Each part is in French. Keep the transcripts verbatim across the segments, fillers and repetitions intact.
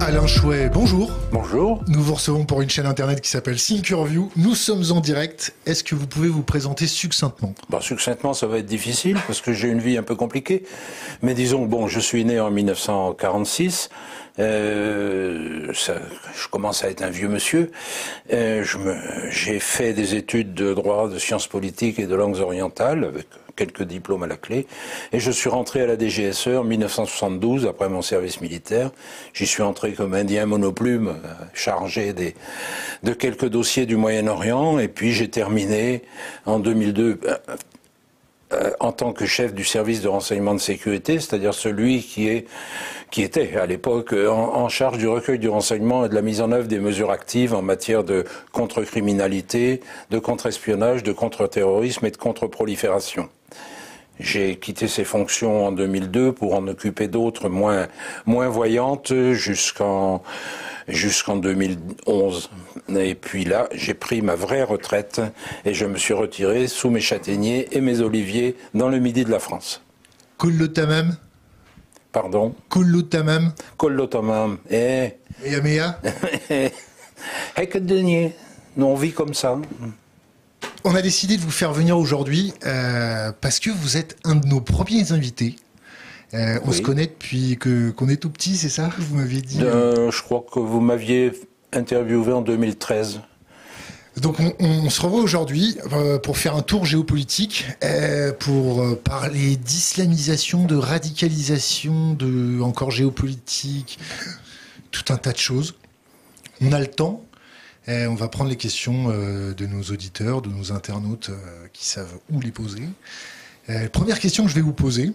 Alain Chouet, bonjour. Bonjour. Nous vous recevons pour une chaîne internet qui s'appelle Thinkerview. Nous sommes en direct. Est-ce que vous pouvez vous présenter succinctement? Bon, succinctement, ça va être difficile parce que j'ai une vie un peu compliquée. Mais disons, bon, je suis né en mille neuf cent quarante-six. Euh, ça, je commence à être un vieux monsieur. Euh, je me, j'ai fait des études de droit, de sciences politiques et de langues orientales avec quelques diplômes à la clé. Et je suis rentré à la D G S E en mille neuf cent soixante-douze, après mon service militaire. J'y suis entré comme indien monoplume, chargé des, de quelques dossiers du Moyen-Orient. Et puis j'ai terminé en deux mille deux... Euh, Euh, en tant que chef du service de renseignement de sécurité, c'est-à-dire celui qui est, qui était à l'époque en, en charge du recueil du renseignement et de la mise en œuvre des mesures actives en matière de contre-criminalité, de contre-espionnage, de contre-terrorisme et de contre-prolifération. J'ai quitté ces fonctions en deux mille deux pour en occuper d'autres moins, moins voyantes jusqu'en, jusqu'en deux mille onze. Et puis là, j'ai pris ma vraie retraite et je me suis retiré sous mes châtaigniers et mes oliviers dans le midi de la France. Kullu tamam. Pardon? Kullu tamam. Kullu tamam. Eh. Mea mea. Eh, que de denier. Nous, on vit comme ça. On a décidé de vous faire venir aujourd'hui euh, parce que vous êtes un de nos premiers invités. Euh, on oui. se connaît depuis que, qu'on est tout petit, c'est ça? Vous m'aviez dit. Euh, je crois que vous m'aviez interviewé en deux mille treize. Donc on, on se revoit aujourd'hui euh, pour faire un tour géopolitique, euh, pour euh, parler d'islamisation, de radicalisation, de encore géopolitique, tout un tas de choses. On a le temps. Et on va prendre les questions euh, de nos auditeurs, de nos internautes euh, qui savent où les poser. Euh, première question que je vais vous poser.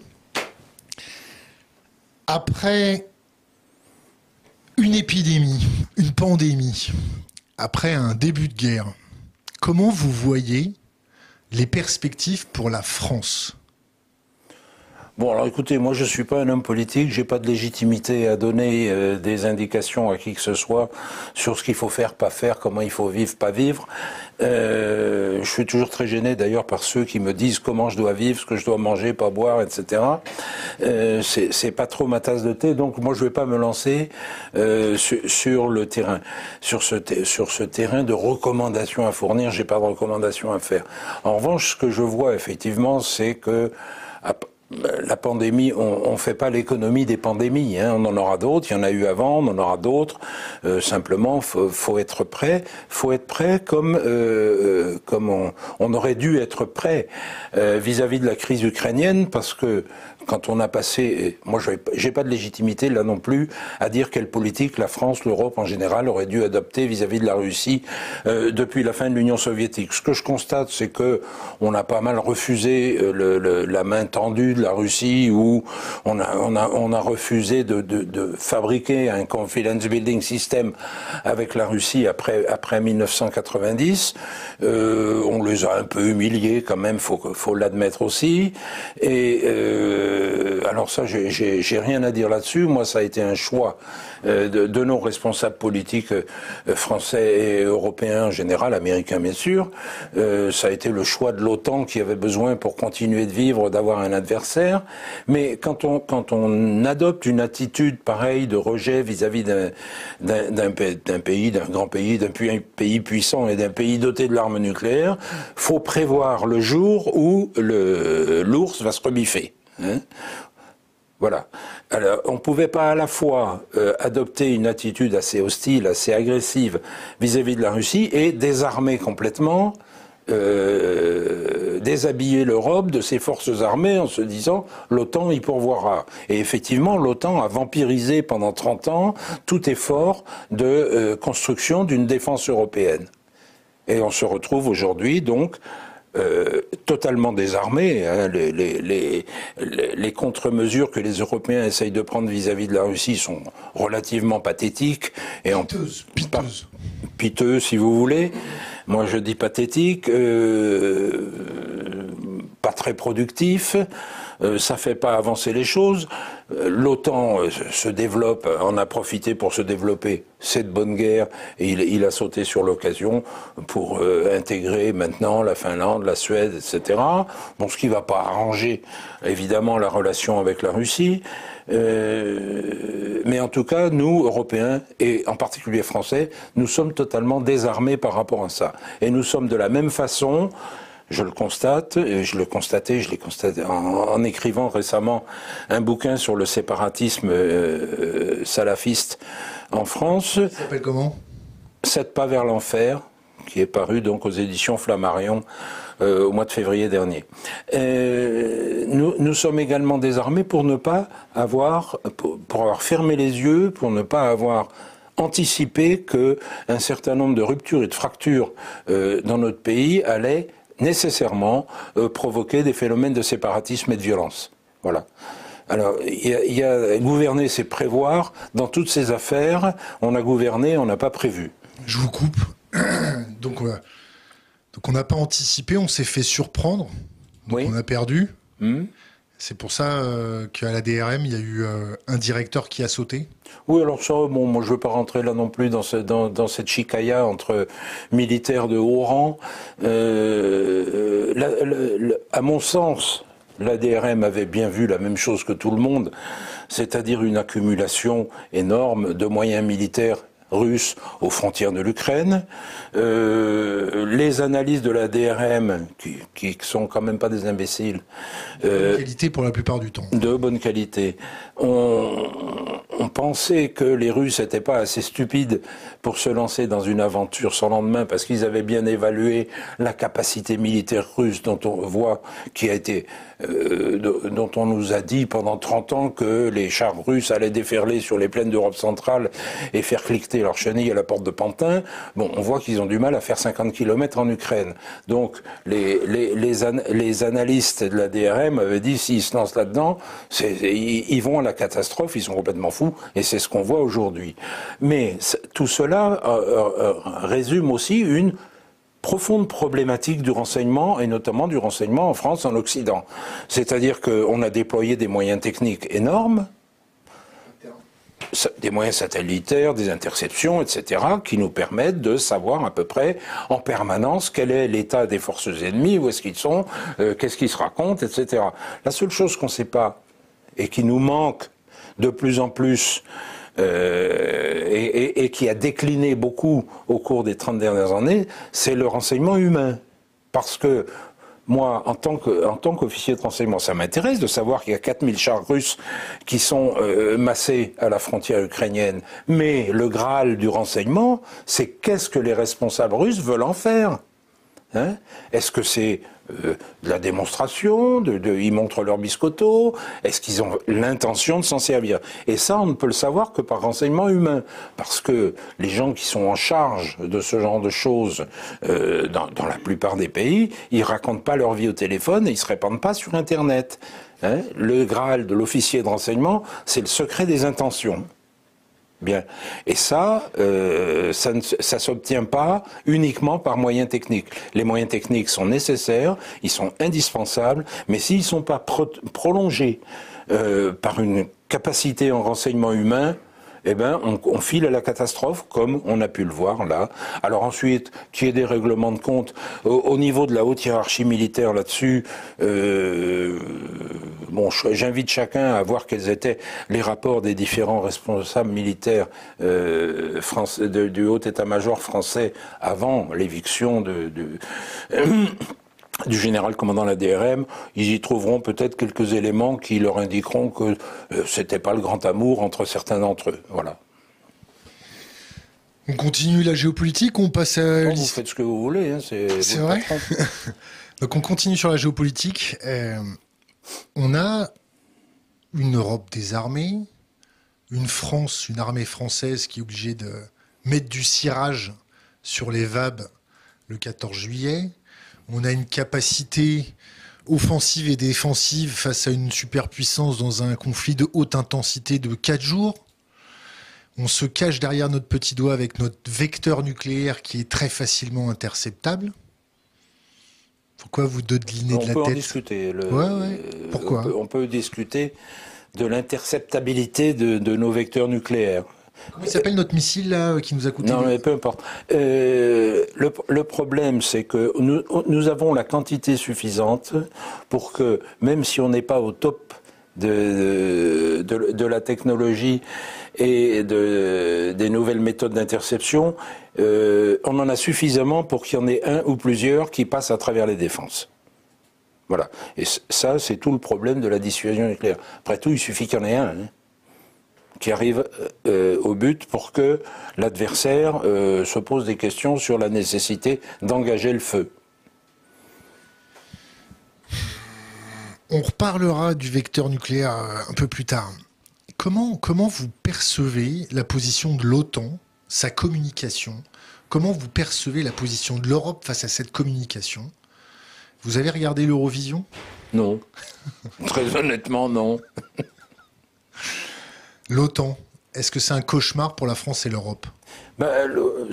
Après une épidémie, une pandémie, après un début de guerre, comment vous voyez les perspectives pour la France ? Bon, alors écoutez, moi je suis pas un homme politique, j'ai pas de légitimité à donner euh, des indications à qui que ce soit sur ce qu'il faut faire, pas faire, comment il faut vivre, pas vivre. Euh, je suis toujours très gêné d'ailleurs par ceux qui me disent comment je dois vivre, ce que je dois manger, pas boire, et cetera. Euh, c'est, c'est pas trop ma tasse de thé, donc moi je vais pas me lancer euh, sur, sur le terrain, sur ce, te, sur ce terrain de recommandations à fournir. J'ai pas de recommandations à faire. En revanche, ce que je vois effectivement, c'est que à, la pandémie, on ne fait pas l'économie des pandémies, hein. On en aura d'autres, il y en a eu avant, on en aura d'autres. Euh, simplement, faut, faut être prêt. Faut être prêt comme euh, comme on, on aurait dû être prêt euh, vis-à-vis de la crise ukrainienne, parce que quand on a passé, moi j'ai pas de légitimité là non plus à dire quelle politique la France, l'Europe en général aurait dû adopter vis-à-vis de la Russie euh, depuis la fin de l'Union soviétique. Ce que je constate, c'est que on a pas mal refusé euh, le, le, la main tendue de la Russie, où on a on a on a refusé de de, de fabriquer un confidence building system avec la Russie après après mille neuf cent quatre-vingt-dix. Euh, on les a un peu humiliés quand même, faut faut l'admettre aussi. Et euh, alors ça, j'ai, j'ai, j'ai rien à dire là-dessus. Moi, ça a été un choix euh, de, de nos responsables politiques euh, français et européens en général, américains bien sûr. Euh, ça a été le choix de l'OTAN qui avait besoin pour continuer de vivre, d'avoir un adversaire. Mais quand on quand on adopte une attitude pareille de rejet vis-à-vis d'un d'un, d'un, d'un pays, d'un grand pays, d'un pays puissant et d'un pays doté de l'arme nucléaire, faut prévoir le jour où le l'ours va se rebiffer. Hein? Voilà. Alors, on ne pouvait pas à la fois euh, adopter une attitude assez hostile, assez agressive vis-à-vis de la Russie et désarmer complètement, euh, déshabiller l'Europe de ses forces armées en se disant l'OTAN y pourvoira. Et effectivement, l'OTAN a vampirisé pendant trente ans tout effort de euh, construction d'une défense européenne. Et on se retrouve aujourd'hui donc Euh, totalement désarmés. Hein. Les, les, les, les contre-mesures que les Européens essayent de prendre vis-à-vis de la Russie sont relativement pathétiques. Et piteuses, en, piteuses. Piteux, si vous voulez. Moi, je dis pathétique. Euh, pas très productif, euh, ça fait pas avancer les choses. Euh, L'OTAN euh, se développe, en a profité pour se développer, c'est de bonne guerre, et il, il a sauté sur l'occasion pour euh, intégrer maintenant la Finlande, la Suède, et cetera. Bon, ce qui va pas arranger, évidemment, la relation avec la Russie. Euh, mais en tout cas, nous, Européens, et en particulier Français, nous sommes totalement désarmés par rapport à ça. Et nous sommes de la même façon, je le constate, et je le constatais, je l'ai constaté en, en écrivant récemment un bouquin sur le séparatisme euh, salafiste en France. Ça s'appelle comment ? Sept pas vers l'enfer, qui est paru donc aux éditions Flammarion euh, au mois de février dernier. Euh, nous, nous sommes également désarmés pour ne pas avoir, pour, pour avoir fermé les yeux, pour ne pas avoir anticipé que un certain nombre de ruptures et de fractures euh, dans notre pays allaient nécessairement euh, provoquer des phénomènes de séparatisme et de violence. Voilà. Alors, il y a, il y a gouverner, c'est prévoir. Dans toutes ces affaires, on a gouverné, on n'a pas prévu. Je vous coupe. Donc, euh, donc on n'a pas anticipé, on s'est fait surprendre. Donc Oui. on a perdu. Hum. C'est pour ça euh, qu'à la D R M, il y a eu euh, un directeur qui a sauté. Oui, alors ça, bon, moi je ne veux pas rentrer là non plus dans, ce, dans, dans cette chicaya entre militaires de haut rang. Euh, la, la, la, à mon sens, la D R M avait bien vu la même chose que tout le monde, c'est-à-dire une accumulation énorme de moyens militaires russes aux frontières de l'Ukraine. Euh, les analyses de la D R M, qui, qui sont quand même pas des imbéciles, De bonne euh, qualité pour la plupart du temps. de bonne qualité, on, on pensait que les Russes n'étaient pas assez stupides pour se lancer dans une aventure sans lendemain, parce qu'ils avaient bien évalué la capacité militaire russe, dont on voit, qui a été, euh, dont on nous a dit pendant trente ans que les chars russes allaient déferler sur les plaines d'Europe centrale et faire cliqueter leur chenille à la porte de Pantin. Bon, on voit qu'ils ont du mal à faire cinquante kilomètres en Ukraine. Donc, les, les, les, an, les analystes de la D R M avaient dit, s'ils se lancent là-dedans, c'est, ils, ils vont à la catastrophe, ils sont complètement fous, et c'est ce qu'on voit aujourd'hui. Mais tout cela euh, euh, résume aussi une profonde problématique du renseignement, et notamment du renseignement en France, en Occident. C'est-à-dire qu'on a déployé des moyens techniques énormes, des moyens satellitaires, des interceptions, et cetera, qui nous permettent de savoir à peu près en permanence quel est l'état des forces ennemies, où est-ce qu'ils sont, euh, qu'est-ce qu'ils se racontent, et cetera. La seule chose qu'on ne sait pas, et qui nous manque de plus en plus, euh, et, et, et qui a décliné beaucoup au cours des trente dernières années, c'est le renseignement humain. Parce que moi, en tant que, en tant qu'officier de renseignement, ça m'intéresse de savoir qu'il y a quatre mille chars russes qui sont euh, massés à la frontière ukrainienne. Mais le Graal du renseignement, c'est qu'est-ce que les responsables russes veulent en faire, hein ? Est-ce que c'est euh, de la démonstration, de, de, ils montrent leur biscotto, est-ce qu'ils ont l'intention de s'en servir? Et ça, on ne peut le savoir que par renseignement humain, parce que les gens qui sont en charge de ce genre de choses euh, dans, dans la plupart des pays, ils racontent pas leur vie au téléphone et ils se répandent pas sur Internet. Hein, le Graal de l'officier de renseignement, c'est le secret des intentions. Bien. Et ça, euh, ça ne ça s'obtient pas uniquement par moyens techniques. Les moyens techniques sont nécessaires, ils sont indispensables, mais s'ils ne sont pas pro prolongés euh, par une capacité en renseignement humain, eh ben, on, on file à la catastrophe, comme on a pu le voir là. Alors ensuite, qu'il y ait des règlements de compte au, au niveau de la haute hiérarchie militaire là-dessus. Euh, bon, j'invite chacun à voir quels étaient les rapports des différents responsables militaires euh, français, de, du haut état-major français avant l'éviction de. de euh, du général commandant la D R M, ils y trouveront peut-être quelques éléments qui leur indiqueront que euh, c'était pas le grand amour entre certains d'entre eux. Voilà. On continue la géopolitique, on passe à... Bon, vous faites ce que vous voulez. Hein, c'est vrai. Donc on continue sur la géopolitique. Euh, on a une Europe désarmée, une France, une armée française qui est obligée de mettre du cirage sur les V A B le quatorze juillet. On a une capacité offensive et défensive face à une superpuissance dans un conflit de haute intensité de quatre jours. On se cache derrière notre petit doigt avec notre vecteur nucléaire qui est très facilement interceptable. Pourquoi vous dodelinez de la tête? On peut en discuter. Le, ouais, ouais. Pourquoi on peut, on peut discuter de l'interceptabilité de, de nos vecteurs nucléaires. Comment il s'appelle notre missile là, qui nous a coûté? Non, mais peu importe. Euh, le, le problème, c'est que nous, nous avons la quantité suffisante pour que, même si on n'est pas au top de, de, de la technologie et de, des nouvelles méthodes d'interception, euh, on en a suffisamment pour qu'il y en ait un ou plusieurs qui passent à travers les défenses. Voilà. Et ça, c'est tout le problème de la dissuasion nucléaire. Après tout, il suffit qu'il y en ait un hein, qui arrive euh, au but pour que l'adversaire euh, se pose des questions sur la nécessité d'engager le feu. On reparlera du vecteur nucléaire un peu plus tard. Comment, comment vous percevez la position de l'OTAN, sa communication? Comment vous percevez la position de l'Europe face à cette communication? Vous avez regardé l'Eurovision? Non. Très honnêtement, non. L'OTAN, est-ce que c'est un cauchemar pour la France et l'Europe? ben,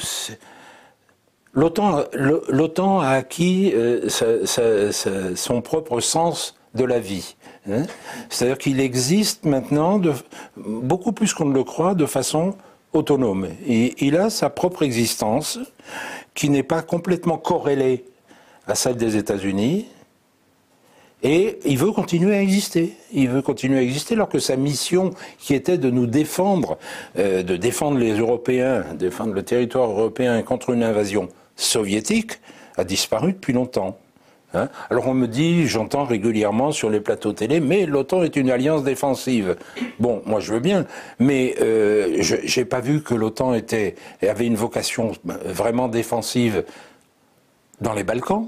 L'OTAN, l'OTAN a acquis euh, sa, sa, sa, son propre sens de la vie. Hein. C'est-à-dire qu'il existe maintenant, de, beaucoup plus qu'on ne le croit, de façon autonome. Et il a sa propre existence, qui n'est pas complètement corrélée à celle des États-Unis, et il veut continuer à exister. Il veut continuer à exister alors que sa mission, qui était de nous défendre, euh, de défendre les Européens, défendre le territoire européen contre une invasion soviétique, a disparu depuis longtemps. Hein? Alors on me dit, j'entends régulièrement sur les plateaux télé, mais l'OTAN est une alliance défensive. Bon, moi je veux bien, mais euh, je j'ai pas vu que l'OTAN était avait une vocation vraiment défensive dans les Balkans.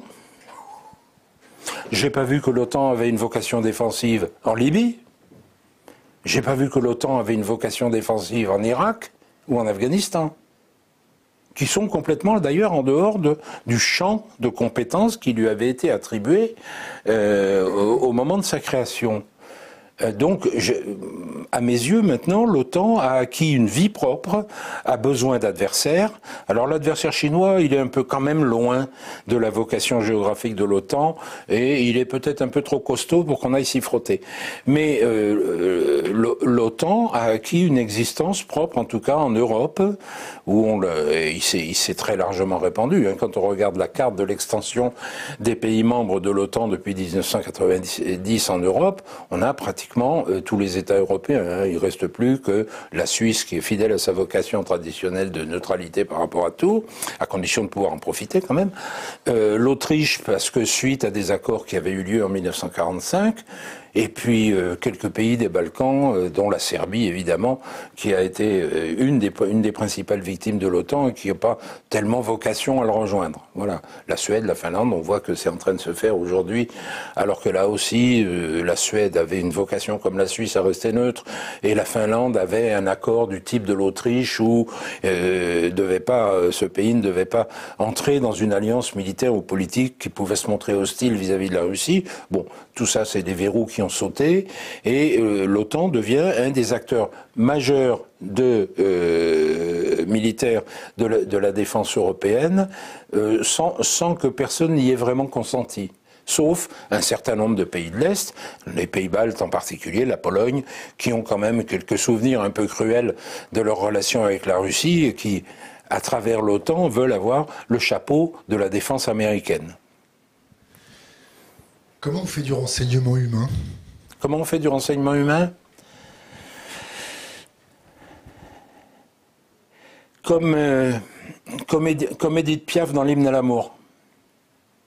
J'ai pas vu que l'OTAN avait une vocation défensive en Libye. J'ai pas vu que l'OTAN avait une vocation défensive en Irak ou en Afghanistan, qui sont complètement d'ailleurs en dehors de, du champ de compétences qui lui avait été attribué euh, au, au moment de sa création. Donc, je, à mes yeux, maintenant, l'OTAN a acquis une vie propre, a besoin d'adversaires. Alors, l'adversaire chinois, il est un peu quand même loin de la vocation géographique de l'OTAN, et il est peut-être un peu trop costaud pour qu'on aille s'y frotter. Mais euh, l'OTAN a acquis une existence propre, en tout cas en Europe, où on le, il s'est très largement répandu. Hein. Quand on regarde la carte de l'extension des pays membres de l'OTAN depuis mille neuf cent quatre-vingt-dix en Europe, on a pratiquement Euh, tous les États européens. Hein. Il ne reste plus que la Suisse qui est fidèle à sa vocation traditionnelle de neutralité par rapport à tout, à condition de pouvoir en profiter quand même. Euh, L'Autriche, parce que suite à des accords qui avaient eu lieu en mille neuf cent quarante-cinq, et puis euh, quelques pays des Balkans, euh, dont la Serbie évidemment, qui a été euh, une, des, une des principales victimes de l'OTAN et qui n'a pas tellement vocation à le rejoindre. Voilà. La Suède, la Finlande, on voit que c'est en train de se faire aujourd'hui, alors que là aussi, euh, la Suède avait une vocation comme la Suisse à rester neutre, et la Finlande avait un accord du type de l'Autriche où euh, devait pas, euh, ce pays ne devait pas entrer dans une alliance militaire ou politique qui pouvait se montrer hostile vis-à-vis de la Russie. Bon, tout ça, c'est des verrous qui ont sauté, et euh, l'OTAN devient un des acteurs majeurs de euh, militaires de la, de la défense européenne, euh, sans, sans que personne n'y ait vraiment consenti. Sauf un certain nombre de pays de l'Est, les pays baltes en particulier, la Pologne, qui ont quand même quelques souvenirs un peu cruels de leur relation avec la Russie et qui, à travers l'OTAN, veulent avoir le chapeau de la défense américaine. Comment on fait du renseignement humain ? Comment on fait du renseignement humain ? Comme, euh, comme, Edith, comme Edith Piaf dans l'hymne à l'amour. Hein ?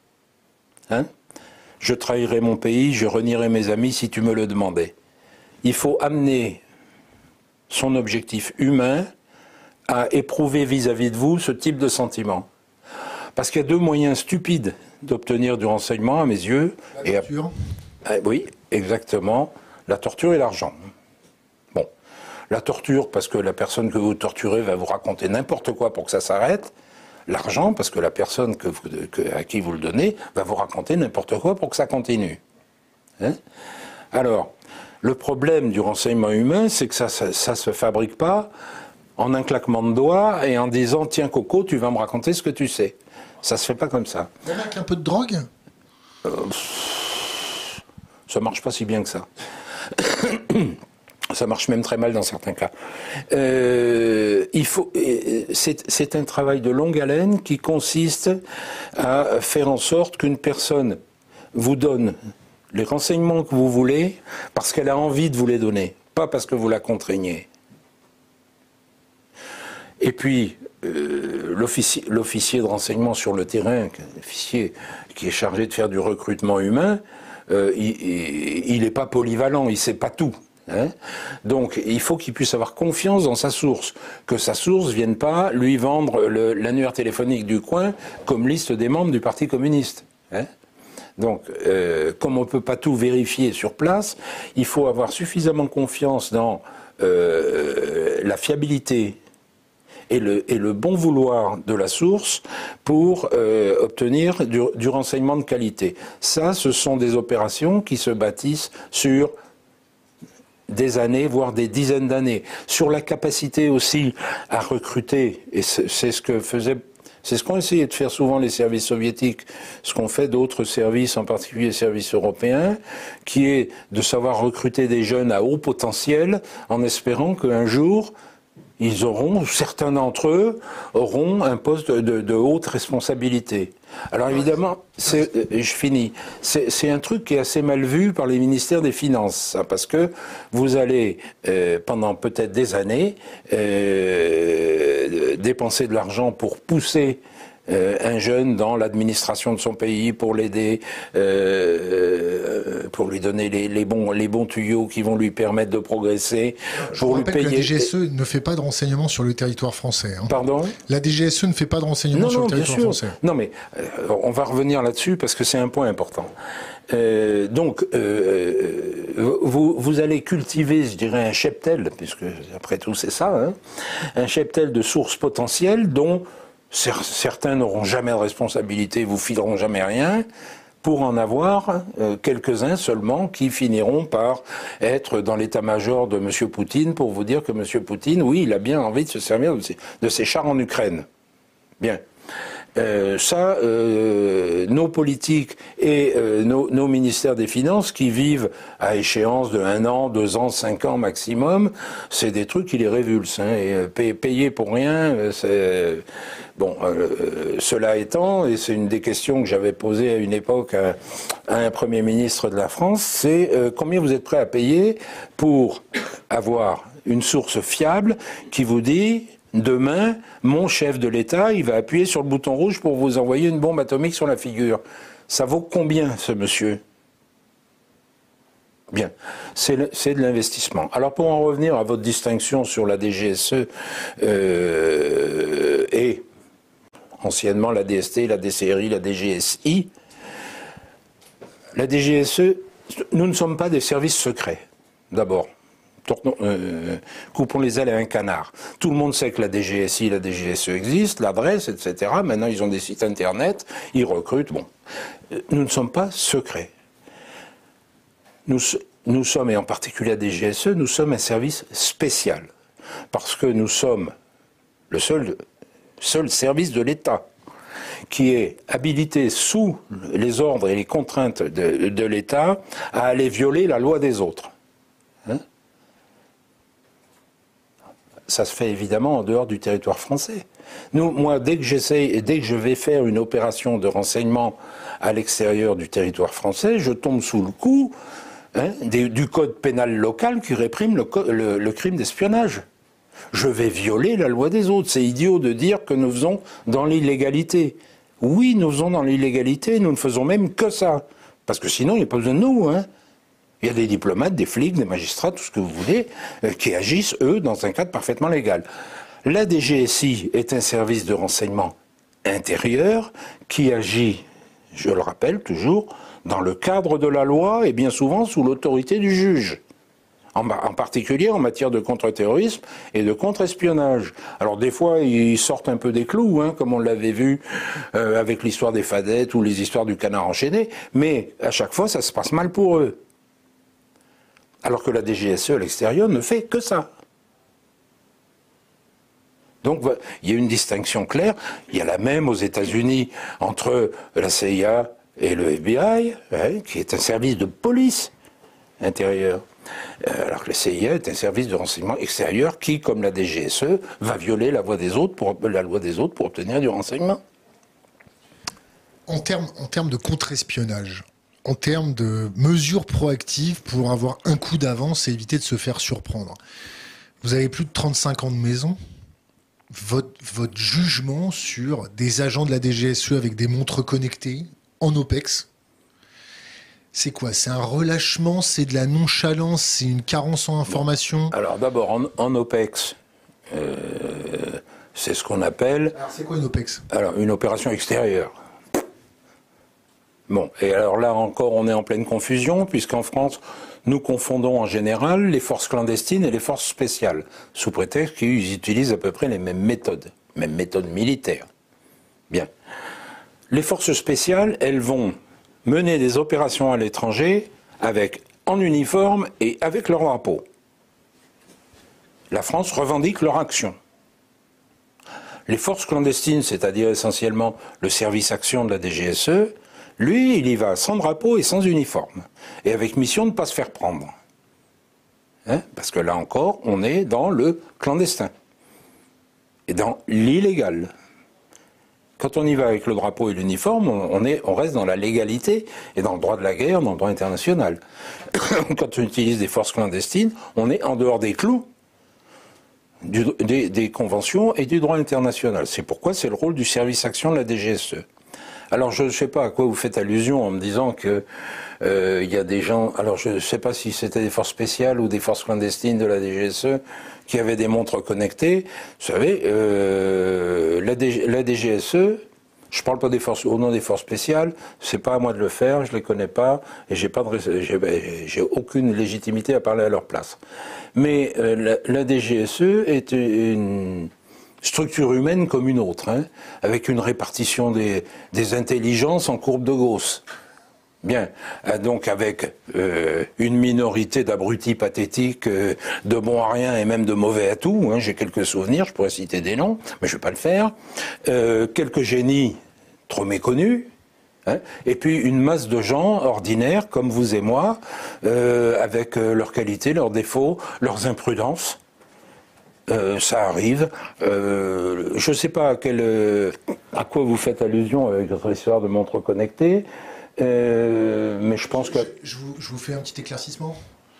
Je trahirai mon pays, je renierai mes amis si tu me le demandais. Il faut amener son objectif humain à éprouver vis-à-vis de vous ce type de sentiment. Parce qu'il y a deux moyens stupides d'obtenir du renseignement, à mes yeux. La torture. Et à, oui, exactement. La torture et l'argent. Bon. La torture, parce que la personne que vous torturez va vous raconter n'importe quoi pour que ça s'arrête. L'argent, parce que la personne que vous, que, à qui vous le donnez va vous raconter n'importe quoi pour que ça continue. Hein ? Alors, le problème du renseignement humain, c'est que ça ne se fabrique pas en un claquement de doigts et en disant « Tiens, Coco, tu vas me raconter ce que tu sais ». Ça se fait pas comme ça. Même avec un peu de drogue ? euh, ça marche pas si bien que ça. Ça marche même très mal dans certains cas. Euh, il faut, c'est un travail de longue haleine qui consiste à faire en sorte qu'une personne vous donne les renseignements que vous voulez parce qu'elle a envie de vous les donner, pas parce que vous la contraignez. Et puis, euh, l'officier de renseignement sur le terrain, l'officier qui est chargé de faire du recrutement humain, euh, il n'est pas polyvalent, il ne sait pas tout. Hein, donc il faut qu'il puisse avoir confiance dans sa source, que sa source ne vienne pas lui vendre l'annuaire téléphonique du coin comme liste des membres du Parti communiste. Hein. Donc euh, comme on ne peut pas tout vérifier sur place, il faut avoir suffisamment confiance dans euh, la fiabilité et le, et le bon vouloir de la source pour euh, obtenir du, du renseignement de qualité. Ça, ce sont des opérations qui se bâtissent sur des années, voire des dizaines d'années. Sur la capacité aussi à recruter, et c'est ce que faisait, c'est ce qu'ont essayé de faire souvent les services soviétiques, ce qu'ont fait d'autres services, en particulier les services européens, qui est de savoir recruter des jeunes à haut potentiel, en espérant qu'un jour, ils auront, certains d'entre eux, auront un poste de, de, de haute responsabilité. Alors évidemment, je finis, c'est un truc qui est assez mal vu par les ministères des Finances, ça, parce que vous allez, euh, pendant peut-être des années, euh, dépenser de l'argent pour pousser Euh, un jeune dans l'administration de son pays pour l'aider, euh, pour lui donner les, les, bons, les bons tuyaux qui vont lui permettre de progresser, Je pour vous lui rappelle payer. Que la D G S E ne fait pas de renseignement sur le territoire français. Hein. Pardon ? La D G S E ne fait pas de renseignement non, sur non, le territoire bien sûr. français. Non, mais euh, on va revenir là-dessus parce que c'est un point important. Euh, donc, euh, vous, vous allez cultiver, je dirais, un cheptel, puisque après tout c'est ça, hein, un cheptel de sources potentielles dont certains n'auront jamais de responsabilité, vous fileront jamais rien, pour en avoir euh, quelques-uns seulement qui finiront par être dans l'état-major de M. Poutine pour vous dire que M. Poutine, oui, il a bien envie de se servir de ses, de ses chars en Ukraine. Bien. Euh, ça, euh, nos politiques et euh, nos, nos ministères des Finances qui vivent à échéance de un an, deux ans, cinq ans maximum, c'est des trucs qui les révulsent. Hein, et euh, payer, payer pour rien, c'est... Bon, euh, cela étant, et c'est une des questions que j'avais posées à une époque à, à un Premier ministre de la France, c'est euh, combien vous êtes prêt à payer pour avoir une source fiable qui vous dit demain, mon chef de l'État, il va appuyer sur le bouton rouge pour vous envoyer une bombe atomique sur la figure. Ça vaut combien, ce monsieur ? Bien, c'est de l'investissement. Alors pour en revenir à votre distinction sur la D G S E euh, et anciennement la D S T, la D C R I, la D G S I, la D G S E, nous ne sommes pas des services secrets, d'abord. Tournons, euh, coupons les ailes à un canard. Tout le monde sait que la D G S I, la D G S E existent, l'adresse, et cetera. Maintenant, ils ont des sites internet, ils recrutent. Bon, nous ne sommes pas secrets. Nous, nous sommes, et en particulier la D G S E, nous sommes un service spécial. Parce que nous sommes le seul, seul service de l'État qui est habilité sous les ordres et les contraintes de, de l'État à aller violer la loi des autres. Hein ? Ça se fait évidemment en dehors du territoire français. Nous, moi, dès que j'essaye et dès que je vais faire une opération de renseignement à l'extérieur du territoire français, je tombe sous le coup hein, des, du code pénal local qui réprime le, le, le crime d'espionnage. Je vais violer la loi des autres. C'est idiot de dire que nous faisons dans l'illégalité. Oui, nous faisons dans l'illégalité, nous ne faisons même que ça. Parce que sinon, il n'y a pas besoin de nous, hein. Il y a des diplomates, des flics, des magistrats, tout ce que vous voulez, euh, qui agissent, eux, dans un cadre parfaitement légal. La D G S I est un service de renseignement intérieur qui agit, je le rappelle toujours, dans le cadre de la loi et bien souvent sous l'autorité du juge. En, en particulier en matière de contre-terrorisme et de contre-espionnage. Alors des fois, ils sortent un peu des clous, hein, comme on l'avait vu euh, avec l'histoire des Fadettes ou les histoires du canard enchaîné, mais à chaque fois, ça se passe mal pour eux. Alors que la D G S E à l'extérieur ne fait que ça. Donc il y a une distinction claire, il y a la même aux États-Unis entre la C I A, et le F B I, hein, qui est un service de police intérieure. Euh, alors que le C I A est un service de renseignement extérieur qui, comme la D G S E, va violer la loi des autres pour, la loi des autres pour obtenir du renseignement. En termes, en termes de contre-espionnage, en termes de mesures proactives pour avoir un coup d'avance et éviter de se faire surprendre, vous avez plus de trente-cinq ans de maison. Votre, votre jugement sur des agents de la D G S E avec des montres connectées en OPEX, c'est quoi? C'est un relâchement, c'est de la nonchalance, c'est une carence en information? Alors d'abord, en, en OPEX, euh, c'est ce qu'on appelle... Alors c'est quoi une OPEX? Alors, une opération extérieure. Bon, et alors là encore, on est en pleine confusion, puisqu'en France, nous confondons en général les forces clandestines et les forces spéciales, sous prétexte qu'ils utilisent à peu près les mêmes méthodes, mêmes méthodes militaires. Bien. Les forces spéciales, elles vont mener des opérations à l'étranger avec, en uniforme et avec leur drapeau. La France revendique leur action. Les forces clandestines, c'est-à-dire essentiellement le service action de la D G S E, lui, il y va sans drapeau et sans uniforme, et avec mission de ne pas se faire prendre. Hein? Parce que là encore, on est dans le clandestin, et dans l'illégal. Quand on y va avec le drapeau et l'uniforme, on, est, on reste dans la légalité, et dans le droit de la guerre, dans le droit international. Quand on utilise des forces clandestines, on est en dehors des clous du, des, des conventions et du droit international. C'est pourquoi c'est le rôle du service action de la D G S E. Alors je ne sais pas à quoi vous faites allusion en me disant que euh, il y a des gens, alors je ne sais pas si c'était des forces spéciales ou des forces clandestines de la D G S E qui avaient des montres connectées. Vous savez, euh, la, D, la D G S E, je ne parle pas des forces, au nom des forces spéciales, c'est pas à moi de le faire, je les connais pas et j'ai pas de, j'ai, j'ai aucune légitimité à parler à leur place. Mais euh, la, la D G S E est une structure humaine comme une autre, hein, avec une répartition des, des intelligences en courbe de Gauss. Bien, donc avec euh, une minorité d'abrutis pathétiques, euh, de bons à rien et même de mauvais à tout, hein, j'ai quelques souvenirs, je pourrais citer des noms, mais je ne vais pas le faire, euh, quelques génies trop méconnus, hein, et puis une masse de gens ordinaires, comme vous et moi, euh, avec euh, leurs qualités, leurs défauts, leurs imprudences. Euh, ça arrive. Euh, je ne sais pas à, quel, euh, à quoi vous faites allusion avec votre histoire de montre connectée, euh, mais je pense que... Je, je, vous, je vous fais un petit éclaircissement.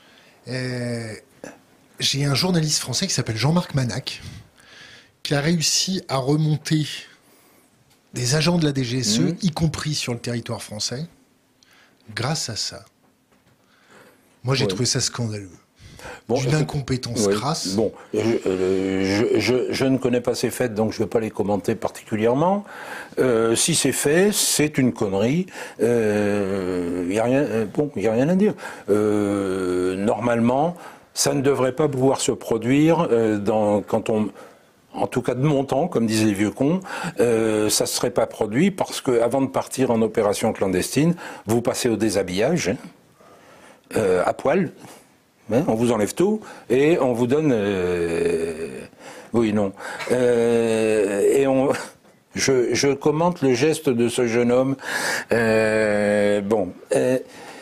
Euh, j'ai un journaliste français qui s'appelle Jean-Marc Manac, qui a réussi à remonter des agents de la D G S E, mmh. y compris sur le territoire français, grâce à ça. Moi, j'ai ouais. trouvé ça scandaleux. Bon, d'une incompétence oui, crasse. Bon, je, euh, je, je, je ne connais pas ces faits, donc je ne vais pas les commenter particulièrement. Euh, si c'est fait, c'est une connerie. Il euh, n'y a rien. Bon, il y a rien à dire. Euh, normalement, ça ne devrait pas pouvoir se produire euh, dans, quand on. En tout cas de mon temps, comme disaient les vieux cons, euh, ça ne serait pas produit parce que avant de partir en opération clandestine, vous passez au déshabillage, hein, euh, à poil. Hein, on vous enlève tout et on vous donne... Euh, oui, non. Euh, et on... Je, je commente le geste de ce jeune homme. Euh, bon. Euh,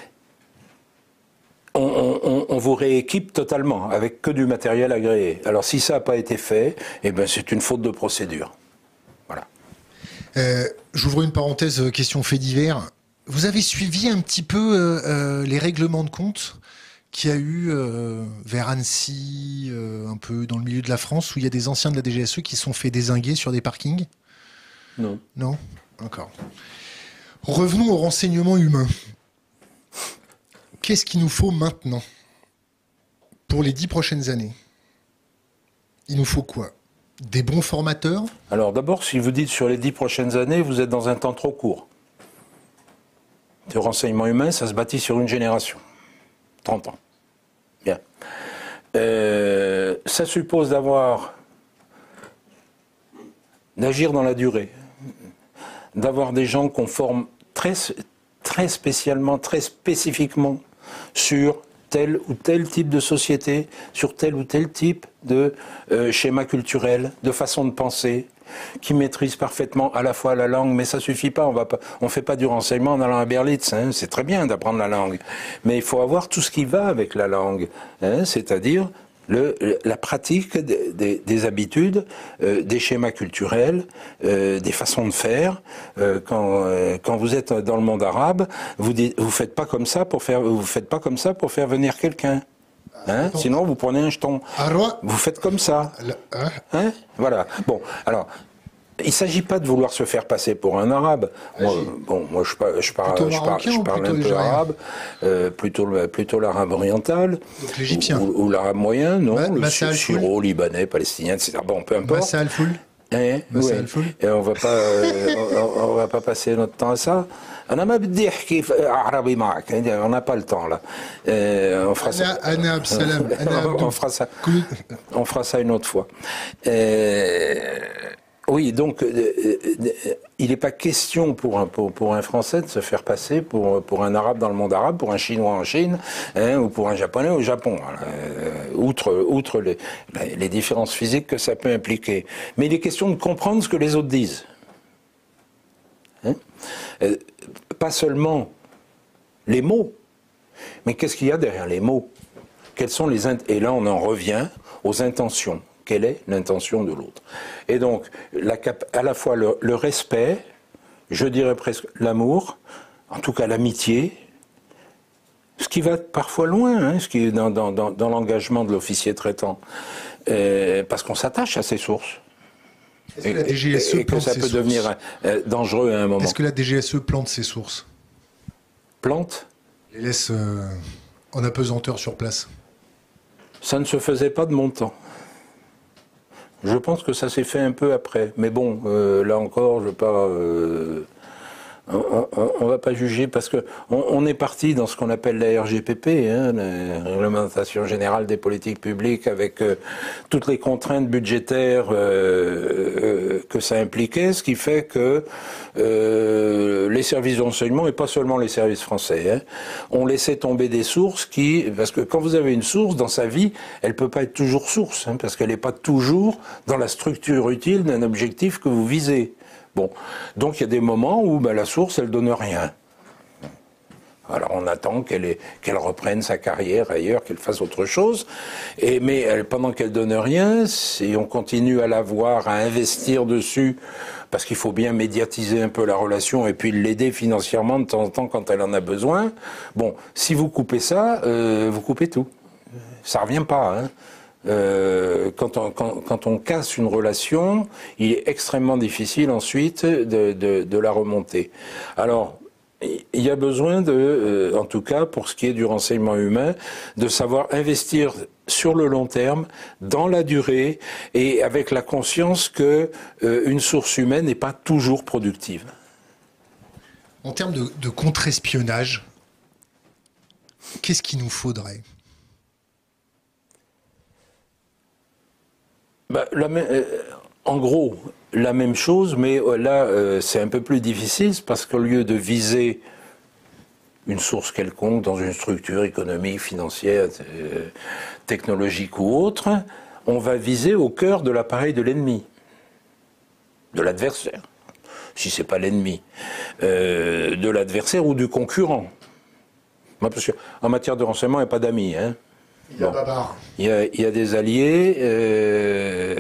on, on, on vous rééquipe totalement, avec que du matériel agréé. Alors si ça n'a pas été fait, eh ben, c'est une faute de procédure. Voilà. Euh, j'ouvre une parenthèse, question fait divers. Vous avez suivi un petit peu euh, euh, les règlements de compte qu'il y a eu euh, vers Annecy, euh, un peu dans le milieu de la France, où il y a des anciens de la D G S E qui se sont fait dézinguer sur des parkings? Non. Non? D'accord. Revenons au renseignement humain. Qu'est-ce qu'il nous faut maintenant pour les dix prochaines années? Il nous faut quoi? Des bons formateurs? Alors d'abord, si vous dites sur les dix prochaines années, vous êtes dans un temps trop court. Le renseignement humain, ça se bâtit sur une génération. trente ans. Bien. Euh, ça suppose d'avoir, d'agir dans la durée, d'avoir des gens qu'on forme très, très spécialement, très spécifiquement sur tel ou tel type de société, sur tel ou tel type de euh, schéma culturel, de façon de penser, qui maîtrise parfaitement à la fois la langue, mais ça suffit pas, on va pas, on fait pas du renseignement en allant à Berlitz, hein, c'est très bien d'apprendre la langue, mais il faut avoir tout ce qui va avec la langue, hein, c'est-à-dire Le, la pratique des, des, des habitudes, euh, des schémas culturels, euh, des façons de faire. Euh, quand, euh, quand vous êtes dans le monde arabe, vous dites, vous faites pas comme ça pour faire, vous faites pas comme ça pour faire venir quelqu'un. Hein, sinon, vous prenez un jeton. Vous faites comme ça. Hein, voilà. Bon, alors. Il ne s'agit pas de vouloir se faire passer pour un arabe. Moi, bon, moi je, par, je, par, je, par, je parle un peu arabe, euh, plutôt, plutôt l'arabe oriental, l'égyptien, ou, ou l'arabe moyen, non, Ma, le syro, libanais, palestinien, et cetera. Bon, peu importe. Massa al-Foul. Hein, ouais. Et on va pas, euh, on, on va pas passer notre temps à ça. On n'a pas le temps là. Euh, on fera ça. on fera ça. On fera ça une autre fois. Euh, Oui, donc euh, euh, il n'est pas question pour un, pour, pour un Français de se faire passer pour, pour un Arabe dans le monde arabe, pour un Chinois en Chine, hein, ou pour un Japonais au Japon, euh, outre, outre les, les différences physiques que ça peut impliquer. Mais il est question de comprendre ce que les autres disent. Hein, euh, pas seulement les mots, mais qu'est-ce qu'il y a derrière les mots? Quels sont les int- Et là, on en revient aux intentions. Quelle est l'intention de l'autre? Et donc, la cap- à la fois le, le respect, je dirais presque l'amour, en tout cas l'amitié, ce qui va parfois loin, hein, ce qui est dans, dans, dans, dans l'engagement de l'officier traitant, euh, parce qu'on s'attache à ses sources. Est-ce que la D G S E et, et que ça peut sources devenir euh, dangereux à un moment. Est-ce que la D G S E plante ses sources? Plante? Les laisse euh, en apesanteur sur place? Ça ne se faisait pas de mon temps. Je pense que ça s'est fait un peu après. Mais bon, euh, là encore, je ne veux pas... Euh, on ne va pas juger parce que on, on est parti dans ce qu'on appelle la R G P P, hein, la Réglementation Générale des Politiques Publiques, avec euh, toutes les contraintes budgétaires euh, euh, que ça impliquait, ce qui fait que euh, les services de renseignement, et pas seulement les services français, hein, ont laissé tomber des sources qui... Parce que quand vous avez une source dans sa vie, elle ne peut pas être toujours source, hein, parce qu'elle n'est pas toujours dans la structure utile d'un objectif que vous visez. Bon, donc il y a des moments où ben, la source, elle donne rien. Alors on attend qu'elle ait, qu'elle reprenne sa carrière ailleurs, qu'elle fasse autre chose. Et, mais elle, pendant qu'elle donne rien, si on continue à la voir, à investir dessus, parce qu'il faut bien médiatiser un peu la relation et puis l'aider financièrement de temps en temps quand elle en a besoin. Bon, si vous coupez ça, euh, vous coupez tout. Ça revient pas, hein. Euh, quand, on, quand, quand on casse une relation, il est extrêmement difficile ensuite de, de, de la remonter. Alors, il y a besoin de, euh, en tout cas pour ce qui est du renseignement humain, de savoir investir sur le long terme, dans la durée, et avec la conscience que euh, une source humaine n'est pas toujours productive. En termes de, de contre-espionnage, qu'est-ce qu'il nous faudrait ? Bah, la, euh, en gros, la même chose, mais euh, là, euh, c'est un peu plus difficile, parce qu'au lieu de viser une source quelconque dans une structure économique, financière, euh, technologique ou autre, on va viser au cœur de l'appareil de l'ennemi, de l'adversaire, si c'est pas l'ennemi, euh, de l'adversaire ou du concurrent. Moi, parce qu'en matière de renseignement, il n'y a pas d'amis, hein. Il y, bon. il, y a, il y a des alliés euh,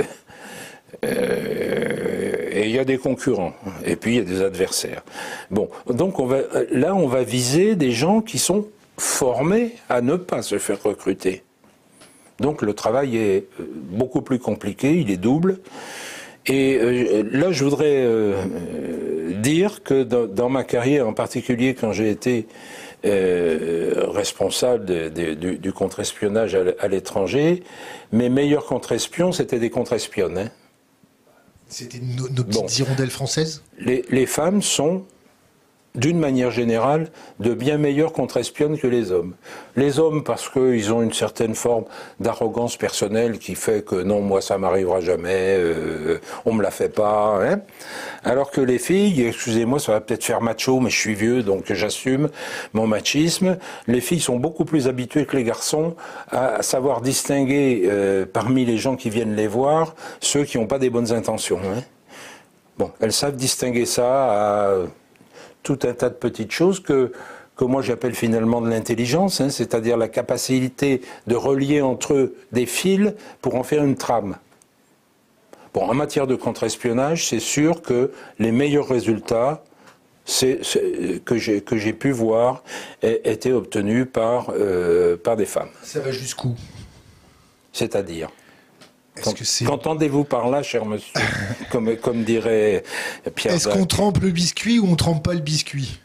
euh, et il y a des concurrents. Et puis il y a des adversaires. Bon, donc on va, là, on va viser des gens qui sont formés à ne pas se faire recruter. Donc le travail est beaucoup plus compliqué, il est double. Et euh, là, je voudrais euh, dire que dans, dans ma carrière, en particulier quand j'ai été Euh, responsable de, de, du, du contre-espionnage à l'étranger, mes meilleurs contre-espions, c'était des contre-espionnes. Hein. C'était nos, nos petites bon. hirondelles françaises ? les, les femmes sont d'une manière générale, de bien meilleurs contre-espionnent que les hommes. Les hommes, parce qu'ils ont une certaine forme d'arrogance personnelle qui fait que non, moi ça m'arrivera jamais, euh, on me la fait pas. Hein. Alors que les filles, excusez-moi, ça va peut-être faire macho, mais je suis vieux, donc j'assume mon machisme. Les filles sont beaucoup plus habituées que les garçons à savoir distinguer euh, parmi les gens qui viennent les voir ceux qui n'ont pas des bonnes intentions. Hein. Bon, elles savent distinguer ça à tout un tas de petites choses que, que moi j'appelle finalement de l'intelligence, hein, c'est-à-dire la capacité de relier entre eux des fils pour en faire une trame. Bon, en matière de contre-espionnage, c'est sûr que les meilleurs résultats c'est, c'est, que, j'ai, que j'ai pu voir étaient obtenus par, euh, par des femmes. Ça va jusqu'où? C'est-à-dire Est-ce que c'est... Qu'entendez-vous par là, cher monsieur? comme, comme dirait Pierre Est-ce Dac. qu'on trempe le biscuit ou on trempe pas le biscuit?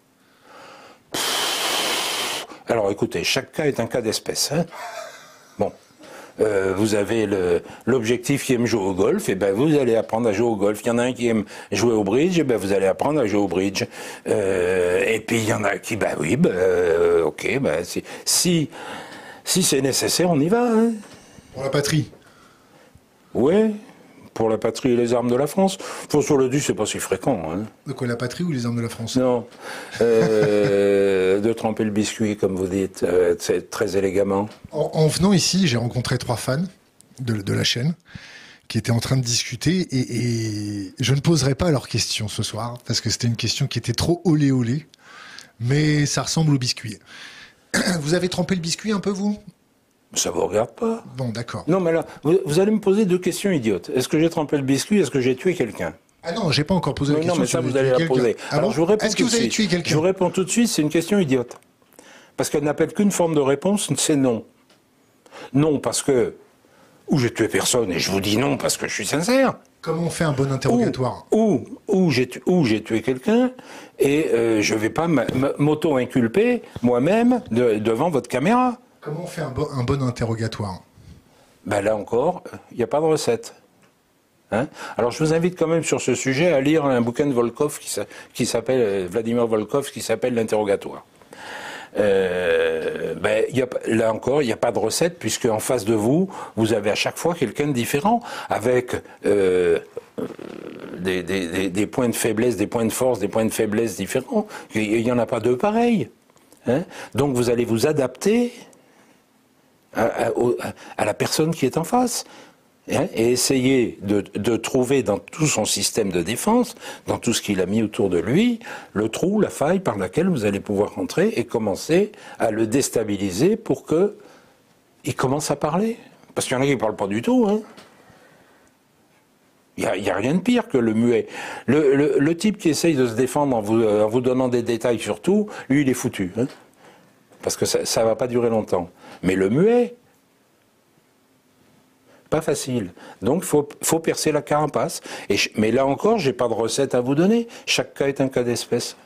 Alors écoutez, chaque cas est un cas d'espèce. Hein. Bon, euh, vous avez le, l'objectif qui aime jouer au golf, et ben vous allez apprendre à jouer au golf. Il y en a un qui aime jouer au bridge, et ben vous allez apprendre à jouer au bridge. Euh, et puis il y en a qui, ben oui, ben euh, ok, ben si, si, si c'est nécessaire, on y va. Hein. Pour la patrie. Ouais, pour la patrie et les armes de la France. Faut sur le dit, c'est pas si fréquent. Hein. De quoi, la patrie ou les armes de la France? Non, euh, de tremper le biscuit, comme vous dites, euh, c'est très élégamment. En, en venant ici, j'ai rencontré trois fans de, de la chaîne qui étaient en train de discuter et, et je ne poserai pas leurs questions ce soir parce que c'était une question qui était trop olé olé, mais ça ressemble au biscuit. Vous avez trempé le biscuit un peu, vous? Ça vous regarde pas. Bon, d'accord. Non, mais là, vous, vous allez me poser deux questions idiotes. Est-ce que j'ai trempé le biscuit? Est-ce que j'ai tué quelqu'un? Ah non, j'ai pas encore posé la non, question. Non, mais ça, sur vous allez la poser. Ah Alors, bon, je vous réponds est-ce que tout vous de avez suite. tué quelqu'un? Je vous réponds tout de suite, c'est une question idiote. Parce qu'elle n'appelle qu'une forme de réponse, c'est non. Non, parce que... Ou j'ai tué personne, et je vous dis non parce que je suis sincère. Comment on fait un bon interrogatoire? Ou, ou, ou j'ai, tu, ou j'ai tué quelqu'un, et euh, je ne vais pas m'auto-inculper moi-même de, devant votre caméra. Comment on fait un bon, un bon interrogatoire? Ben là encore, il n'y a pas de recette. Hein? Alors je vous invite quand même sur ce sujet à lire un bouquin de Volkov qui, qui s'appelle, Vladimir Volkov, qui s'appelle L'interrogatoire. Euh, ben, y a, là encore, il n'y a pas de recette, puisque en face de vous, vous avez à chaque fois quelqu'un de différent, avec euh, des, des, des points de faiblesse, des points de force, des points de faiblesse différents. Il n'y en a pas deux pareils. Hein? Donc vous allez vous adapter à, à, à la personne qui est en face. Et essayer de, de trouver dans tout son système de défense, dans tout ce qu'il a mis autour de lui, le trou, la faille par laquelle vous allez pouvoir rentrer et commencer à le déstabiliser pour que il commence à parler. Parce qu'il y en a qui ne parlent pas du tout. Hein. Il n'y a, a rien de pire que le muet. Le, le, le type qui essaye de se défendre en vous, en vous donnant des détails sur tout, lui, il est foutu. Hein. Parce que ça ne va pas durer longtemps. Mais le muet... Pas facile. Donc, il faut, faut percer la carapace. Et je, mais là encore, je n'ai pas de recette à vous donner. Chaque cas est un cas d'espèce.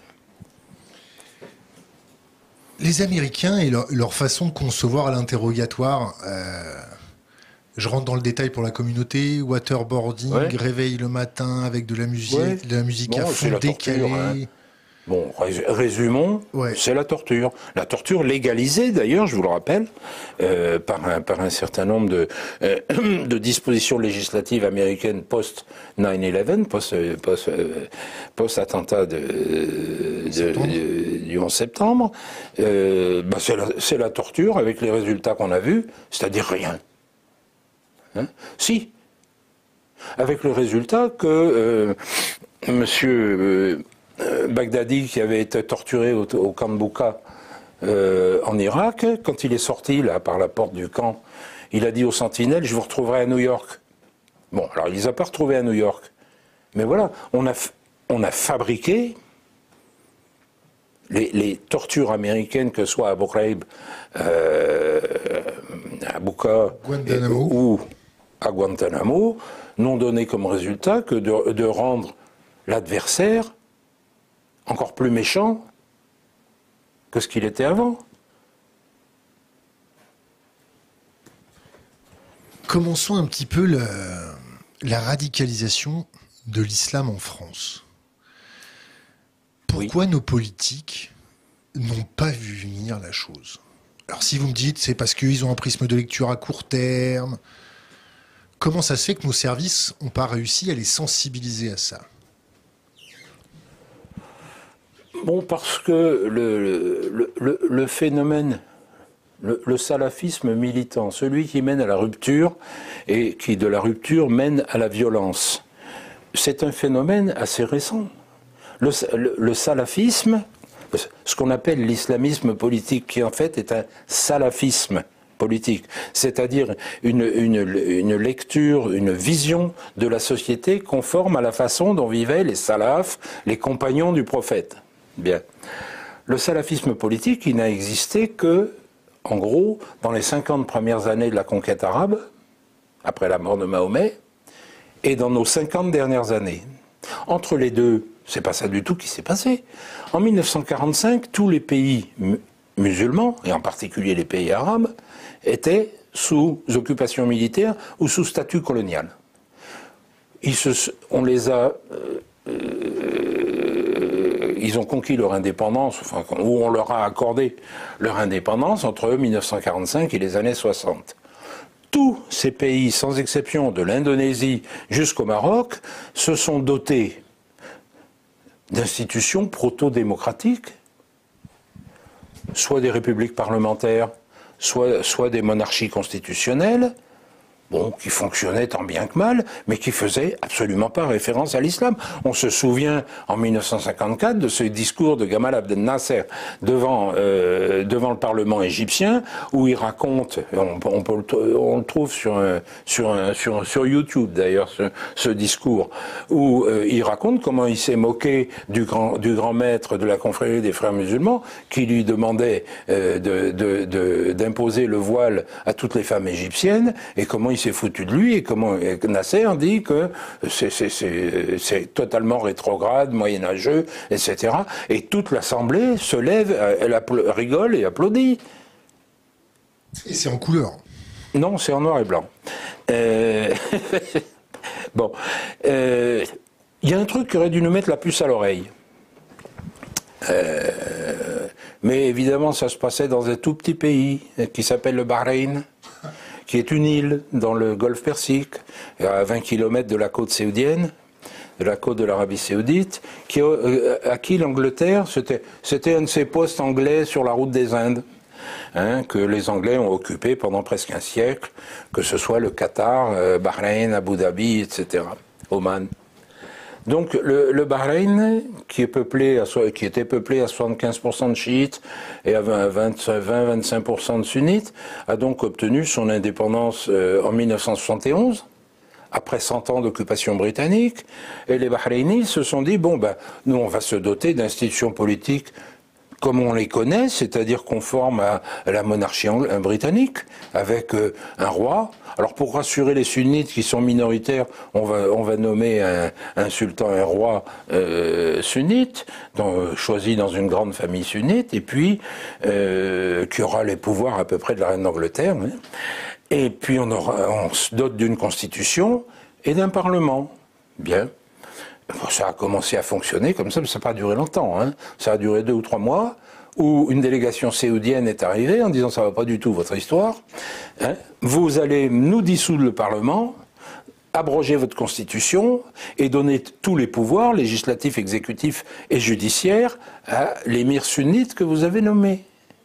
Les Américains et leur, leur façon de concevoir l'interrogatoire, euh, je rentre dans le détail pour la communauté, waterboarding, ouais. Réveil le matin avec de la musique, ouais. de la musique bon, à fond décalée. Hein. Bon, résumons, ouais. c'est la torture. La torture légalisée, d'ailleurs, je vous le rappelle, euh, par, un, par un certain nombre de, euh, de dispositions législatives américaines post-nine eleven, post, post, euh, post-attentat de, de, de, du onze septembre. Euh, bah c'est, la, c'est la torture avec les résultats qu'on a vus, c'est-à-dire rien. Hein? Si. Avec le résultat que euh, monsieur... Euh, Baghdadi, qui avait été torturé au, au camp de Bouka euh, en Irak, quand il est sorti là par la porte du camp, il a dit aux sentinelles, je vous retrouverai à New York. Bon, alors il les a pas retrouvés à New York. Mais voilà, on a, on a fabriqué les, les tortures américaines, que ce soit à Abu Ghraib, euh, à Bouka et, ou à Guantanamo, n'ont donné comme résultat que de, de rendre l'adversaire encore plus méchant que ce qu'il était avant. Commençons un petit peu le, la radicalisation de l'islam en France. Pourquoi oui. nos politiques n'ont pas vu venir la chose? Alors si vous me dites c'est parce qu'ils ont un prisme de lecture à court terme, comment ça se fait que nos services n'ont pas réussi à les sensibiliser à ça? Bon, parce que le, le, le, le phénomène, le, le salafisme militant, celui qui mène à la rupture et qui de la rupture mène à la violence, c'est un phénomène assez récent. Le, le, le salafisme, ce qu'on appelle l'islamisme politique, qui en fait est un salafisme politique, c'est-à-dire une, une, une lecture, une vision de la société conforme à la façon dont vivaient les salafs, les compagnons du prophète. Bien. Le salafisme politique, il n'a existé que, en gros, dans les cinquante premières années de la conquête arabe, après la mort de Mahomet, et dans nos cinquante dernières années. Entre les deux, c'est pas ça du tout qui s'est passé. En mille neuf cent quarante-cinq, tous les pays mu- musulmans, et en particulier les pays arabes, étaient sous occupation militaire ou sous statut colonial. Ils se, on les a... Euh, euh, ils ont conquis leur indépendance, enfin, ou on leur a accordé leur indépendance entre mille neuf cent quarante-cinq et les années soixante. Tous ces pays, sans exception de l'Indonésie jusqu'au Maroc, se sont dotés d'institutions proto-démocratiques, soit des républiques parlementaires, soit, soit des monarchies constitutionnelles, bon, qui fonctionnaient tant bien que mal, mais qui faisaient absolument pas référence à l'islam. On se souvient, en mille neuf cent cinquante-quatre, de ce discours de Gamal Abdel Nasser devant, euh, devant le Parlement égyptien, où il raconte, on, on, peut, on le trouve sur, un, sur, un, sur, sur YouTube d'ailleurs, ce, ce discours, où euh, il raconte comment il s'est moqué du grand, du grand maître de la confrérie des frères musulmans, qui lui demandait euh, de, de, de, d'imposer le voile à toutes les femmes égyptiennes, et comment il s'est foutu de lui, et comment et Nasser dit que c'est, c'est, c'est, c'est totalement rétrograde, moyenâgeux, et cetera. Et toute l'Assemblée se lève, elle appla- rigole et applaudit. Et c'est en couleur? Non, c'est en noir et blanc. Euh... bon. Il euh... y a un truc qui aurait dû nous mettre la puce à l'oreille. Euh... Mais évidemment, ça se passait dans un tout petit pays qui s'appelle le Bahreïn, qui est une île dans le golfe Persique, à vingt kilomètres de la côte saoudienne, de la côte de l'Arabie saoudite, qui, euh, à qui l'Angleterre, c'était, c'était un de ces postes anglais sur la route des Indes, hein, que les Anglais ont occupé pendant presque un siècle, que ce soit le Qatar, euh, Bahreïn, Abu Dhabi, et cetera, Oman. Donc le, le Bahreïn, qui, est peuplé à, qui était peuplé à soixante-quinze pour cent de chiites et à vingt à vingt-cinq pour cent de sunnites, a donc obtenu son indépendance euh, en mille neuf cent soixante et onze, après cent ans d'occupation britannique, et les Bahreïnis se sont dit, bon ben, nous on va se doter d'institutions politiques comme on les connaît, c'est-à-dire conformes à la monarchie britannique, avec euh, un roi. Alors pour rassurer les sunnites qui sont minoritaires, on va, on va nommer un, un sultan, un roi euh, sunnite, dans, choisi dans une grande famille sunnite, et puis euh, qui aura les pouvoirs à peu près de la reine d'Angleterre. Hein. Et puis on, aura, on se dote d'une constitution et d'un parlement. Bien. Ça a commencé à fonctionner comme ça, mais ça n'a pas duré longtemps. Hein. Ça a duré deux ou trois mois, où une délégation saoudienne est arrivée en disant ça ne va pas du tout votre histoire. Hein. Vous allez nous dissoudre le Parlement, abroger votre constitution et donner tous les pouvoirs législatifs, exécutifs et judiciaires à l'émir sunnite que vous avez nommé.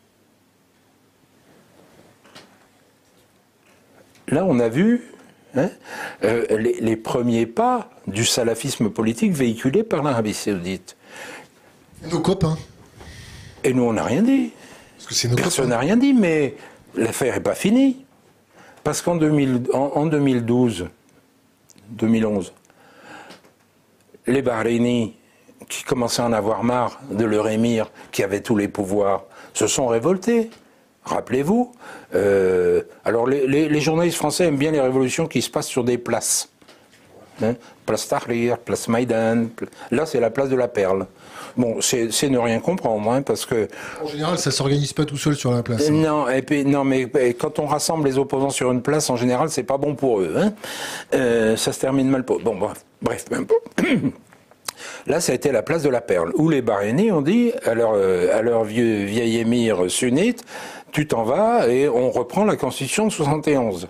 Là, on a vu hein, euh, les, les premiers pas du salafisme politique véhiculé par l'Arabie saoudite. Nos copains. Et nous, on n'a rien dit. Parce que c'est nos Personne n'a rien dit, mais l'affaire n'est pas finie. Parce qu'en deux mille, en, en deux mille douze, deux mille onze, les Bahreïnis, qui commençaient à en avoir marre de leur émir, qui avait tous les pouvoirs, se sont révoltés. Rappelez-vous. Euh, alors, les, les, les journalistes français aiment bien les révolutions qui se passent sur des places. Hein, place Tahrir, place Maïdan, là c'est la place de la Perle. Bon, c'est, c'est ne rien comprendre, hein, parce que... En général, ça s'organise pas tout seul sur la place. Hein. Non, et puis, non, mais quand on rassemble les opposants sur une place, en général, c'est pas bon pour eux. Hein. Euh, ça se termine mal pour... Bon, bref, bref. Là, ça a été la place de la Perle, où les Bahreïnis ont dit à leur, à leur vieux, vieil émir sunnite, tu t'en vas et on reprend la constitution de soixante et onze.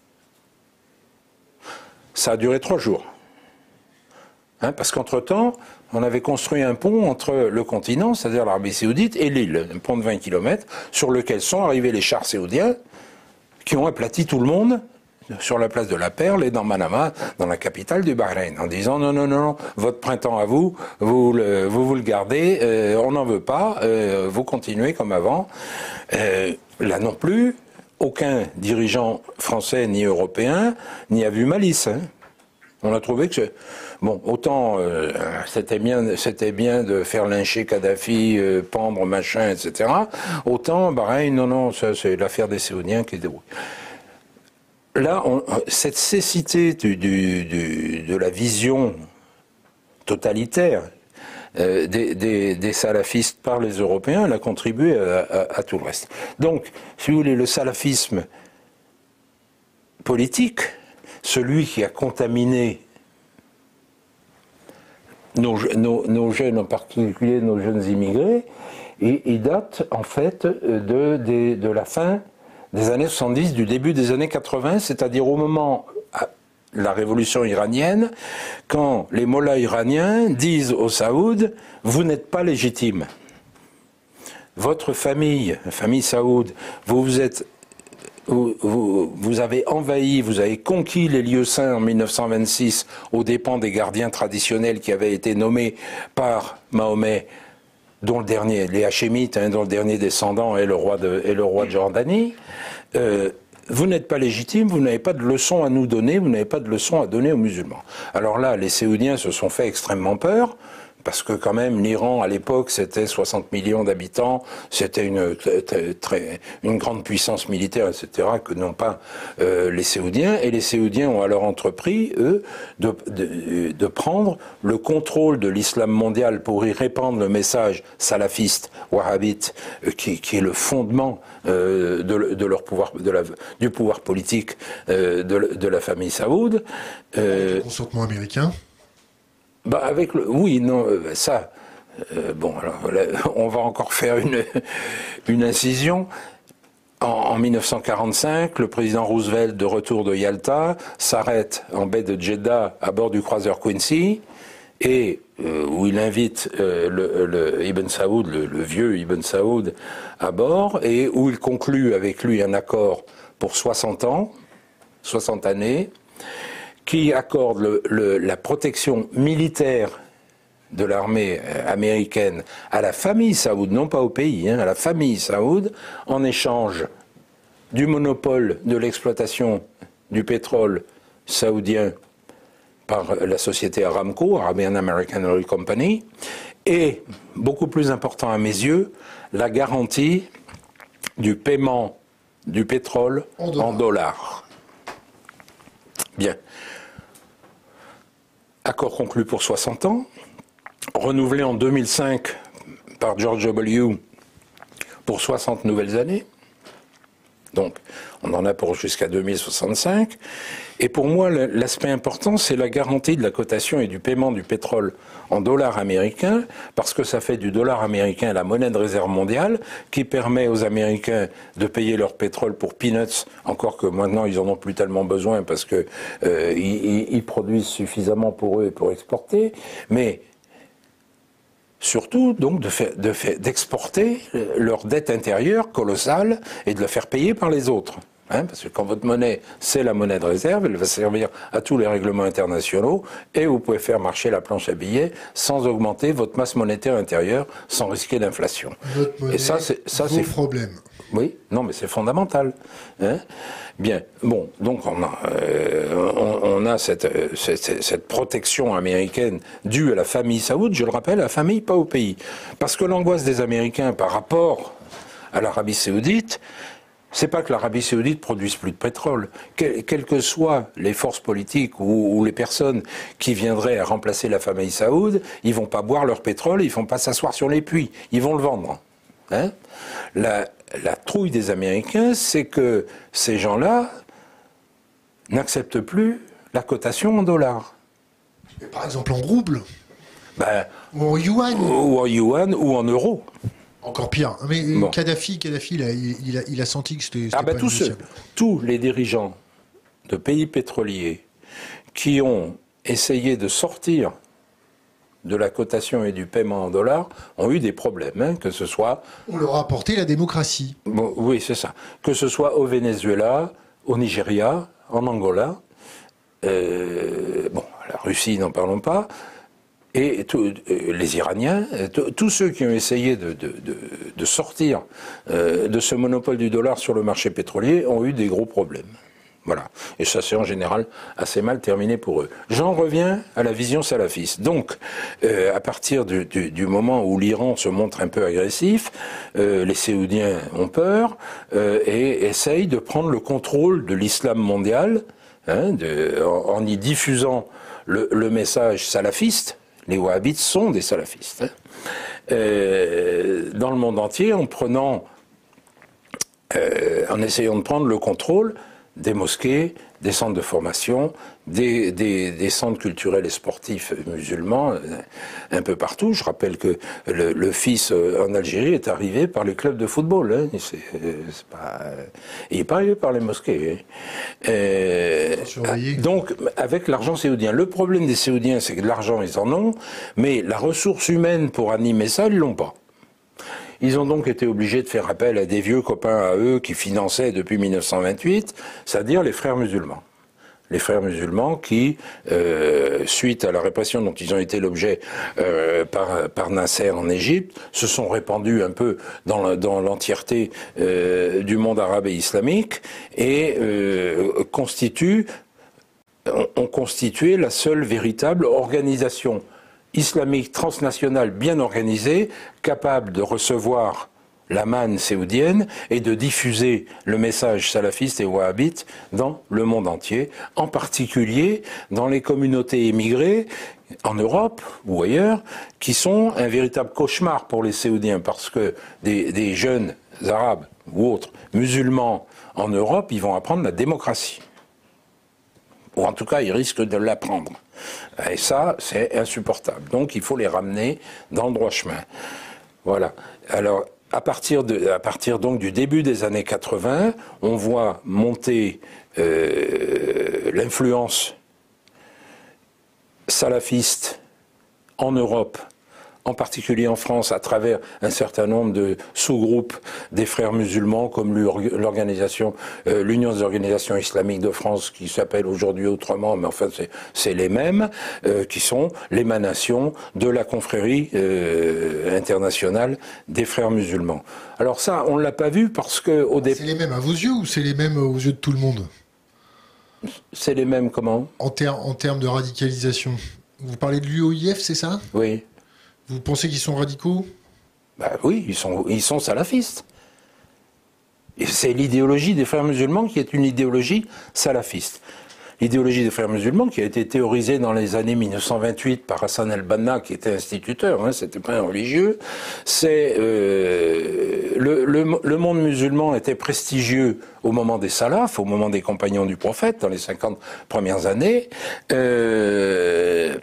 Ça a duré trois jours. Hein, parce qu'entre-temps, on avait construit un pont entre le continent, c'est-à-dire l'Arabie Saoudite, et l'île, un pont de vingt kilomètres, sur lequel sont arrivés les chars saoudiens, qui ont aplati tout le monde sur la place de la Perle et dans Manama, dans la capitale du Bahreïn, en disant non, non, non, non, votre printemps à vous, vous le, vous, vous le gardez, euh, on n'en veut pas, euh, vous continuez comme avant. Euh, là non plus, aucun dirigeant français ni européen n'y a vu malice. Hein. On a trouvé que... Bon, autant euh, c'était bien, c'était bien de faire lyncher Kadhafi, euh, pendre, machin, et cetera. Autant, Bahreïn, non, non, ça c'est l'affaire des Saoudiens qui se débrouille. Là, on, cette cécité du, du, du, de la vision totalitaire euh, des, des, des salafistes par les Européens, elle a contribué à, à, à tout le reste. Donc, si vous voulez, le salafisme politique, celui qui a contaminé nos, nos, nos jeunes, en particulier nos jeunes immigrés, il, il date en fait de, de, de la fin des années soixante-dix, du début des années quatre-vingts, c'est-à-dire au moment de la révolution iranienne, quand les mollahs iraniens disent aux Saouds « vous n'êtes pas légitimes. Votre famille, la famille Saoud, vous vous êtes... Vous, vous, vous avez envahi, vous avez conquis les lieux saints en mille neuf cent vingt-six aux dépens des gardiens traditionnels qui avaient été nommés par Mahomet, dont le dernier, les Hachémites, hein, dont le dernier descendant est le roi de, est le roi de Jordanie. Euh, vous n'êtes pas légitime, vous n'avez pas de leçons à nous donner, vous n'avez pas de leçons à donner aux musulmans. Alors là, les Saoudiens se sont fait extrêmement peur, parce que quand même, l'Iran, à l'époque, c'était soixante millions d'habitants, c'était une, très, une grande puissance militaire, et cetera, que n'ont pas euh, les Saoudiens. Et les Saoudiens ont alors entrepris, eux, de, de, de prendre le contrôle de l'islam mondial pour y répandre le message salafiste, wahhabite, euh, qui, qui est le fondement euh, de, de leur pouvoir, de la, du pouvoir politique euh, de, de la famille saoude. Euh, Avec le consentement américain. Bah avec le, oui, non, euh, ça, euh, bon, alors là, on va encore faire une, une incision. En, en mille neuf cent quarante-cinq, le président Roosevelt, de retour de Yalta, s'arrête en baie de Jeddah à bord du croiseur Quincy, et euh, où il invite euh, le, le Ibn Saoud, le, le vieux Ibn Saoud, à bord, et où il conclut avec lui un accord pour soixante ans, soixante années, qui accorde le, le, la protection militaire de l'armée américaine à la famille Saoud, non pas au pays, hein, à la famille Saoud, en échange du monopole de l'exploitation du pétrole saoudien par la société Aramco, Arabian American Oil Company, et, beaucoup plus important à mes yeux, la garantie du paiement du pétrole en dollars. En dollars. Bien. Accord conclu pour soixante ans, renouvelé en deux mille cinq par George W. pour soixante nouvelles années. Donc, on en a pour jusqu'à deux mille soixante-cinq. Et pour moi, l'aspect important, c'est la garantie de la cotation et du paiement du pétrole en dollars américains, parce que ça fait du dollar américain la monnaie de réserve mondiale, qui permet aux Américains de payer leur pétrole pour peanuts, encore que maintenant ils en ont plus tellement besoin parce que euh, ils, ils produisent suffisamment pour eux et pour exporter, mais surtout donc de faire, de faire, d'exporter leur dette intérieure colossale et de la faire payer par les autres. Hein, parce que quand votre monnaie, c'est la monnaie de réserve, elle va servir à tous les règlements internationaux et vous pouvez faire marcher la planche à billets sans augmenter votre masse monétaire intérieure, sans risquer d'inflation. Et ça, c'est ça, c'est problème. Oui, non, mais c'est fondamental. Hein. Bien, bon, donc on a, euh, on, on a cette, cette, cette protection américaine due à la famille saoud, je le rappelle, à la famille, pas au pays. Parce que l'angoisse des Américains par rapport à l'Arabie saoudite, c'est pas que l'Arabie saoudite produise plus de pétrole. Quelles quel que soient les forces politiques ou, ou les personnes qui viendraient à remplacer la famille saoud, ils vont pas boire leur pétrole, ils vont pas s'asseoir sur les puits, ils vont le vendre. Hein, la, la trouille des Américains, c'est que ces gens-là n'acceptent plus la cotation en dollars. Et par exemple en roubles. Ben, ou en yuan. Ou en yuan ou en euros. Encore pire. Mais bon. Kadhafi, Kadhafi là, il, il, a, il a senti que c'était ah ben pas tous, ceux, tous les dirigeants de pays pétroliers qui ont essayé de sortir de la cotation et du paiement en dollars ont eu des problèmes, hein, que ce soit... On leur a apporté la démocratie. Bon, oui, c'est ça. Que ce soit au Venezuela, au Nigeria, en Angola, euh, bon, la Russie, n'en parlons pas, et tout, euh, les Iraniens, tous ceux qui ont essayé de, de, de, de sortir euh, de ce monopole du dollar sur le marché pétrolier ont eu des gros problèmes. Voilà. Et ça s'est en général assez mal terminé pour eux. J'en reviens à la vision salafiste. Donc, euh, à partir du, du, du moment où l'Iran se montre un peu agressif, euh, les Saoudiens ont peur euh, et essayent de prendre le contrôle de l'islam mondial, hein, de, en, en y diffusant le, le message salafiste. Les wahhabites sont des salafistes. Hein, euh, dans le monde entier, en prenant, euh, en essayant de prendre le contrôle des mosquées, des centres de formation, des, des, des centres culturels et sportifs musulmans, un peu partout. Je rappelle que le, le fils en Algérie est arrivé par les clubs de football. Hein. C'est, c'est pas, il n'est pas arrivé par les mosquées. Hein. Euh, donc, avec l'argent saoudien. Le problème des Saoudiens, c'est que de l'argent, ils en ont, mais la ressource humaine pour animer ça, ils l'ont pas. Ils ont donc été obligés de faire appel à des vieux copains à eux qui finançaient depuis mille neuf cent vingt-huit, c'est-à-dire les frères musulmans. Les frères musulmans qui, euh, suite à la répression dont ils ont été l'objet euh, par, par Nasser en Égypte, se sont répandus un peu dans, la, dans l'entièreté euh, du monde arabe et islamique et euh, constituent, ont, ont constitué la seule véritable organisation islamique transnationale bien organisée, capable de recevoir la manne saoudienne et de diffuser le message salafiste et wahhabite dans le monde entier, en particulier dans les communautés émigrées en Europe ou ailleurs, qui sont un véritable cauchemar pour les Saoudiens, parce que des, des jeunes arabes ou autres musulmans en Europe, ils vont apprendre la démocratie. Ou en tout cas, ils risquent de l'apprendre. Et ça, c'est insupportable. Donc, il faut les ramener dans le droit chemin. Voilà. Alors, à partir, de, à partir donc du début des années quatre-vingts, on voit monter euh, l'influence salafiste en Europe, en particulier en France, à travers un certain nombre de sous-groupes des frères musulmans, comme l'organisation, euh, l'Union des organisations islamiques de France, qui s'appelle aujourd'hui autrement, mais enfin c'est, c'est les mêmes, euh, qui sont l'émanation de la confrérie euh, internationale des frères musulmans. Alors ça, on ne l'a pas vu parce que au départ... C'est les mêmes à vos yeux ou c'est les mêmes aux yeux de tout le monde? C'est les mêmes comment? En, ter- en termes de radicalisation. Vous parlez de l'U O I F, c'est ça? Oui. Vous pensez qu'ils sont radicaux? Ben oui, ils sont, ils sont salafistes. Et c'est l'idéologie des frères musulmans qui est une idéologie salafiste. L'idéologie des frères musulmans qui a été théorisée dans les années mille neuf cent vingt-huit par Hassan el-Banna, qui était instituteur, hein, c'était pas un religieux, c'est euh, le, le, le monde musulman était prestigieux au moment des salafs, au moment des compagnons du prophète, dans les cinquante premières années. Euh,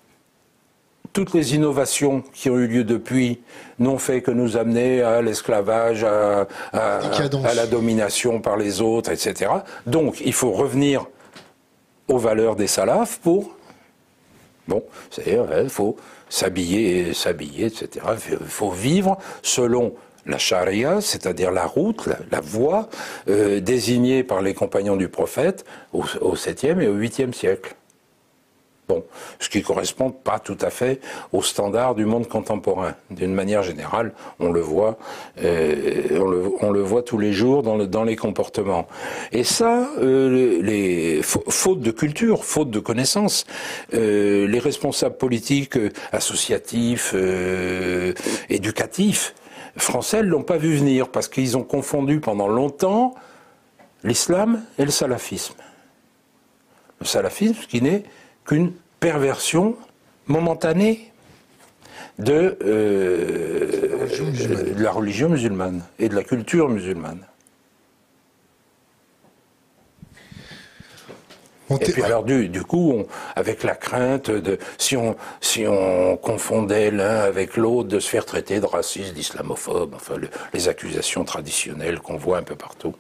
Toutes les innovations qui ont eu lieu depuis n'ont fait que nous amener à l'esclavage, à, à, à la domination par les autres, et cetera. Donc, il faut revenir aux valeurs des salafs pour... Bon, c'est-à-dire, il faut s'habiller, s'habiller, et cetera. Il faut vivre selon la charia, c'est-à-dire la route, la, la voie euh, désignée par les compagnons du prophète au, au septième et au huitième siècle. Bon, ce qui ne correspond pas tout à fait aux standards du monde contemporain. D'une manière générale, on le voit, euh, on, le, on le voit tous les jours dans, le, dans les comportements. Et ça, euh, les faute de culture, faute de connaissances, euh, les responsables politiques, euh, associatifs, euh, éducatifs, français ne l'ont pas vu venir parce qu'ils ont confondu pendant longtemps l'islam et le salafisme. Le salafisme qui n'est qu'une perversion momentanée de, euh, de la religion musulmane et de la culture musulmane. Et puis alors du, du coup, on, avec la crainte de si on si on confondait l'un avec l'autre, de se faire traiter de raciste, d'islamophobe, enfin le, les accusations traditionnelles qu'on voit un peu partout.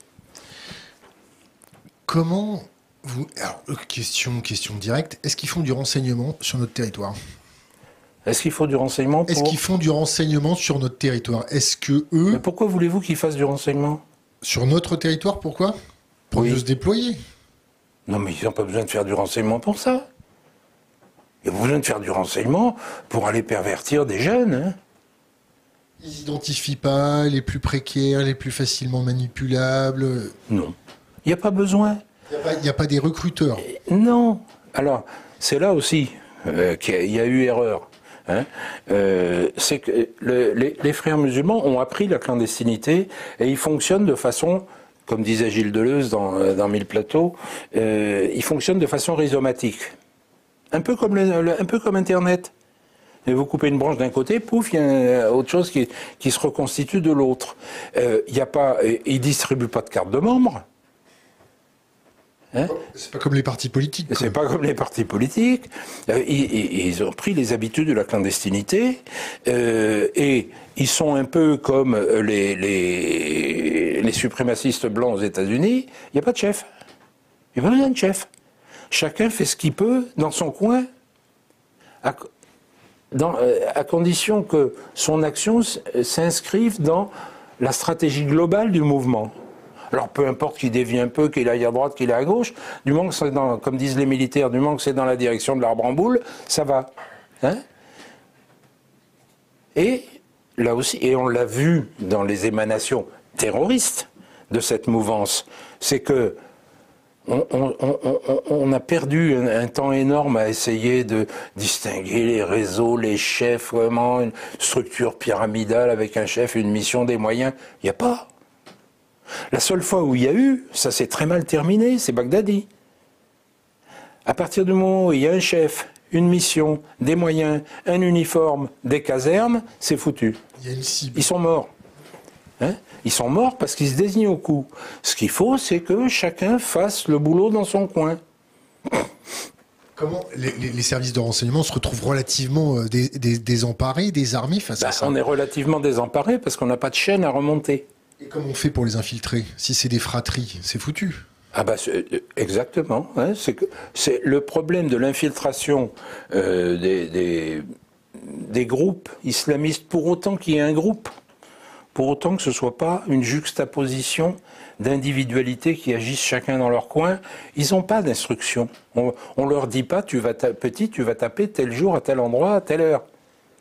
Comment vous alors question question directe, est-ce qu'ils font du renseignement sur notre territoire? Est-ce qu'il faut du renseignement pour... Est-ce qu'ils font du renseignement sur notre territoire? Est-ce que eux... Mais pourquoi voulez-vous qu'ils fassent du renseignement? Sur notre territoire, pourquoi? Pour oui. mieux se déployer. Non, mais ils n'ont pas besoin de faire du renseignement pour ça. Ils ont besoin de faire du renseignement pour aller pervertir des jeunes. Hein. Ils n'identifient pas les plus précaires, les plus facilement manipulables? Non. Il n'y a pas besoin. Il n'y a, a pas des recruteurs? Non. Alors, c'est là aussi euh, qu'il y a eu erreur. Hein, euh, c'est que le, les, les frères musulmans ont appris la clandestinité et ils fonctionnent de façon, comme disait Gilles Deleuze dans, dans Mille Plateaux, euh, ils fonctionnent de façon rhizomatique. Un peu comme, le, le, un peu comme Internet. Et vous coupez une branche d'un côté, pouf, il y a autre chose qui, qui se reconstitue de l'autre. Euh, il y a pas, ils ne distribuent pas de carte de membre. Hein? C'est pas comme les partis politiques. C'est pas comme les partis politiques. Euh, ils, ils ont pris les habitudes de la clandestinité euh, et ils sont un peu comme les, les, les suprémacistes blancs aux États-Unis. Il n'y a pas de chef. Il n'y a pas besoin de chef. Chacun fait ce qu'il peut dans son coin, à, dans, euh, à condition que son action s'inscrive dans la stratégie globale du mouvement. Alors peu importe qu'il dévie un peu, qu'il aille à droite, qu'il aille à gauche, du moment que c'est dans, comme disent les militaires, du moment que c'est dans la direction de l'arbre en boule, ça va. Hein? Et là aussi, et on l'a vu dans les émanations terroristes de cette mouvance, c'est que on, on, on, on a perdu un, un temps énorme à essayer de distinguer les réseaux, les chefs, vraiment une structure pyramidale avec un chef, une mission, des moyens. Il n'y a pas. La seule fois où il y a eu, ça s'est très mal terminé, c'est Bagdadi. À partir du moment où il y a un chef, une mission, des moyens, un uniforme, des casernes, c'est foutu. Il y a une cible. Ils sont morts. Hein? Ils sont morts parce qu'ils se désignent au coup. Ce qu'il faut, c'est que chacun fasse le boulot dans son coin. Comment les, les, les services de renseignement se retrouvent relativement euh, dés, dés, désemparés, désarmés face bah, à ça? On est relativement désemparés parce qu'on n'a pas de chaîne à remonter. Et comment on fait pour les infiltrer? Si c'est des fratries, c'est foutu. Ah bah exactement. Hein, c'est que c'est le problème de l'infiltration euh, des, des, des groupes islamistes, pour autant qu'il y ait un groupe, pour autant que ce soit pas une juxtaposition d'individualités qui agissent chacun dans leur coin. Ils n'ont pas d'instruction. On, on leur dit pas tu vas petit, tu vas taper tel jour à tel endroit à telle heure.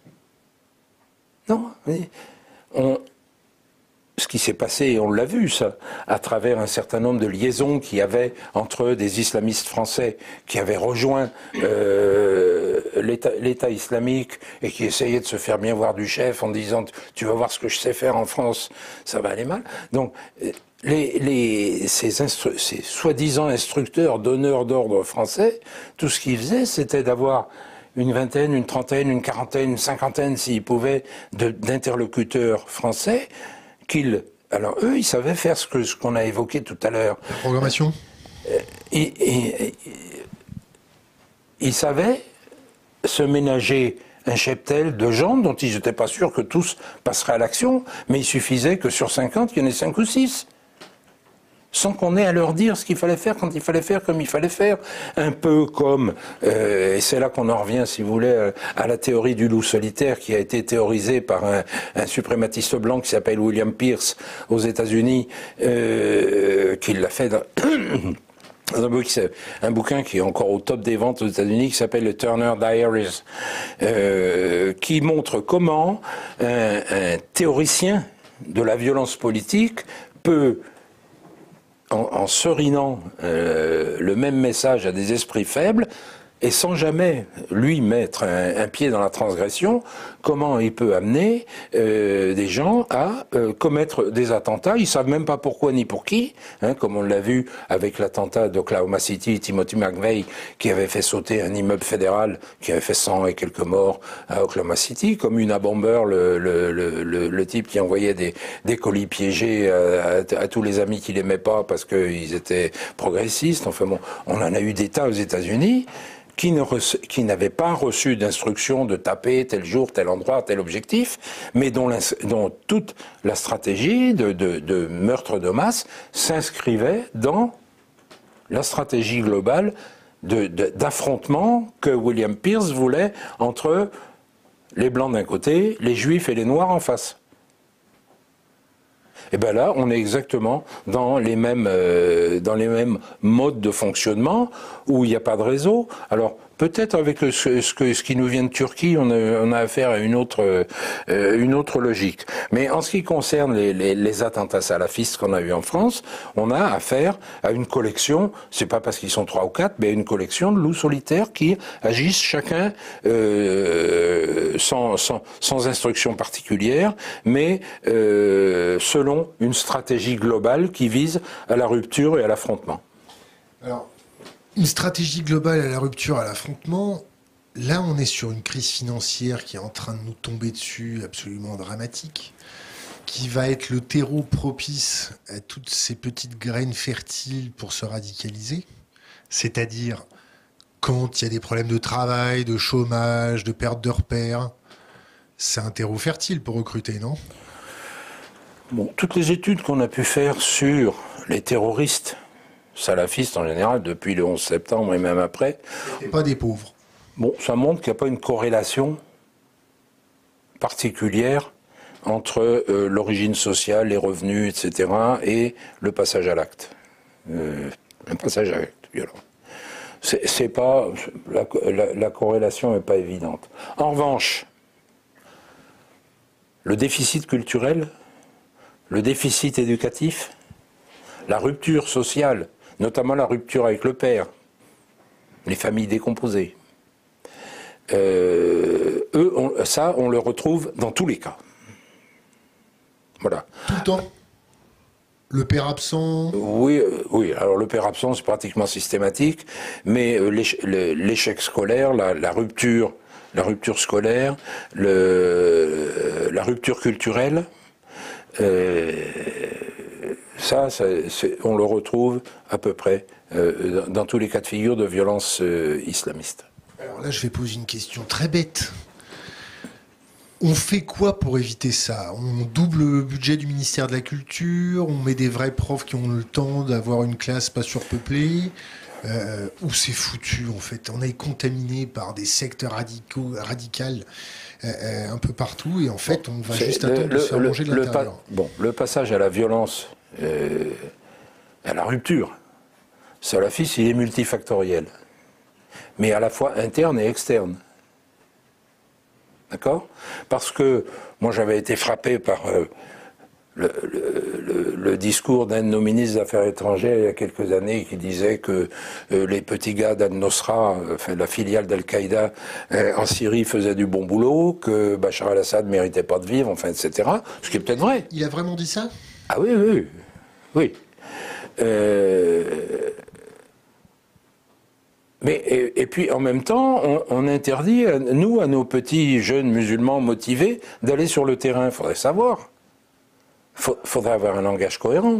Non. On Ce qui s'est passé, et on l'a vu ça, à travers un certain nombre de liaisons qu'il y avait entre des islamistes français qui avaient rejoint euh, l'État islamique et qui essayaient de se faire bien voir du chef en disant « tu vas voir ce que je sais faire en France, ça va aller mal ». Donc les, les, ces, ces soi-disant instructeurs, donneurs d'ordre français, tout ce qu'ils faisaient, c'était d'avoir une vingtaine, une trentaine, une quarantaine, une cinquantaine, s'ils pouvaient, d'interlocuteurs français, qu'ils, alors eux, ils savaient faire ce que ce qu'on a évoqué tout à l'heure. La programmation. Euh, ils, ils, ils savaient se ménager un cheptel de gens dont ils n'étaient pas sûrs que tous passeraient à l'action, mais il suffisait que sur cinquante, il y en ait cinq ou six. Sans qu'on ait à leur dire ce qu'il fallait faire, quand il fallait faire, comme il fallait faire. Un peu comme, euh, et c'est là qu'on en revient, si vous voulez, à la théorie du loup solitaire qui a été théorisée par un, un suprématiste blanc qui s'appelle William Pierce aux États-Unis, euh, qui l'a fait dans... Dans un, bouquin, un bouquin qui est encore au top des ventes aux États-Unis, qui s'appelle le Turner Diaries, euh, qui montre comment un, un théoricien de la violence politique peut, en, en serinant euh, le même message à des esprits faibles, et sans jamais, lui, mettre un, un pied dans la transgression, comment il peut amener euh, des gens à euh, commettre des attentats. Ils savent même pas pourquoi ni pour qui, hein, comme on l'a vu avec l'attentat d'Oklahoma City, Timothy McVeigh, qui avait fait sauter un immeuble fédéral, qui avait fait cent et quelques morts à Oklahoma City, comme une à Bomber, le, le, le, le, le type qui envoyait des, des colis piégés à, à, à tous les amis qu'il aimait pas parce qu'ils étaient progressistes. Enfin bon, on en a eu des tas aux États-Unis. Qui, ne reço- qui n'avaient pas reçu d'instruction de taper tel jour, tel endroit, tel objectif, mais dont, dont toute la stratégie de, de, de meurtre de masse s'inscrivait dans la stratégie globale de, de, d'affrontement que William Pierce voulait entre les Blancs d'un côté, les Juifs et les Noirs en face. Et bien là, on est exactement dans les mêmes, euh, dans les mêmes modes de fonctionnement où il n'y a pas de réseau. Alors, peut-être avec ce, ce, que, ce qui nous vient de Turquie, on a, on a affaire à une autre, euh, une autre logique. Mais en ce qui concerne les, les, les attentats salafistes qu'on a eu en France, on a affaire à une collection, c'est pas parce qu'ils sont trois ou quatre, mais à une collection de loups solitaires qui agissent chacun euh, sans, sans, sans instruction particulière, mais euh, selon une stratégie globale qui vise à la rupture et à l'affrontement. Alors, une stratégie globale à la rupture, à l'affrontement, là on est sur une crise financière qui est en train de nous tomber dessus, absolument dramatique, qui va être le terreau propice à toutes ces petites graines fertiles pour se radicaliser, c'est-à-dire quand il y a des problèmes de travail, de chômage, de perte de repères, c'est un terreau fertile pour recruter, non ? Bon, toutes les études qu'on a pu faire sur les terroristes salafistes en général, depuis le onze septembre et même après. Et pas des pauvres. Bon, ça montre qu'il n'y a pas une corrélation particulière entre euh, l'origine sociale, les revenus, et cetera, et le passage à l'acte. Euh, un passage à l'acte violent. C'est, c'est pas, la, la, la corrélation n'est pas évidente. En revanche, le déficit culturel, le déficit éducatif, la rupture sociale, notamment la rupture avec le père, les familles décomposées. Euh, eux, on, ça, on le retrouve dans tous les cas. Voilà. Tout le temps. Le père absent. Oui, euh, oui. Alors le père absent, c'est pratiquement systématique, mais euh, l'éche- le, l'échec scolaire, la, la rupture, la rupture scolaire, le, euh, la rupture culturelle. Euh, Ça, ça on le retrouve à peu près euh, dans, dans tous les cas de figure de violence euh, islamiste. Alors là, je vais poser une question très bête. On fait quoi pour éviter ça ? On double le budget du ministère de la Culture, on met des vrais profs qui ont le temps d'avoir une classe pas surpeuplée. Euh, où c'est foutu, en fait. On est contaminé par des sectes radicaux, radicales euh, un peu partout, et en fait, on va C'est juste le, attendre de le, se faire le, manger de le l'intérieur. pa- bon, le passage à la violence, euh, à la rupture, salafiste, il est multifactoriel, mais à la fois interne et externe. D'accord ? Parce que moi, j'avais été frappé par euh, le, le, le, le discours d'un de nos ministres des Affaires étrangères il y a quelques années qui disait que euh, les petits gars d'Al-Nosra, euh, enfin, la filiale d'Al-Qaïda euh, en Syrie faisait du bon boulot, que Bachar al-Assad ne méritait pas de vivre, enfin, et cetera. Ce qui est peut-être vrai. Il a vraiment dit ça ? Ah oui, oui, oui. Euh... Mais, et, et puis en même temps, on, on interdit, à, nous, à nos petits jeunes musulmans motivés, d'aller sur le terrain. Il faudrait savoir. Il faudrait avoir un langage cohérent.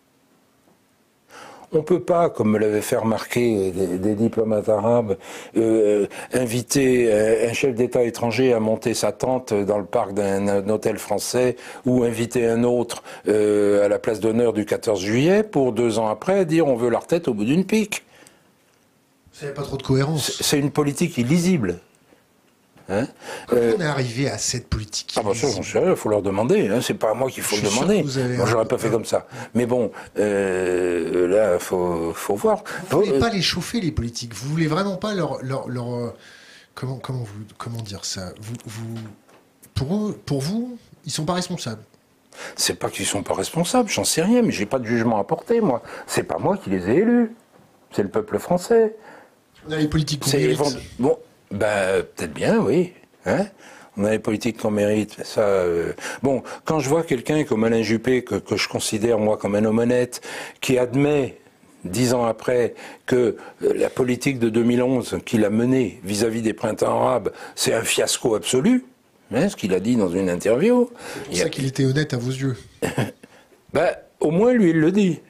On ne peut pas, comme me l'avaient fait remarquer des, des diplomates arabes, euh, inviter un chef d'État étranger à monter sa tente dans le parc d'un hôtel français ou inviter un autre euh, à la place d'honneur du quatorze juillet pour deux ans après dire on veut leur tête au bout d'une pique. C'est pas trop de cohérence. C'est une politique illisible. Hein Comment euh, on est arrivé à cette politique? Ah bah ça, j'en sais rien, il faut leur demander. Hein, c'est pas à moi qu'il faut le demander. Moi, j'aurais pas fait comme ça. Mais bon, euh, là, faut, faut voir. Vous ne voulez euh, pas les chauffer, les politiques. Vous voulez vraiment pas leur, leur, leur euh, comment, comment vous, comment dire ça. Vous, vous, pour eux, pour vous, ils sont pas responsables. C'est pas qu'ils sont pas responsables. J'en sais rien, mais j'ai pas de jugement à porter, moi. C'est pas moi qui les ai élus. C'est le peuple français. On a les politiques qu'on C'est mérite. évent- Bon, ben, peut-être bien, oui. Hein, on a les politiques qu'on mérite. Ça, euh, bon, quand je vois quelqu'un comme Alain Juppé, que, que je considère, moi, comme un homme honnête, qui admet, dix ans après, que euh, la politique de deux mille onze qu'il a menée vis-à-vis des printemps arabes, c'est un fiasco absolu, hein, ce qu'il a dit dans une interview. C'est pour ça qu'il était honnête à vos yeux. Ben, au moins, lui, il le dit.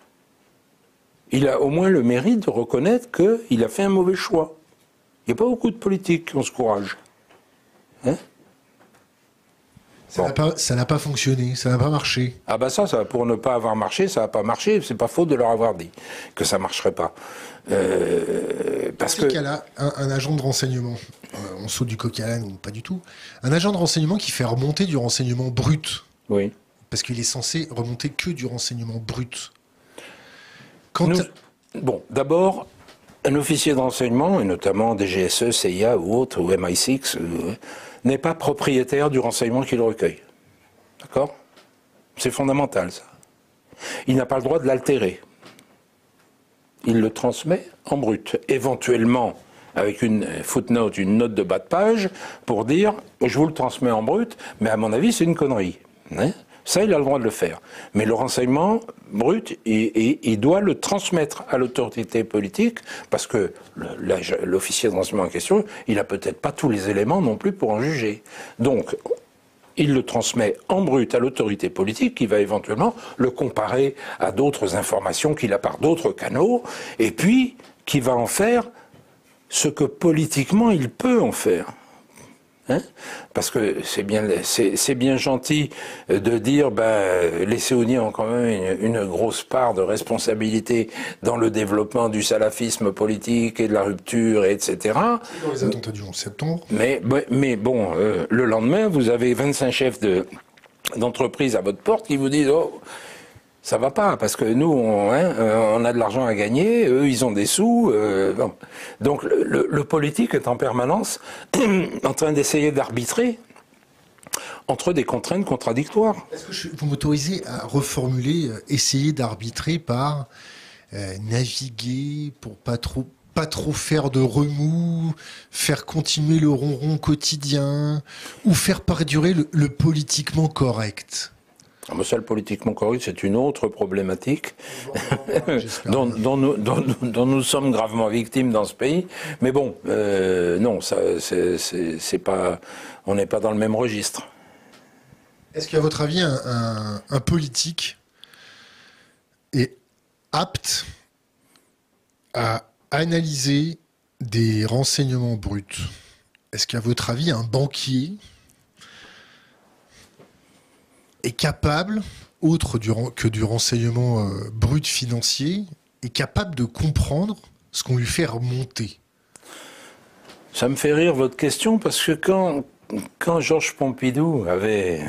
Il a au moins le mérite de reconnaître qu'il a fait un mauvais choix. Il n'y a pas beaucoup de politiques qui ont ce courage. Hein? Ça Bon. n'a pas, ça n'a pas fonctionné, ça n'a pas marché. Ah bah ça, ça, pour ne pas avoir marché, ça n'a pas marché. C'est pas faute de leur avoir dit que ça marcherait pas. Euh, parce Dans ce que cas-là, un, un agent de renseignement, euh, on saute du coq à l'âne ou pas du tout, un agent de renseignement qui fait remonter du renseignement brut, oui. parce qu'il est censé remonter que du renseignement brut. Quand Nous, bon, d'abord, un officier de renseignement, et notamment D G S E, C I A ou autre, ou M I six, euh, n'est pas propriétaire du renseignement qu'il recueille. D'accord? C'est fondamental, ça. Il n'a pas le droit de l'altérer. Il le transmet en brut, éventuellement avec une footnote, une note de bas de page, pour dire « je vous le transmets en brut, mais à mon avis, c'est une connerie hein ». Ça, il a le droit de le faire. Mais le renseignement brut, il, il, il doit le transmettre à l'autorité politique, parce que le, l'officier de renseignement en question, il n'a peut-être pas tous les éléments non plus pour en juger. Donc, il le transmet en brut à l'autorité politique, qui va éventuellement le comparer à d'autres informations qu'il a par d'autres canaux, et puis qui va en faire ce que politiquement il peut en faire. Hein? Parce que c'est bien, c'est, c'est bien gentil de dire ben, les Saoudiens ont quand même une, une grosse part de responsabilité dans le développement du salafisme politique et de la rupture, et cetera. dans les attentats du onze septembre. Mais, mais bon, euh, le lendemain, vous avez vingt-cinq chefs de, d'entreprise à votre porte qui vous disent oh, ça va pas, parce que nous, on, hein, on a de l'argent à gagner, eux, ils ont des sous. Euh, bon. Donc, le, le, le politique est en permanence en train d'essayer d'arbitrer entre des contraintes contradictoires. Est-ce que je, vous m'autorisez à reformuler, euh, essayer d'arbitrer par euh, naviguer pour pas trop, pas trop faire de remous, faire continuer le ronron quotidien, ou faire perdurer le, le politiquement correct? Mais ça, le politiquement correct, c'est une autre problématique dont, dont, nous, dont, dont nous sommes gravement victimes dans ce pays. Mais bon, euh, non, ça, c'est, c'est, c'est pas, on n'est pas dans le même registre. Est-ce qu'à votre avis, un, un, un politique est apte à analyser des renseignements bruts? Est-ce qu'à votre avis, un banquier est capable, autre du, que du renseignement euh, brut financier, est capable de comprendre ce qu'on lui fait remonter? Ça me fait rire votre question, parce que quand, quand Georges Pompidou avait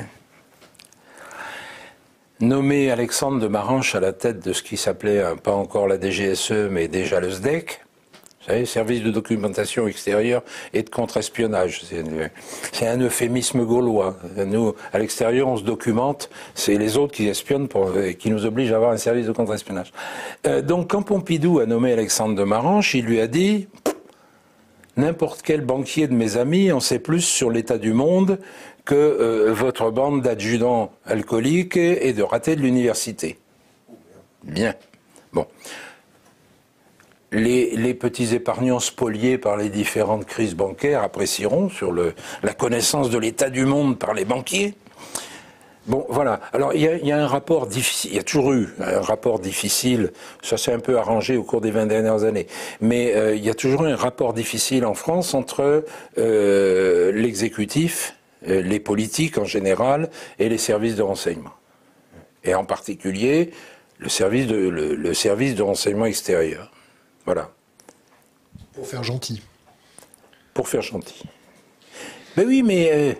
nommé Alexandre de Maranche à la tête de ce qui s'appelait, hein, pas encore la D G S E, mais déjà le S D E C, vous savez, Service de documentation extérieure et de contre-espionnage. C'est, c'est un euphémisme gaulois. Nous, à l'extérieur, on se documente. C'est les autres qui espionnent, pour, qui nous obligent à avoir un service de contre-espionnage. Euh, donc, quand Pompidou a nommé Alexandre de Maranche, il lui a dit « N'importe quel banquier de mes amis en sait plus sur l'état du monde que euh, votre bande d'adjudants alcooliques et de ratés de l'université. » Bien. Bon. Les, les petits épargnants spoliés par les différentes crises bancaires apprécieront sur le, la connaissance de l'état du monde par les banquiers. Bon, voilà. Alors, il y a, il y a un rapport difficile, il y a toujours eu un rapport difficile, ça s'est un peu arrangé au cours des vingt dernières années, mais euh, il y a toujours eu un rapport difficile en France entre euh, l'exécutif, euh, les politiques en général, et les services de renseignement. Et en particulier, le service de, le, le service de renseignement extérieur. Voilà. Pour faire gentil. Pour faire gentil. Ben oui, mais... Euh,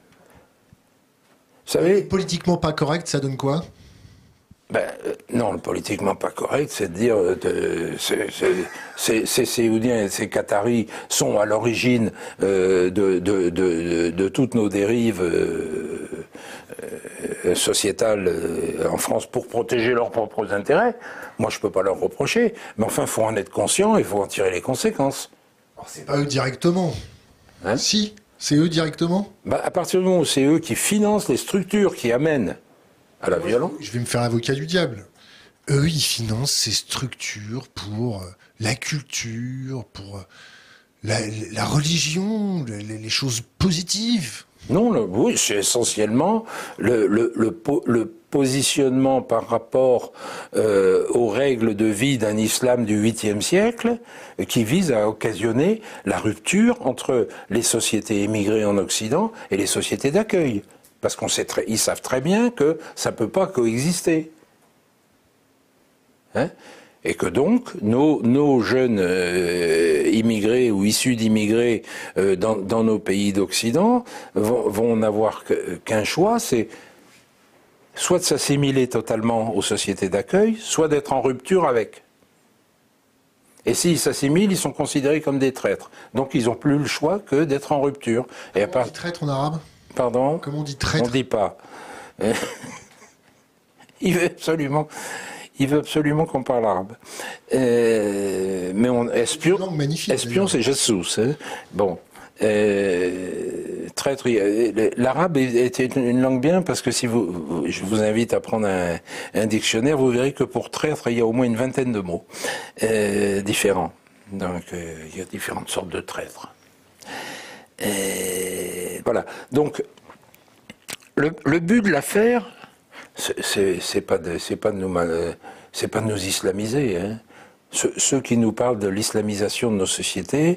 vous savez... Politiquement pas correct, ça donne quoi? Ben, euh, non, le politiquement pas correct, c'est de dire euh, c'est, c'est, c'est, ces Séoudiens et ces Qataris sont à l'origine euh, de, de, de, de toutes nos dérives euh, euh, euh, sociétales euh, en France pour protéger leurs propres intérêts. Moi, je ne peux pas leur reprocher. Mais enfin, il faut en être conscient, il faut en tirer les conséquences. Alors, c'est pas eux directement. Hein? Si, c'est eux directement. Bah, à partir du moment où c'est eux qui financent les structures qui amènent à la violence. Je vais me faire l'avocat du diable. Eux, ils financent ces structures pour euh, la culture, pour euh, la, la religion, les, les choses positives. Non, le, oui, c'est essentiellement le, le, le, le positionnement par rapport euh, aux règles de vie d'un islam du huitième siècle euh, qui vise à occasionner la rupture entre les sociétés émigrées en Occident et les sociétés d'accueil. Parce qu'on sait très, ils savent très bien que ça ne peut pas coexister. Hein? Et que donc, nos, nos jeunes euh, immigrés ou issus d'immigrés euh, dans, dans nos pays d'Occident vont, vont n'avoir qu'un choix, c'est soit de s'assimiler totalement aux sociétés d'accueil, soit d'être en rupture avec. Et s'ils s'assimilent, ils sont considérés comme des traîtres. Donc ils n'ont plus le choix que d'être en rupture. Comment Et à part... on dit traître en arabe? Pardon? Comment on dit traître? On ne dit pas. Il veut absolument... Il veut absolument qu'on parle arabe. Euh, mais on espion, c'est magnifique, espion, c'est Jesus. Hein. Bon, euh, traître. L'arabe était une langue bien parce que si vous, je vous invite à prendre un, un dictionnaire, vous verrez que pour traître, il y a au moins une vingtaine de mots euh, différents. Donc, euh, il y a différentes sortes de traîtres. Et voilà. Donc, le, le but de l'affaire. C'est pas de, c'est pas de nous mal, c'est pas de nous islamiser. Hein. Ceux, ceux qui nous parlent de l'islamisation de nos sociétés,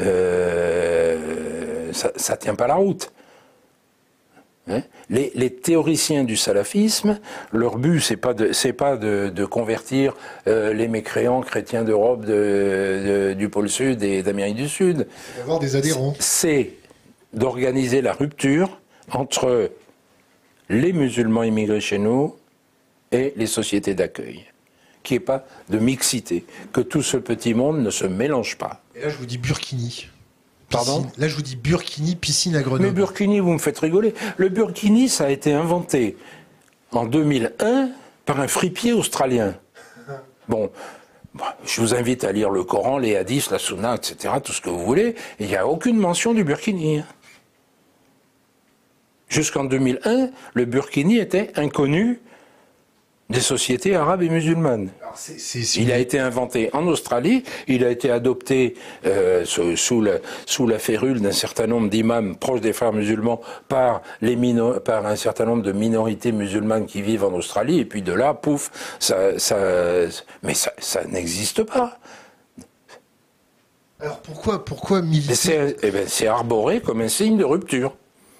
euh, ça, ça tient pas la route. Hein. Les, les théoriciens du salafisme, leur but c'est pas de, c'est pas de, de convertir euh, les mécréants chrétiens d'Europe, de, de, du pôle Sud et d'Amérique du Sud. C'est d'avoir des adhérents. C'est d'organiser la rupture entre les musulmans immigrés chez nous et les sociétés d'accueil. Qu'il n'y ait pas de mixité, que tout ce petit monde ne se mélange pas. Et là, je vous dis Burkini. Pardon? Piscine. Là, je vous dis Burkini, piscine à Grenoble. Mais Burkini, vous me faites rigoler. Le Burkini, ça a été inventé en deux mille un par un fripier australien. Bon, je vous invite à lire le Coran, les hadiths, la Sunna, et cetera, tout ce que vous voulez. Il n'y a aucune mention du Burkini. Jusqu'en deux mille un, le Burkini était inconnu des sociétés arabes et musulmanes. Alors c'est, c'est, c'est... Il a été inventé en Australie, il a été adopté euh, sous, sous, la, sous la férule d'un certain nombre d'imams proches des frères musulmans par, les mino- par un certain nombre de minorités musulmanes qui vivent en Australie, et puis de là, pouf, ça, ça, mais ça, ça n'existe pas. Alors pourquoi, pourquoi militer? c'est, eh ben, c'est arboré comme un signe de rupture.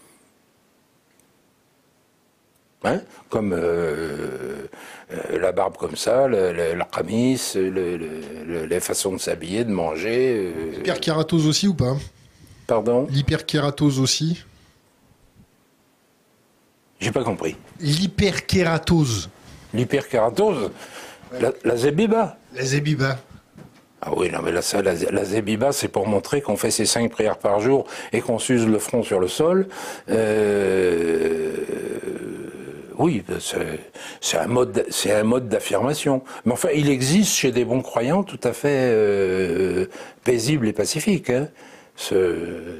Hein, comme euh, euh, la barbe comme ça, le, le, la camis, le, le, les façons de s'habiller, de manger. Euh... L'hyperkératose aussi ou pas? Pardon? L'hyperkératose aussi? J'ai pas compris. L'hyperkératose. L'hyperkératose? Ouais. La, la zébiba? La zébiba. Ah oui, non mais là, ça, la, la zébiba, c'est pour montrer qu'on fait ses cinq prières par jour et qu'on s'use le front sur le sol. Euh... Oui, c'est, c'est un mode, c'est un mode d'affirmation. Mais enfin, il existe chez des bons croyants tout à fait euh, paisible et pacifique. Hein, ce, euh,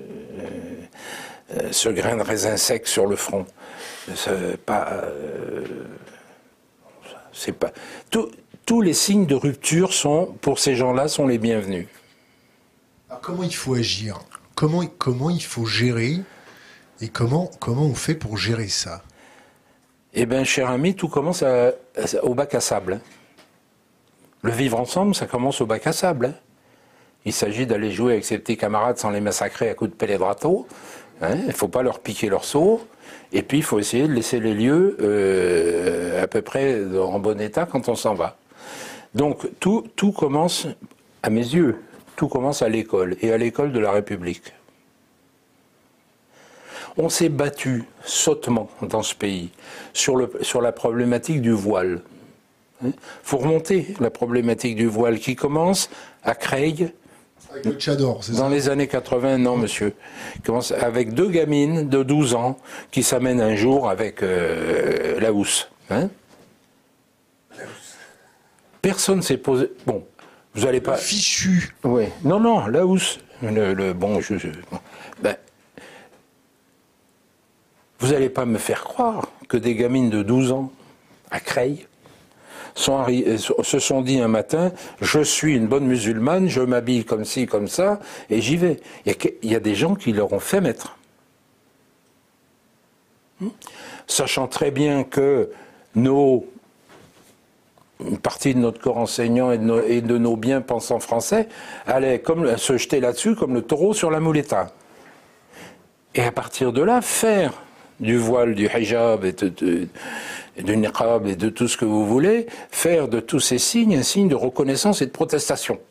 ce grain de raisin sec sur le front. C'est pas, euh, c'est pas. Tout, tous les signes de rupture sont, pour ces gens-là, sont les bienvenus. Alors comment il faut agir? Comment, comment il faut gérer? Et comment, comment on fait pour gérer ça? Eh bien, cher ami, tout commence à, à, au bac à sable. Le vivre ensemble, ça commence au bac à sable. Il s'agit d'aller jouer avec ses petits camarades sans les massacrer à coups de pelle et de râteau. Hein, il ne faut pas leur piquer leur seau. Et puis, il faut essayer de laisser les lieux euh, à peu près en bon état quand on s'en va. Donc, tout, tout commence, à mes yeux, tout commence à l'école, et à l'école de la République. On s'est battu sottement dans ce pays sur, le, sur la problématique du voile. Il faut remonter la problématique du voile qui commence à Creil Avec le tchador, c'est ça? Dans les années quatre-vingts, non, monsieur. Commence avec deux gamines de douze ans qui s'amènent un jour avec euh, la housse. Hein? Personne s'est posé... Bon, vous allez pas... Fichu. Oui. Non, non, la housse. Le, le, bon, je... je bon. Ben, vous n'allez pas me faire croire que des gamines de douze ans, à Creil, Sont se sont dit un matin, je suis une bonne musulmane, je m'habille comme ci, comme ça, et j'y vais. Il y, a, il y a des gens qui leur ont fait mettre. Sachant très bien que nos, une partie de notre corps enseignant et de nos, et de nos bien-pensants français allait comme, se jeter là-dessus comme le taureau sur la mouletta. Et à partir de là, faire du voile, du hijab et de, de, du niqab et de tout ce que vous voulez, faire de tous ces signes un signe de reconnaissance et de protestation.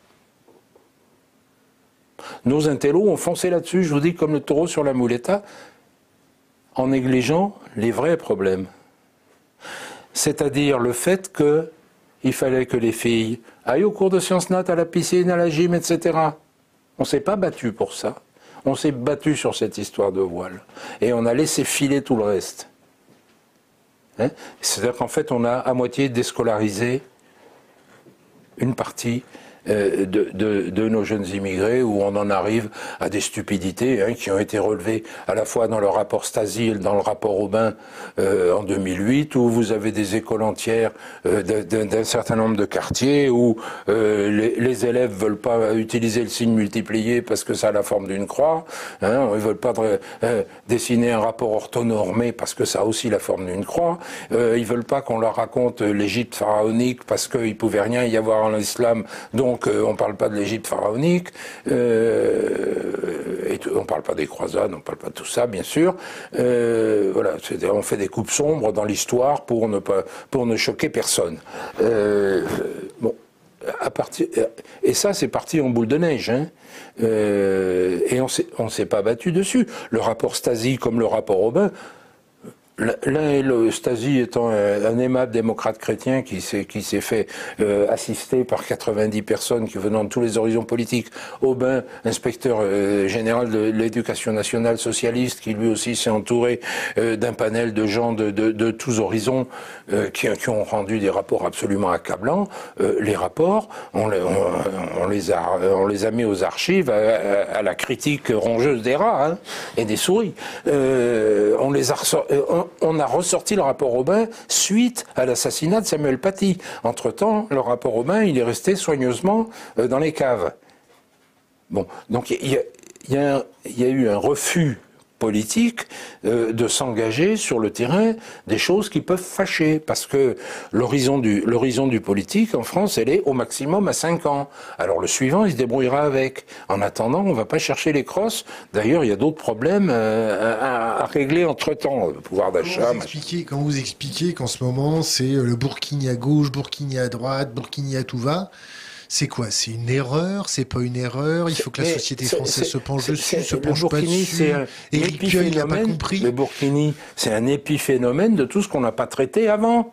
Nos intellos ont foncé là-dessus, je vous dis, comme le taureau sur la mouletta, en négligeant les vrais problèmes. C'est-à-dire le fait qu'il fallait que les filles aillent au cours de sciences nat, à la piscine, à la gym, et cetera. On ne s'est pas battu pour ça. On s'est battu sur cette histoire de voile. Et on a laissé filer tout le reste. Hein? C'est-à-dire qu'en fait, on a à moitié déscolarisé une partie euh, de, de, de nos jeunes immigrés, où on en arrive à des stupidités hein, qui ont été relevées à la fois dans le rapport Stasi et dans le rapport Aubin euh, en deux mille huit, où vous avez des écoles entières euh, d'un certain nombre de quartiers où euh, les, les élèves veulent pas utiliser le signe multiplié parce que ça a la forme d'une croix, hein, ils veulent pas euh, dessiner un rapport orthonormé parce que ça a aussi la forme d'une croix, euh, ils veulent pas qu'on leur raconte l'Égypte pharaonique parce qu'il pouvait rien y avoir en islam, donc euh, on parle pas de l'Égypte pharaonique, euh, et on parle pas des croisades, on parle pas de tout ça bien sûr, euh, voilà, on fait des coupes sombres dans l'histoire pour ne pas, pour ne choquer personne. Euh, bon. À partir, et ça, c'est parti en boule de neige. Hein. Euh, et on ne s'est pas battu dessus. Le rapport Stasi comme le rapport Aubin, l'un et le Stasi étant un, un aimable démocrate chrétien qui s'est qui s'est fait euh, assister par quatre-vingt-dix personnes qui venant de tous les horizons politiques. Aubin, inspecteur euh, général de l'éducation nationale socialiste, qui lui aussi s'est entouré euh, d'un panel de gens de, de, de tous horizons euh, qui, qui ont rendu des rapports absolument accablants. Euh, les rapports, on, les, on, on les a on les a mis aux archives à, à, à la critique rongeuse des rats hein, et des souris. Euh, on les a on, On a ressorti le rapport Aubin suite à l'assassinat de Samuel Paty. Entre-temps, le rapport Aubin, il est resté soigneusement dans les caves. Bon, donc il y a, y a, y a eu un refus politique euh, de s'engager sur le terrain des choses qui peuvent fâcher, parce que l'horizon du, l'horizon du politique en France, elle est au maximum à cinq ans. Alors le suivant, il se débrouillera avec. En attendant, on ne va pas chercher les crosses. D'ailleurs, il y a d'autres problèmes euh, à, à régler entre-temps, le pouvoir d'achat. Comment vous expliquez, comment vous expliquez qu'en ce moment, c'est le Burkini à gauche, Burkini à droite, Burkini à tout va? C'est quoi? C'est une erreur? C'est pas une erreur? Il faut que la société française se penche dessus, se penche pas dessus. Éric Piolle, il n'a pas compris. Le Burkini, c'est un épiphénomène de tout ce qu'on n'a pas traité avant.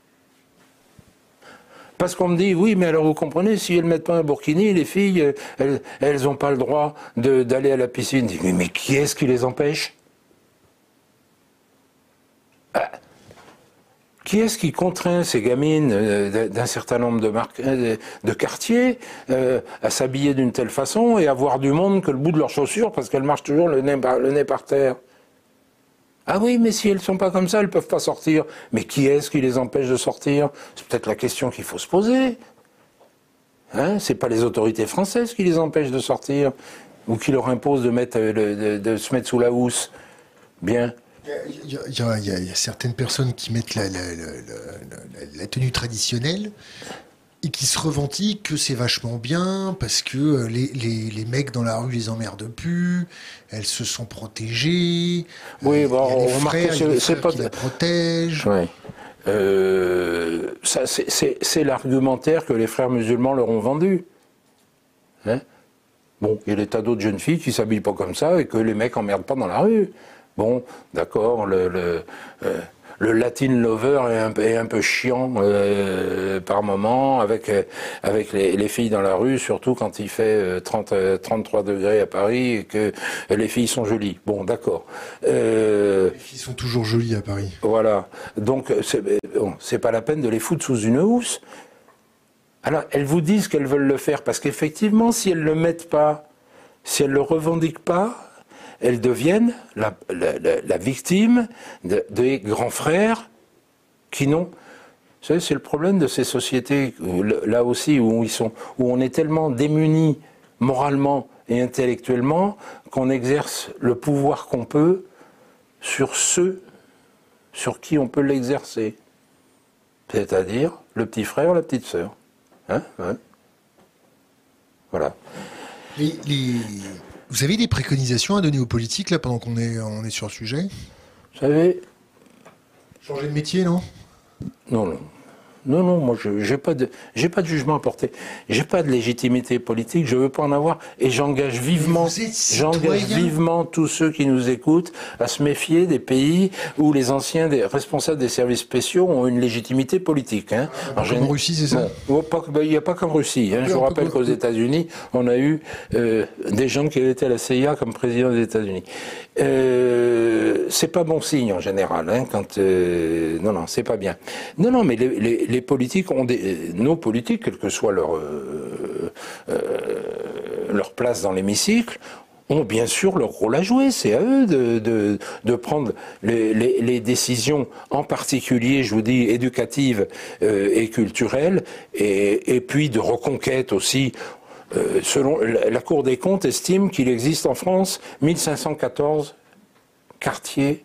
Parce qu'on me dit, oui, mais alors vous comprenez, si elles ne mettent pas un burkini, les filles, elles n'ont pas le droit d'aller à la piscine. Je dis, mais, mais qui est-ce qui les empêche? ah. Qui est-ce qui contraint ces gamines euh, d'un certain nombre de, marques, euh, de quartiers euh, à s'habiller d'une telle façon et à voir du monde que le bout de leurs chaussures parce qu'elles marchent toujours le nez, par, le nez par terre? Ah oui, mais si elles ne sont pas comme ça, elles ne peuvent pas sortir. Mais qui est-ce qui les empêche de sortir? C'est peut-être la question qu'il faut se poser. Hein, c'est pas les autorités françaises qui les empêchent de sortir ou qui leur imposent de, mettre, de, de, de se mettre sous la housse. Bien. Il y, a, il, y a, il y a certaines personnes qui mettent la, la, la, la, la tenue traditionnelle et qui se revendiquent que c'est vachement bien parce que les, les, les mecs dans la rue les emmerdent plus, elles se sont protégées. Oui, bon, il y a les on frères, il y a les c'est frères pas qui la protègent. Oui. Euh, ça, c'est l'argumentaire que les frères musulmans leur ont vendu. Hein? Bon, il y a des tas d'autres jeunes filles qui s'habillent pas comme ça et que les mecs emmerdent pas dans la rue. Bon, d'accord, le, le, euh, le Latin lover est un, est un peu chiant euh, par moment, avec, euh, avec les, les filles dans la rue, surtout quand il fait euh, trente, trente-trois degrés à Paris et que les filles sont jolies. Bon, d'accord. Euh, les filles sont toujours jolies à Paris. Voilà. Donc, c'est bon, c'est pas la peine de les foutre sous une housse. Alors, elles vous disent qu'elles veulent le faire, parce qu'effectivement, si elles ne le mettent pas, si elles ne le revendiquent pas, elles deviennent la, la, la, la victime de, des grands frères qui n'ont... Vous savez, c'est le problème de ces sociétés, où, là aussi, où, ils sont, où on est tellement démunis moralement et intellectuellement qu'on exerce le pouvoir qu'on peut sur ceux sur qui on peut l'exercer. C'est-à-dire le petit frère, la petite sœur. Hein, hein. Voilà. Les, les... Vous avez des préconisations à donner aux politiques, là, pendant qu'on est, on est sur le sujet? Vous savez... Changer de métier, non? Non, non. Non, non, moi, je n'ai pas de, j'ai pas de jugement à porter. J'ai pas de légitimité politique, je veux pas en avoir, et j'engage vivement, j'engage vivement tous ceux qui nous écoutent à se méfier des pays où les anciens des responsables des services spéciaux ont une légitimité politique. Hein. Ah, comme en Russie, c'est ça? Bon, il n'y a pas comme Russie. Hein. Je vous rappelle qu'aux États-Unis, on a eu euh, des gens qui étaient à la C I A comme président des États-Unis. Euh, c'est pas bon signe en général. Hein, quand euh, non, non, c'est pas bien. Non, non, mais les, les les politiques ont des, nos politiques, quelle que soit leur, euh, euh, leur place dans l'hémicycle, ont bien sûr leur rôle à jouer. C'est à eux de, de, de prendre les, les, les décisions, en particulier, je vous dis, éducatives euh, et culturelles, et, et puis de reconquête aussi. Euh, selon la, la Cour des comptes estime qu'il existe en France mille cinq cent quatorze quartiers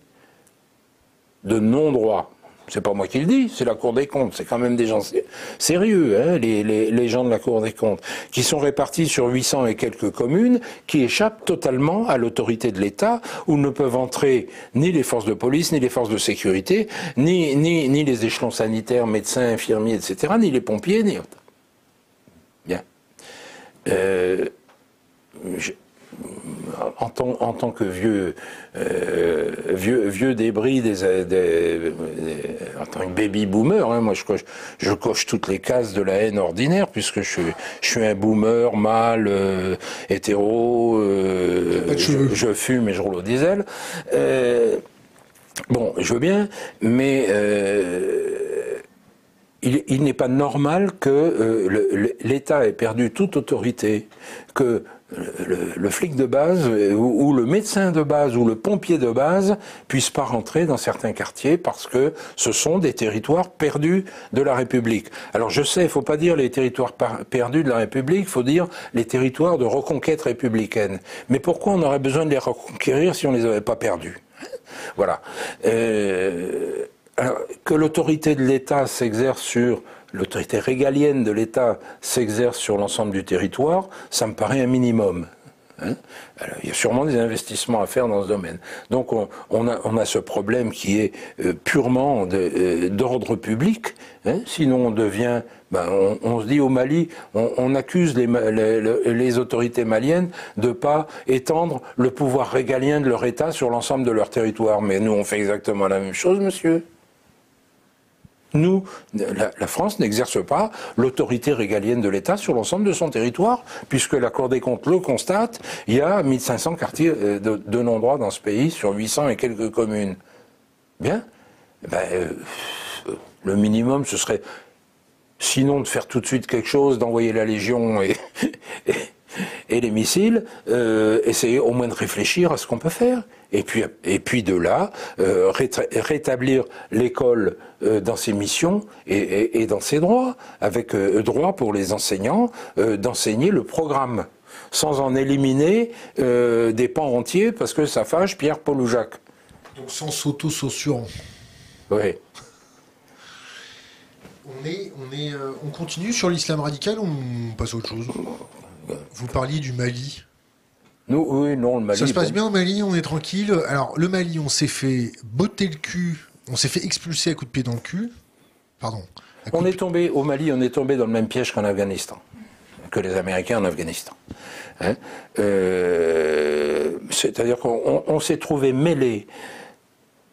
de non-droit. C'est pas moi qui le dis, c'est la Cour des comptes. C'est quand même des gens sérieux, hein, les, les, les gens de la Cour des comptes, qui sont répartis sur huit cents et quelques communes, qui échappent totalement à l'autorité de l'État, où ne peuvent entrer ni les forces de police, ni les forces de sécurité, ni, ni, ni les échelons sanitaires, médecins, infirmiers, et cetera, ni les pompiers, ni... Bien. Euh, je... En tant, en tant que vieux, euh, vieux, vieux débris des, des, des, en tant que baby boomer, hein, moi je coche, je coche toutes les cases de la haine ordinaire puisque je suis, je suis un boomer mâle, euh, hétéro, euh, je, je fume et je roule au diesel. Euh, bon, je veux bien, mais euh, il, il n'est pas normal que euh, l'État ait perdu toute autorité, que Le, le flic de base ou, ou le médecin de base ou le pompier de base puisse pas rentrer dans certains quartiers parce que ce sont des territoires perdus de la République. Alors je sais, il faut pas dire les territoires perdus de la République, il faut dire les territoires de reconquête républicaine. Mais pourquoi on aurait besoin de les reconquérir si on les avait pas perdus? Voilà. Euh, alors, que l'autorité de l'État s'exerce sur l'autorité régalienne de l'État s'exerce sur l'ensemble du territoire, ça me paraît un minimum. Hein. Alors, il y a sûrement des investissements à faire dans ce domaine. Donc on, on, a, on a ce problème qui est euh, purement de, euh, d'ordre public. Hein. Sinon on devient... Ben, on, on se dit au Mali, on, on accuse les, les, les autorités maliennes de ne pas étendre le pouvoir régalien de leur État sur l'ensemble de leur territoire. Mais nous on fait exactement la même chose, monsieur. Nous, la, la France n'exerce pas l'autorité régalienne de l'État sur l'ensemble de son territoire, puisque la Cour des comptes le constate, il y a mille cinq cents quartiers de, de non-droit dans ce pays, sur huit cents et quelques communes. Bien, ben, euh, le minimum, ce serait, sinon de faire tout de suite quelque chose, d'envoyer la Légion et, et, et les missiles, euh, essayer au moins de réfléchir à ce qu'on peut faire. Et puis, et puis de là, euh, rétablir l'école euh, dans ses missions et, et, et dans ses droits, avec euh, droit pour les enseignants euh, d'enseigner le programme, sans en éliminer euh, des pans entiers, parce que ça fâche Pierre, Paul ou Jacques. Donc sans s'auto-censurer. Oui. On, est, on, est, euh, on continue sur l'islam radical ou on passe à autre chose? Vous parliez du Mali. Nous, oui, non, le Mali. Ça se passe bien au Mali, on est tranquille. Alors, le Mali, on s'est fait botter le cul, on s'est fait expulser à coups de pied dans le cul. Pardon. On est tombé, au Mali, on est tombé dans le même piège qu'en Afghanistan, que les Américains en Afghanistan. Hein euh, c'est-à-dire qu'on on, on s'est trouvé mêlé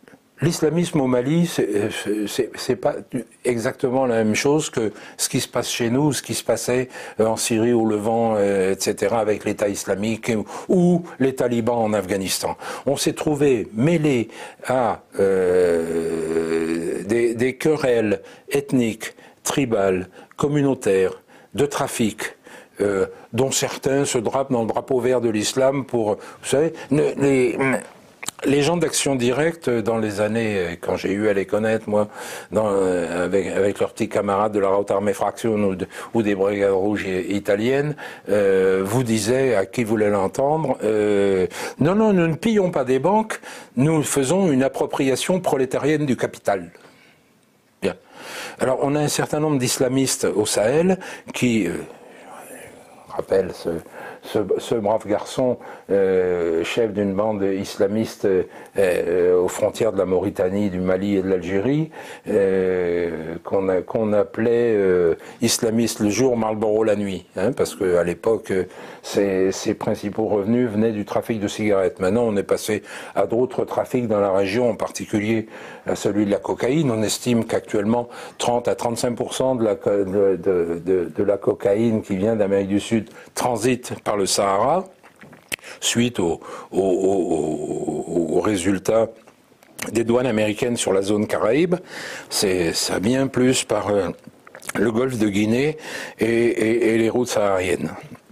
l'islamisme au Mali, c'est pas exactement la même chose que ce qui se passe chez nous, ce qui se passait en Syrie, au Levant, et cetera, avec l'État islamique ou les talibans en Afghanistan. On s'est trouvé mêlé à euh, des, des querelles ethniques, tribales, communautaires, de trafic, euh, dont certains se drapent dans le drapeau vert de l'islam pour, vous savez, les... Les gens d'Action Directe, dans les années, quand j'ai eu à les connaître, moi, dans, avec, avec leurs petits camarades de la Rautarmee Fraction ou, de, ou des Brigades Rouges italiennes, euh, vous disaient, à qui voulait l'entendre, euh, non, non, nous ne pillons pas des banques, nous faisons une appropriation prolétarienne du capital. Bien. Alors, on a un certain nombre d'islamistes au Sahel qui, euh, je rappelle ce... Ce, ce brave garçon, euh, chef d'une bande islamiste euh, euh, aux frontières de la Mauritanie, du Mali et de l'Algérie, euh, qu'on qu'on appelait euh, islamiste le jour, Marlboro la nuit, hein, parce qu'à l'époque, ses, ses principaux revenus venaient du trafic de cigarettes. Maintenant, on est passé à d'autres trafics dans la région, en particulier à celui de la cocaïne. On estime qu'actuellement, trente à trente-cinq pour cent de la, de, de, de, de la cocaïne qui vient d'Amérique du Sud transite par le Sahara, suite aux au, au, au résultats des douanes américaines sur la zone Caraïbe. C'est ça vient plus par euh, le golfe de Guinée et, et, et les routes sahariennes.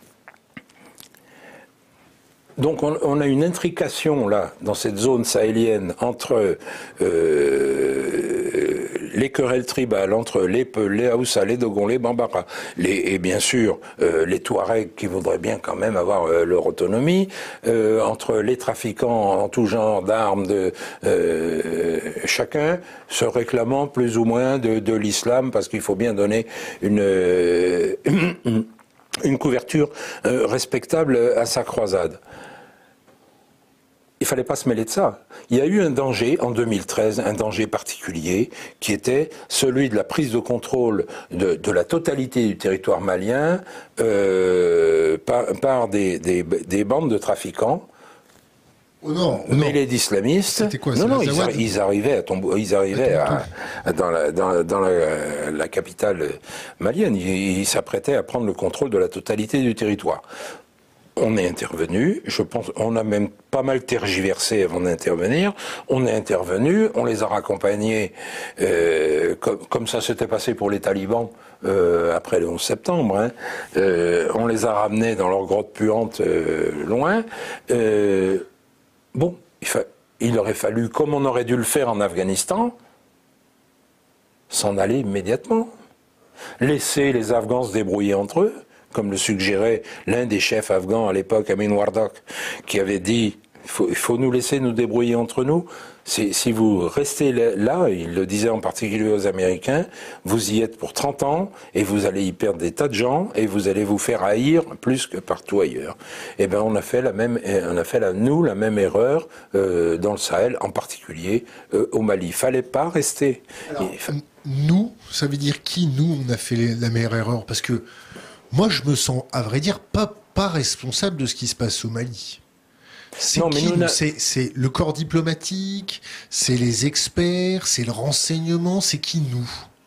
Donc on, on a une intrication là, dans cette zone sahélienne, entre euh, les querelles tribales, entre les Peuls, les Haoussa, les Dogons, les Bambara, les, et bien sûr euh, les Touaregs qui voudraient bien quand même avoir euh, leur autonomie, euh, entre les trafiquants en tout genre d'armes, de euh, chacun se réclamant plus ou moins de, de l'islam, parce qu'il faut bien donner une... Euh, une couverture euh, respectable à sa croisade. Il fallait pas se mêler de ça. Il y a eu un danger en deux mille treize, un danger particulier, qui était celui de la prise de contrôle de, de la totalité du territoire malien euh, par, par des, des, des bandes de trafiquants. Oh non, oh mêlés d'islamistes. C'était quoi? Non, non, ils, a, ils arrivaient à tomber, ils arrivaient à, à, dans, la, dans, dans la, la capitale malienne. Ils, ils s'apprêtaient à prendre le contrôle de la totalité du territoire. On est intervenu, je pense, on a même pas mal tergiversé avant d'intervenir. On est intervenu, on les a raccompagnés, euh, comme, comme ça s'était passé pour les talibans euh, après le onze septembre. Hein. Euh, on les a ramenés dans leur grotte puante euh, loin. Euh, Bon, il, fa... il aurait fallu, comme on aurait dû le faire en Afghanistan, s'en aller immédiatement. Laisser les Afghans se débrouiller entre eux, comme le suggérait l'un des chefs afghans à l'époque, Amin Wardak, qui avait dit il faut, il faut nous laisser nous débrouiller entre nous. Si, si vous restez là, il le disait en particulier aux Américains, vous y êtes pour trente ans et vous allez y perdre des tas de gens et vous allez vous faire haïr plus que partout ailleurs. Eh ben, on a fait la même, on a fait la, nous la même erreur euh, dans le Sahel, en particulier euh, au Mali. Il fallait pas rester. Alors, fa... Nous, ça veut dire qui nous on a fait la meilleure erreur? Parce que moi, je me sens, à vrai dire, pas pas responsable de ce qui se passe au Mali. C'est qui, nous, c'est, c'est le corps diplomatique, c'est les experts, c'est le renseignement, c'est qui nous?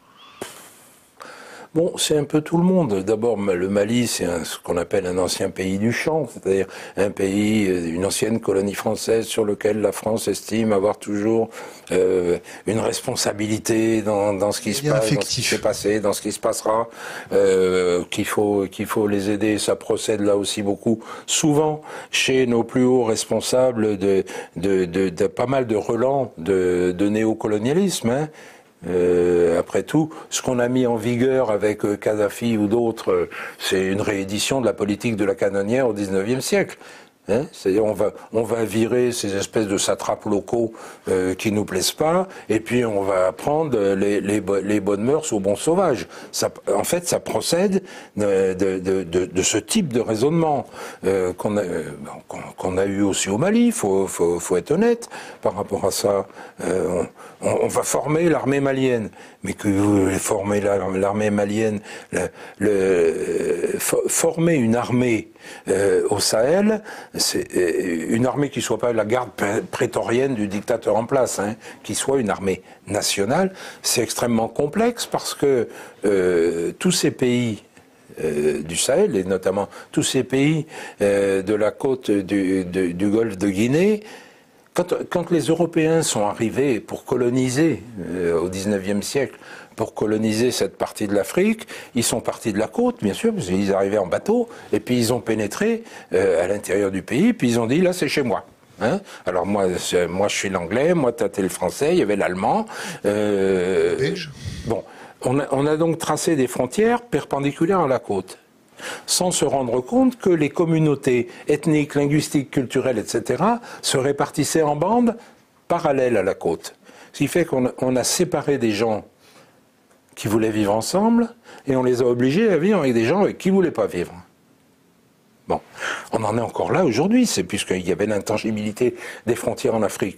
Bon, c'est un peu tout le monde. D'abord, le Mali, c'est un, ce qu'on appelle un ancien pays du champ, c'est-à-dire un pays, une ancienne colonie française sur lequel la France estime avoir toujours euh, une responsabilité dans, dans ce qui se passe, dans ce qui s'est passé, dans ce qui se passera, euh, qu'il faut, qu'il faut les aider. Ça procède là aussi beaucoup, souvent chez nos plus hauts responsables de, de, de, de pas mal de relents de, de néocolonialisme, hein. Euh, après tout, ce qu'on a mis en vigueur avec euh, Kadhafi ou d'autres, euh, c'est une réédition de la politique de la canonnière au dix-neuvième siècle. Hein, c'est-à-dire on va on va virer ces espèces de satrapes locaux euh, qui nous plaisent pas, et puis on va apprendre les les, les bonnes mœurs aux bons sauvages. Ça, en fait, ça procède de de de, de, de ce type de raisonnement euh, qu'on a euh, qu'on, qu'on a eu aussi au Mali. Faut faut faut être honnête par rapport à ça. Euh, on, on va former l'armée malienne, mais que vous formez l'armée malienne, le, le, former une armée euh, au Sahel. c'est une armée qui ne soit pas la garde prétorienne du dictateur en place, hein, qui soit une armée nationale. C'est extrêmement complexe parce que euh, tous ces pays euh, du Sahel, et notamment tous ces pays euh, de la côte du, du, du golfe de Guinée, quand, quand les Européens sont arrivés pour coloniser euh, au dix-neuvième siècle, pour coloniser cette partie de l'Afrique, ils sont partis de la côte, bien sûr, parce qu'ils arrivaient en bateau, et puis ils ont pénétré euh, à l'intérieur du pays, puis ils ont dit, là, c'est chez moi. Hein, alors moi, moi, je suis l'anglais, moi, t'es le français, il y avait l'allemand. Euh, Belge. Bon, on a, on a donc tracé des frontières perpendiculaires à la côte, sans se rendre compte que les communautés ethniques, linguistiques, culturelles, et cetera, se répartissaient en bandes parallèles à la côte. Ce qui fait qu'on a, on a séparé des gens qui voulaient vivre ensemble, et on les a obligés à vivre avec des gens qui ne voulaient pas vivre. Bon, on en est encore là aujourd'hui, c'est puisqu'il y avait l'intangibilité des frontières en Afrique.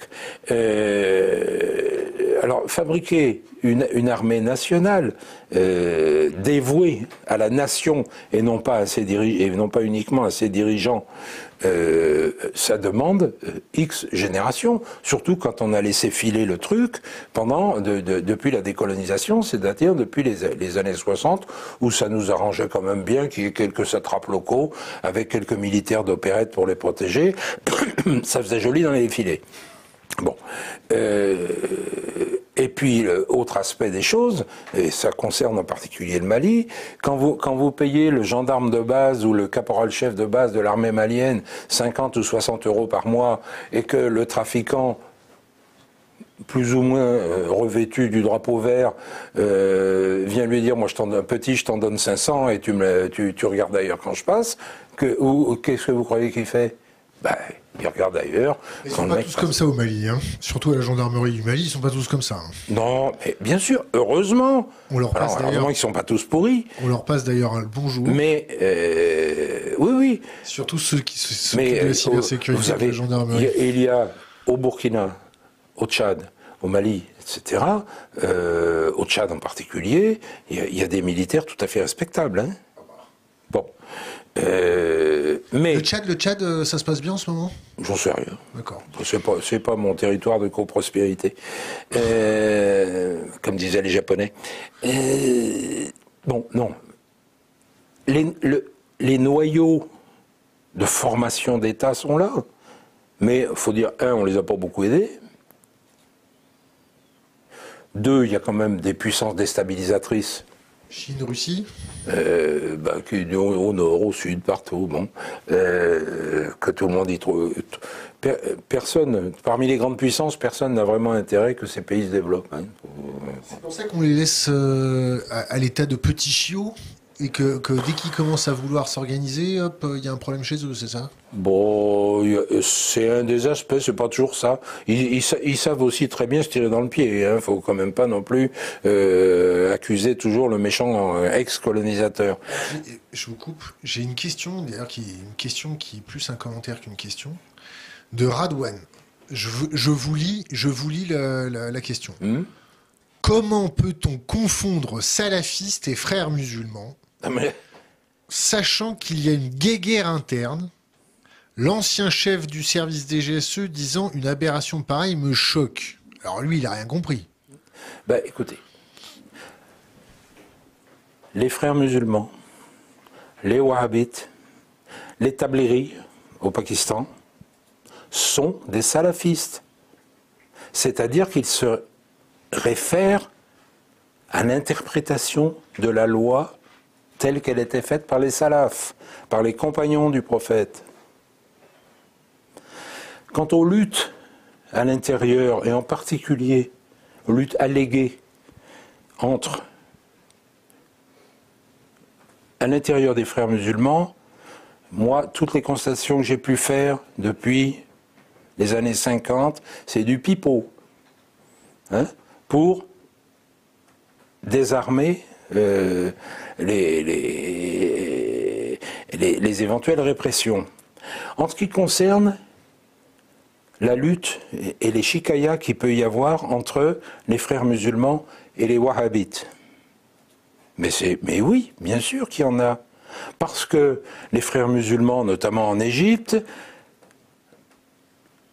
Euh, alors, fabriquer une, une armée nationale euh, dévouée à la nation et non pas à ses diri- et non pas uniquement à ses dirigeants, euh, ça demande X générations, surtout quand on a laissé filer le truc pendant de, de, depuis la décolonisation, c'est-à-dire depuis les, les années soixante, où ça nous arrangeait quand même bien qu'il y ait quelques satrapes locaux avec quelques militaires d'opérette pour les protéger. Ça faisait joli dans les défilés. Bon. Euh, et puis, autre aspect des choses, et ça concerne en particulier le Mali, quand vous, quand vous payez le gendarme de base ou le caporal-chef de base de l'armée malienne cinquante ou soixante euros par mois, et que le trafiquant, plus ou moins euh, revêtu du drapeau vert, euh, vient lui dire, moi je t'en donne petit, je t'en donne cinq cents, et tu, me, tu, tu regardes d'ailleurs quand je passe, que, ou, ou qu'est-ce que vous croyez qu'il fait? Ben, ils regardent ailleurs. Ils ne sont pas tous comme ça au Mali, hein. Surtout à la gendarmerie du Mali, ils ne sont pas tous comme ça. Hein. Non, mais bien sûr, heureusement. On leur passe Alors, heureusement qu'ils ne sont pas tous pourris. On leur passe d'ailleurs un bonjour. Mais, euh, oui, oui. Surtout ceux qui s'occupent mais, de la cybersécurité vous savez, de la gendarmerie. Il y, il y a au Burkina, au Tchad, au Mali, et cetera, euh, au Tchad en particulier, il y, a, il y a des militaires tout à fait respectables. Hein. Bon. Euh, mais le Tchad, le Tchad, ça se passe bien en ce moment? J'en sais rien. D'accord. C'est pas, c'est pas mon territoire de coprospérité, euh, comme disaient les Japonais. Euh, bon, non. Les, le, les noyaux de formation d'État sont là, mais il faut dire, un, on les a pas beaucoup aidés. Deux, il y a quand même des puissances déstabilisatrices. Chine, Russie euh, bah, qui, au, au nord, au sud, partout, bon, euh, que tout le monde y trouve. Per, personne, parmi les grandes puissances, personne n'a vraiment intérêt que ces pays se développent. Hein. C'est pour ça qu'on les laisse euh, à, à l'état de petits chiots et que, que dès qu'ils commencent à vouloir s'organiser, hop, il y a un problème chez eux, c'est ça? Bon, c'est un des aspects, c'est pas toujours ça. Ils, ils, ils savent aussi très bien se tirer dans le pied. Hein. Faut quand même pas non plus euh, accuser toujours le méchant ex-colonisateur. Je vous coupe. J'ai une question, d'ailleurs, qui est une question qui est plus un commentaire qu'une question, de Radwan. Je, je vous lis, je vous lis la, la, la question. Mmh. Comment peut-on confondre salafistes et frères musulmans, ah mais... sachant qu'il y a une guéguerre interne? L'ancien chef du service des G S E disant une aberration pareille me choque. Alors lui, il n'a rien compris. Ben, écoutez, les frères musulmans, les wahhabites, les tabliris au Pakistan sont des salafistes. C'est-à-dire qu'ils se réfèrent à l'interprétation de la loi telle qu'elle était faite par les salafs, par les compagnons du prophète. Quant aux luttes à l'intérieur, et en particulier aux luttes alléguées entre, à l'intérieur des frères musulmans, moi, toutes les constatations que j'ai pu faire depuis les années cinquante, c'est du pipeau, hein, pour désarmer euh, les, les, les, les éventuelles répressions. En ce qui concerne la lutte et les chicayas qu'il peut y avoir entre les frères musulmans et les wahhabites. Mais, c'est, mais oui, bien sûr qu'il y en a. Parce que les frères musulmans, notamment en Égypte,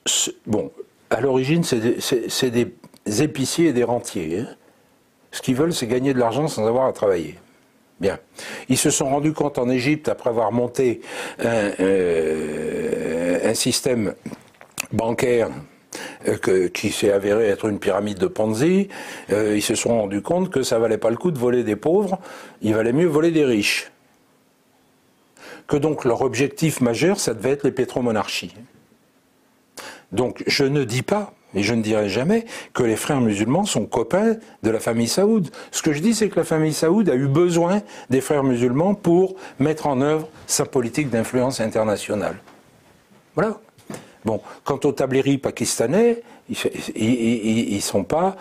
bon, à l'origine, c'est des, c'est, c'est des épiciers et des rentiers. Hein. Ce qu'ils veulent, c'est gagner de l'argent sans avoir à travailler. Bien. Ils se sont rendus compte en Égypte, après avoir monté un, euh, un système bancaire euh, que, qui s'est avéré être une pyramide de Ponzi, euh, ils se sont rendus compte que ça valait pas le coup de voler des pauvres, il valait mieux voler des riches. Que donc leur objectif majeur, ça devait être les pétromonarchies. Donc je ne dis pas, et je ne dirai jamais, que les frères musulmans sont copains de la famille Saoud. Ce que je dis, c'est que la famille Saoud a eu besoin des frères musulmans pour mettre en œuvre sa politique d'influence internationale. Voilà. Bon, quant aux tabléris pakistanais, ils ne sont pas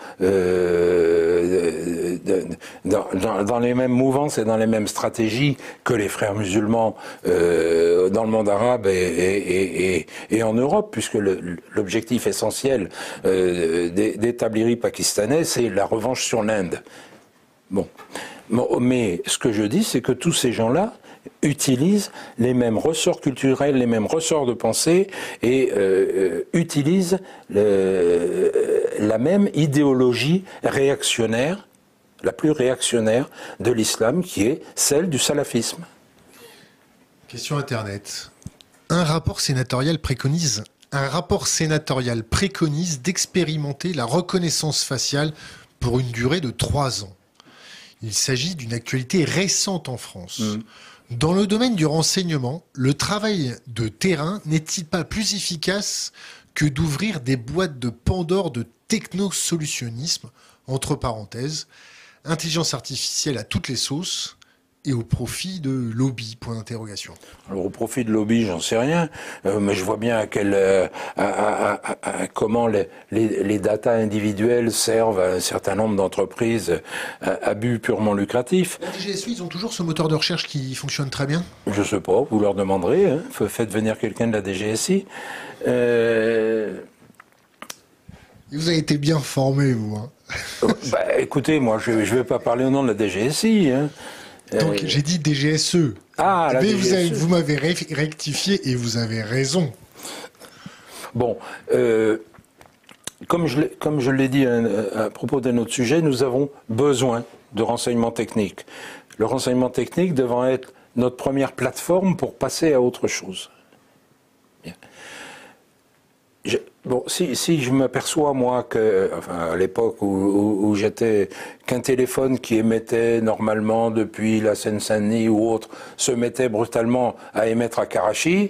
euh, dans, dans, dans les mêmes mouvances et dans les mêmes stratégies que les frères musulmans euh, dans le monde arabe et, et, et, et en Europe, puisque le, l'objectif essentiel euh, des, des tabléris pakistanais, c'est la revanche sur l'Inde. Bon. Mais ce que je dis, c'est que tous ces gens-là utilisent les mêmes ressorts culturels, les mêmes ressorts de pensée et euh, utilisent le, la même idéologie réactionnaire, la plus réactionnaire de l'islam, qui est celle du salafisme. Question Internet. Un rapport sénatorial préconise, un rapport sénatorial préconise d'expérimenter la reconnaissance faciale pour une durée de trois ans. Il s'agit d'une actualité récente en France. Mmh. Dans le domaine du renseignement, le travail de terrain n'est-il pas plus efficace que d'ouvrir des boîtes de Pandore de technosolutionnisme, entre parenthèses, intelligence artificielle à toutes les sauces et au profit de lobby, point d'interrogation. Alors au profit de lobby, j'en sais rien, euh, mais je vois bien à quel, euh, à, à, à, à comment les, les, les datas individuelles servent à un certain nombre d'entreprises à, à but purement lucratif. La D G S E, ils ont toujours ce moteur de recherche qui fonctionne très bien ? Je sais pas, vous leur demanderez, hein, faites venir quelqu'un de la D G S I. Euh... Vous avez été bien formé, vous. Hein. Bah, écoutez, moi, je ne vais pas parler au nom de la D G S I. Hein. Donc, euh... j'ai dit D G S E. Ah, la Mais D G S E. Vous, avez, vous m'avez rectifié et vous avez raison. Bon, euh, comme je l'ai, comme je l'ai dit à, à propos d'un autre sujet, nous avons besoin de renseignements techniques. Le renseignement technique devant être notre première plateforme pour passer à autre chose. Bien. Je, bon, si, si je m'aperçois, moi, que, enfin, à l'époque où, où, où j'étais, qu'un téléphone qui émettait normalement depuis la Seine-Saint-Denis ou autre se mettait brutalement à émettre à Karachi,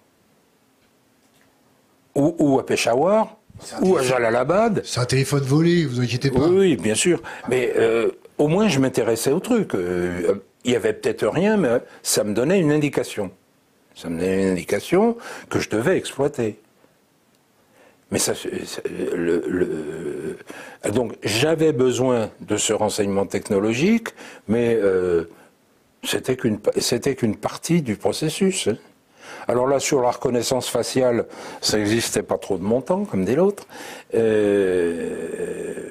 ou, ou à Peshawar, ou à Jalalabad. C'est un téléphone volé, vous inquiétez pas. Oui, oui, bien sûr. Mais euh, au moins, je m'intéressais au truc. Euh, il y avait peut-être rien, mais ça me donnait une indication. Ça me donnait une indication que je devais exploiter. Mais ça, le, le, donc j'avais besoin de ce renseignement technologique, mais euh, c'était qu'une, c'était qu'une partie du processus. Alors là, sur la reconnaissance faciale, ça n'existait pas trop de mon temps, comme dit l'autre. Euh,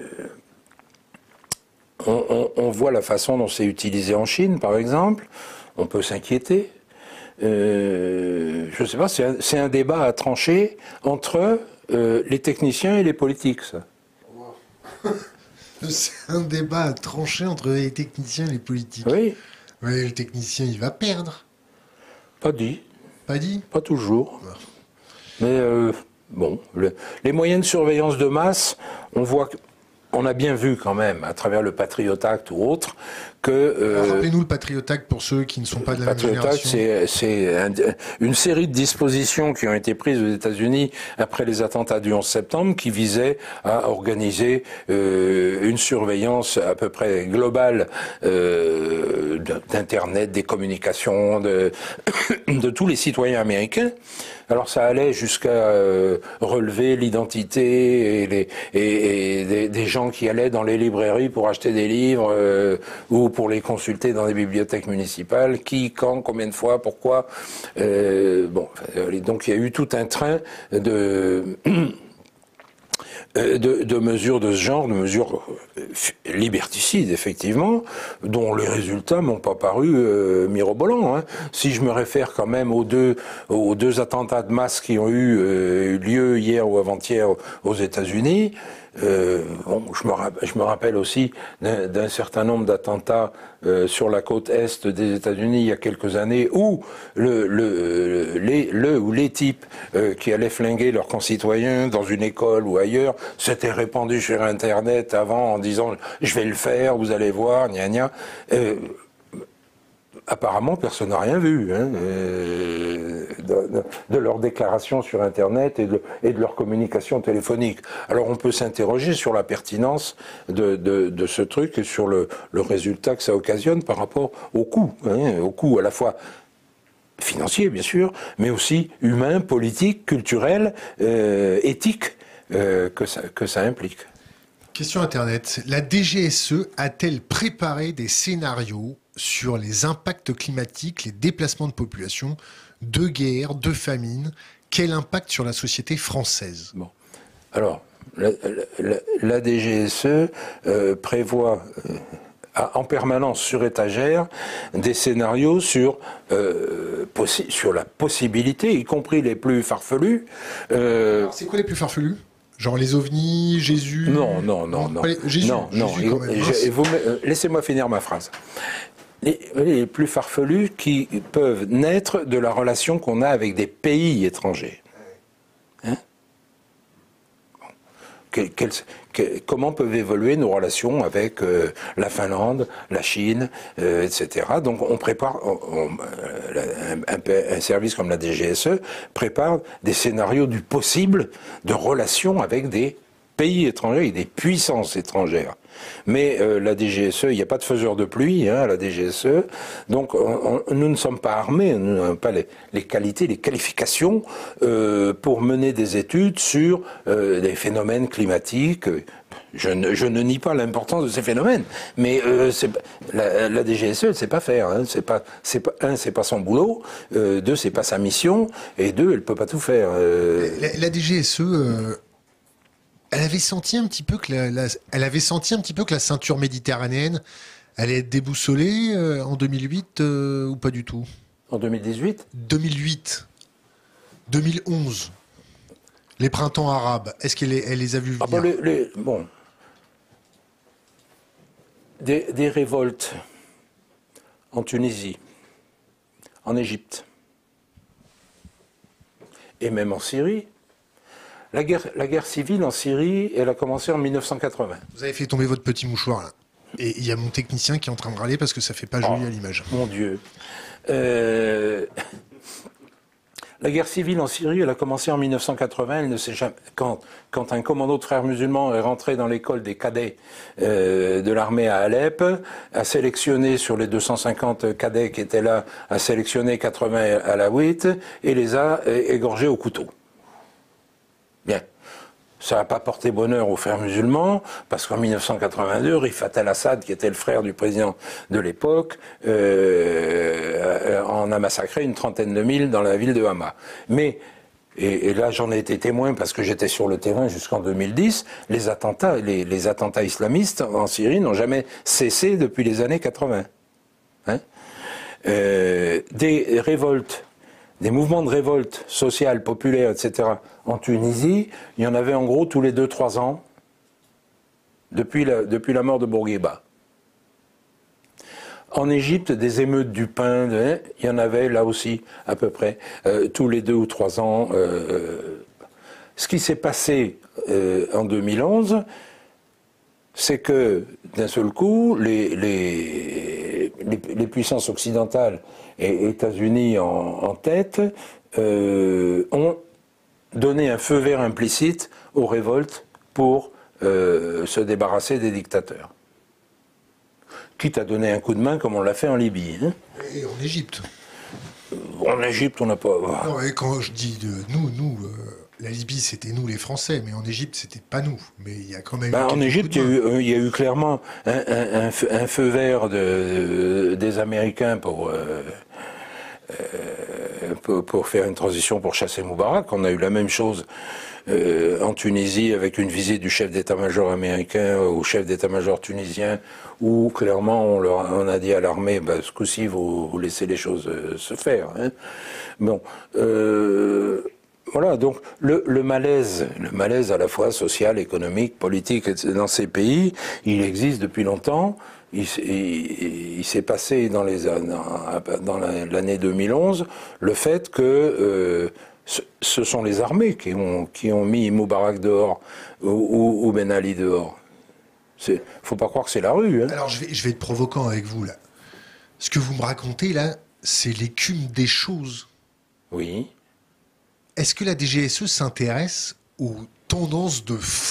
on, on, on voit la façon dont c'est utilisé en Chine, par exemple. On peut s'inquiéter. Euh, je ne sais pas, c'est un, c'est un débat à trancher entre euh, les techniciens et les politiques, ça. Wow. C'est un débat à trancher entre les techniciens et les politiques. Oui. Mais le technicien, il va perdre. Pas dit. Pas dit ? Pas toujours. Ouais. Mais euh, bon, le, les moyens de surveillance de masse, on voit que on a bien vu quand même, à travers le Patriot Act ou autre, que... Euh, Alors, rappelez-nous le Patriot Act pour ceux qui ne sont pas de la même génération. Le Patriot Act, c'est, c'est un, une série de dispositions qui ont été prises aux États-Unis après les attentats du onze septembre, qui visaient à organiser euh, une surveillance à peu près globale euh, d'Internet, des communications, de, de tous les citoyens américains. Alors ça allait jusqu'à euh, relever l'identité et, les, et, et des, des gens qui allaient dans les librairies pour acheter des livres euh, ou pour les consulter dans les bibliothèques municipales, qui, quand, combien de fois, pourquoi. Euh, bon, donc il y a eu tout un train de euh, de, de mesures de ce genre, de mesures euh, liberticides, effectivement, dont les résultats m'ont pas paru euh, mirobolants. Hein. Si je me réfère quand même aux deux, aux deux attentats de masse qui ont eu euh, lieu hier ou avant-hier aux États-Unis, Euh, bon, je, me je me rappelle aussi d'un certain nombre d'attentats euh, sur la côte est des États-Unis il y a quelques années où le, le, les, le ou les types euh, qui allaient flinguer leurs concitoyens dans une école ou ailleurs s'étaient répandus sur Internet avant en disant « je vais le faire, vous allez voir, gna gna euh, ». Apparemment, personne n'a rien vu hein, euh, de, de, de leurs déclarations sur Internet et de, et de leur communication téléphonique. Alors on peut s'interroger sur la pertinence de, de, de ce truc et sur le, le résultat que ça occasionne par rapport au coût, hein, au coût à la fois financier bien sûr, mais aussi humain, politique, culturel, euh, éthique euh, que, ça, que ça implique. Question Internet. La D G S E a-t-elle préparé des scénarios sur les impacts climatiques, les déplacements de population, de guerre, de famine? Quel impact sur la société française? Bon. Alors, la, la, la D G S E euh, prévoit euh, en permanence sur étagère des scénarios sur, euh, sur la possibilité, y compris les plus farfelus. Euh... C'est quoi les plus farfelus? Genre les ovnis, Jésus? Non, non, non, non. Les... Jésus, non, non. Jésus, quand même, je, vous, laissez-moi finir ma phrase. Les, les plus farfelus qui peuvent naître de la relation qu'on a avec des pays étrangers. Hein? Quel, quel, quel, comment peuvent évoluer nos relations avec euh, la Finlande, la Chine, euh, et cetera. Donc on prépare, on, on, un, un, un service comme la D G S E prépare des scénarios du possible de relations avec des pays étrangers et des puissances étrangères. Mais euh, la D G S E, il n'y a pas de faiseur de pluie, hein, la D G S E, donc on, on, nous ne sommes pas armés, nous n'avons pas les, les qualités, les qualifications euh, pour mener des études sur euh, des phénomènes climatiques. Je ne, je ne nie pas l'importance de ces phénomènes, mais euh, la, la D G S E, elle ne sait pas faire. Hein, c'est pas, c'est pas, un, c'est pas son boulot. Euh, deux, c'est pas sa mission. Et deux, elle peut pas tout faire. Euh... La, la D G S E. Euh... Elle avait senti un petit peu que la, la, elle avait senti un petit peu que la ceinture méditerranéenne allait être déboussolée euh, en deux mille huit euh, ou pas du tout? En deux mille dix-huit deux mille huit deux mille onze les printemps arabes, est-ce qu'elle elle les a vus venir? Ah bah les, les, bon. Des, des révoltes en Tunisie, en Égypte, et même en Syrie. La guerre, la guerre civile en Syrie, elle a commencé en mille neuf cent quatre-vingts. Vous avez fait tomber votre petit mouchoir, là. Et il y a mon technicien qui est en train de râler parce que ça fait pas joli oh, à l'image. Mon Dieu. Euh, la guerre civile en Syrie, elle a commencé en mille neuf cent quatre-vingts. Elle ne sait jamais, quand, quand un commando de frères musulmans est rentré dans l'école des cadets euh, de l'armée à Alep, a sélectionné sur les deux cent cinquante cadets qui étaient là, a sélectionné quatre-vingts alaouites et les a égorgés au couteau. Bien. Ça n'a pas porté bonheur aux frères musulmans, parce qu'en mille neuf cent quatre-vingt-deux, Rifat al-Assad, qui était le frère du président de l'époque, euh, en a massacré une trentaine de mille dans la ville de Hama. Mais, et, et là j'en ai été témoin parce que j'étais sur le terrain jusqu'en deux mille dix, les attentats, les, les attentats islamistes en Syrie n'ont jamais cessé depuis les années quatre-vingts. Hein euh, des révoltes, des mouvements de révolte sociale, populaire, et cetera, en Tunisie, il y en avait en gros tous les deux trois ans, depuis la, depuis la mort de Bourguiba. En Égypte, des émeutes du pain, de, il y en avait là aussi, à peu près, euh, tous les deux ou trois ans. Euh, ce qui s'est passé euh, en deux mille onze, c'est que, d'un seul coup, les, les, les, les puissances occidentales, et États-Unis en, en tête, euh, ont donné un feu vert implicite aux révoltes pour euh, se débarrasser des dictateurs. Quitte à donner un coup de main comme on l'a fait en Libye. Hein. Et en Égypte. En Égypte, on n'a pas... Non, mais quand je dis de nous, nous... Euh... La Libye, c'était nous les Français, mais en Égypte, c'était pas nous. Mais il y a quand même. Ben, en Égypte, il y, euh, y a eu clairement un, un, un, feu, un feu vert de, de, des Américains pour, euh, euh, pour, pour faire une transition pour chasser Moubarak. On a eu la même chose euh, en Tunisie avec une visite du chef d'état-major américain au chef d'état-major tunisien, où clairement on, leur, on a dit à l'armée, bah, ce coup-ci vous, vous laissez les choses euh, se faire. Hein. Bon, euh, voilà, donc le, le malaise, le malaise à la fois social, économique, politique dans ces pays, il existe depuis longtemps. Il, il, il s'est passé dans les dans l'année deux mille onze le fait que euh, ce, ce sont les armées qui ont qui ont mis Moubarak dehors ou, ou Ben Ali dehors. C'est, faut pas croire que c'est la rue. Hein. Alors je vais je vais être provoquant avec vous là. Ce que vous me racontez là, c'est l'écume des choses. Oui. Est-ce que la D G S E s'intéresse aux tendances de fond ?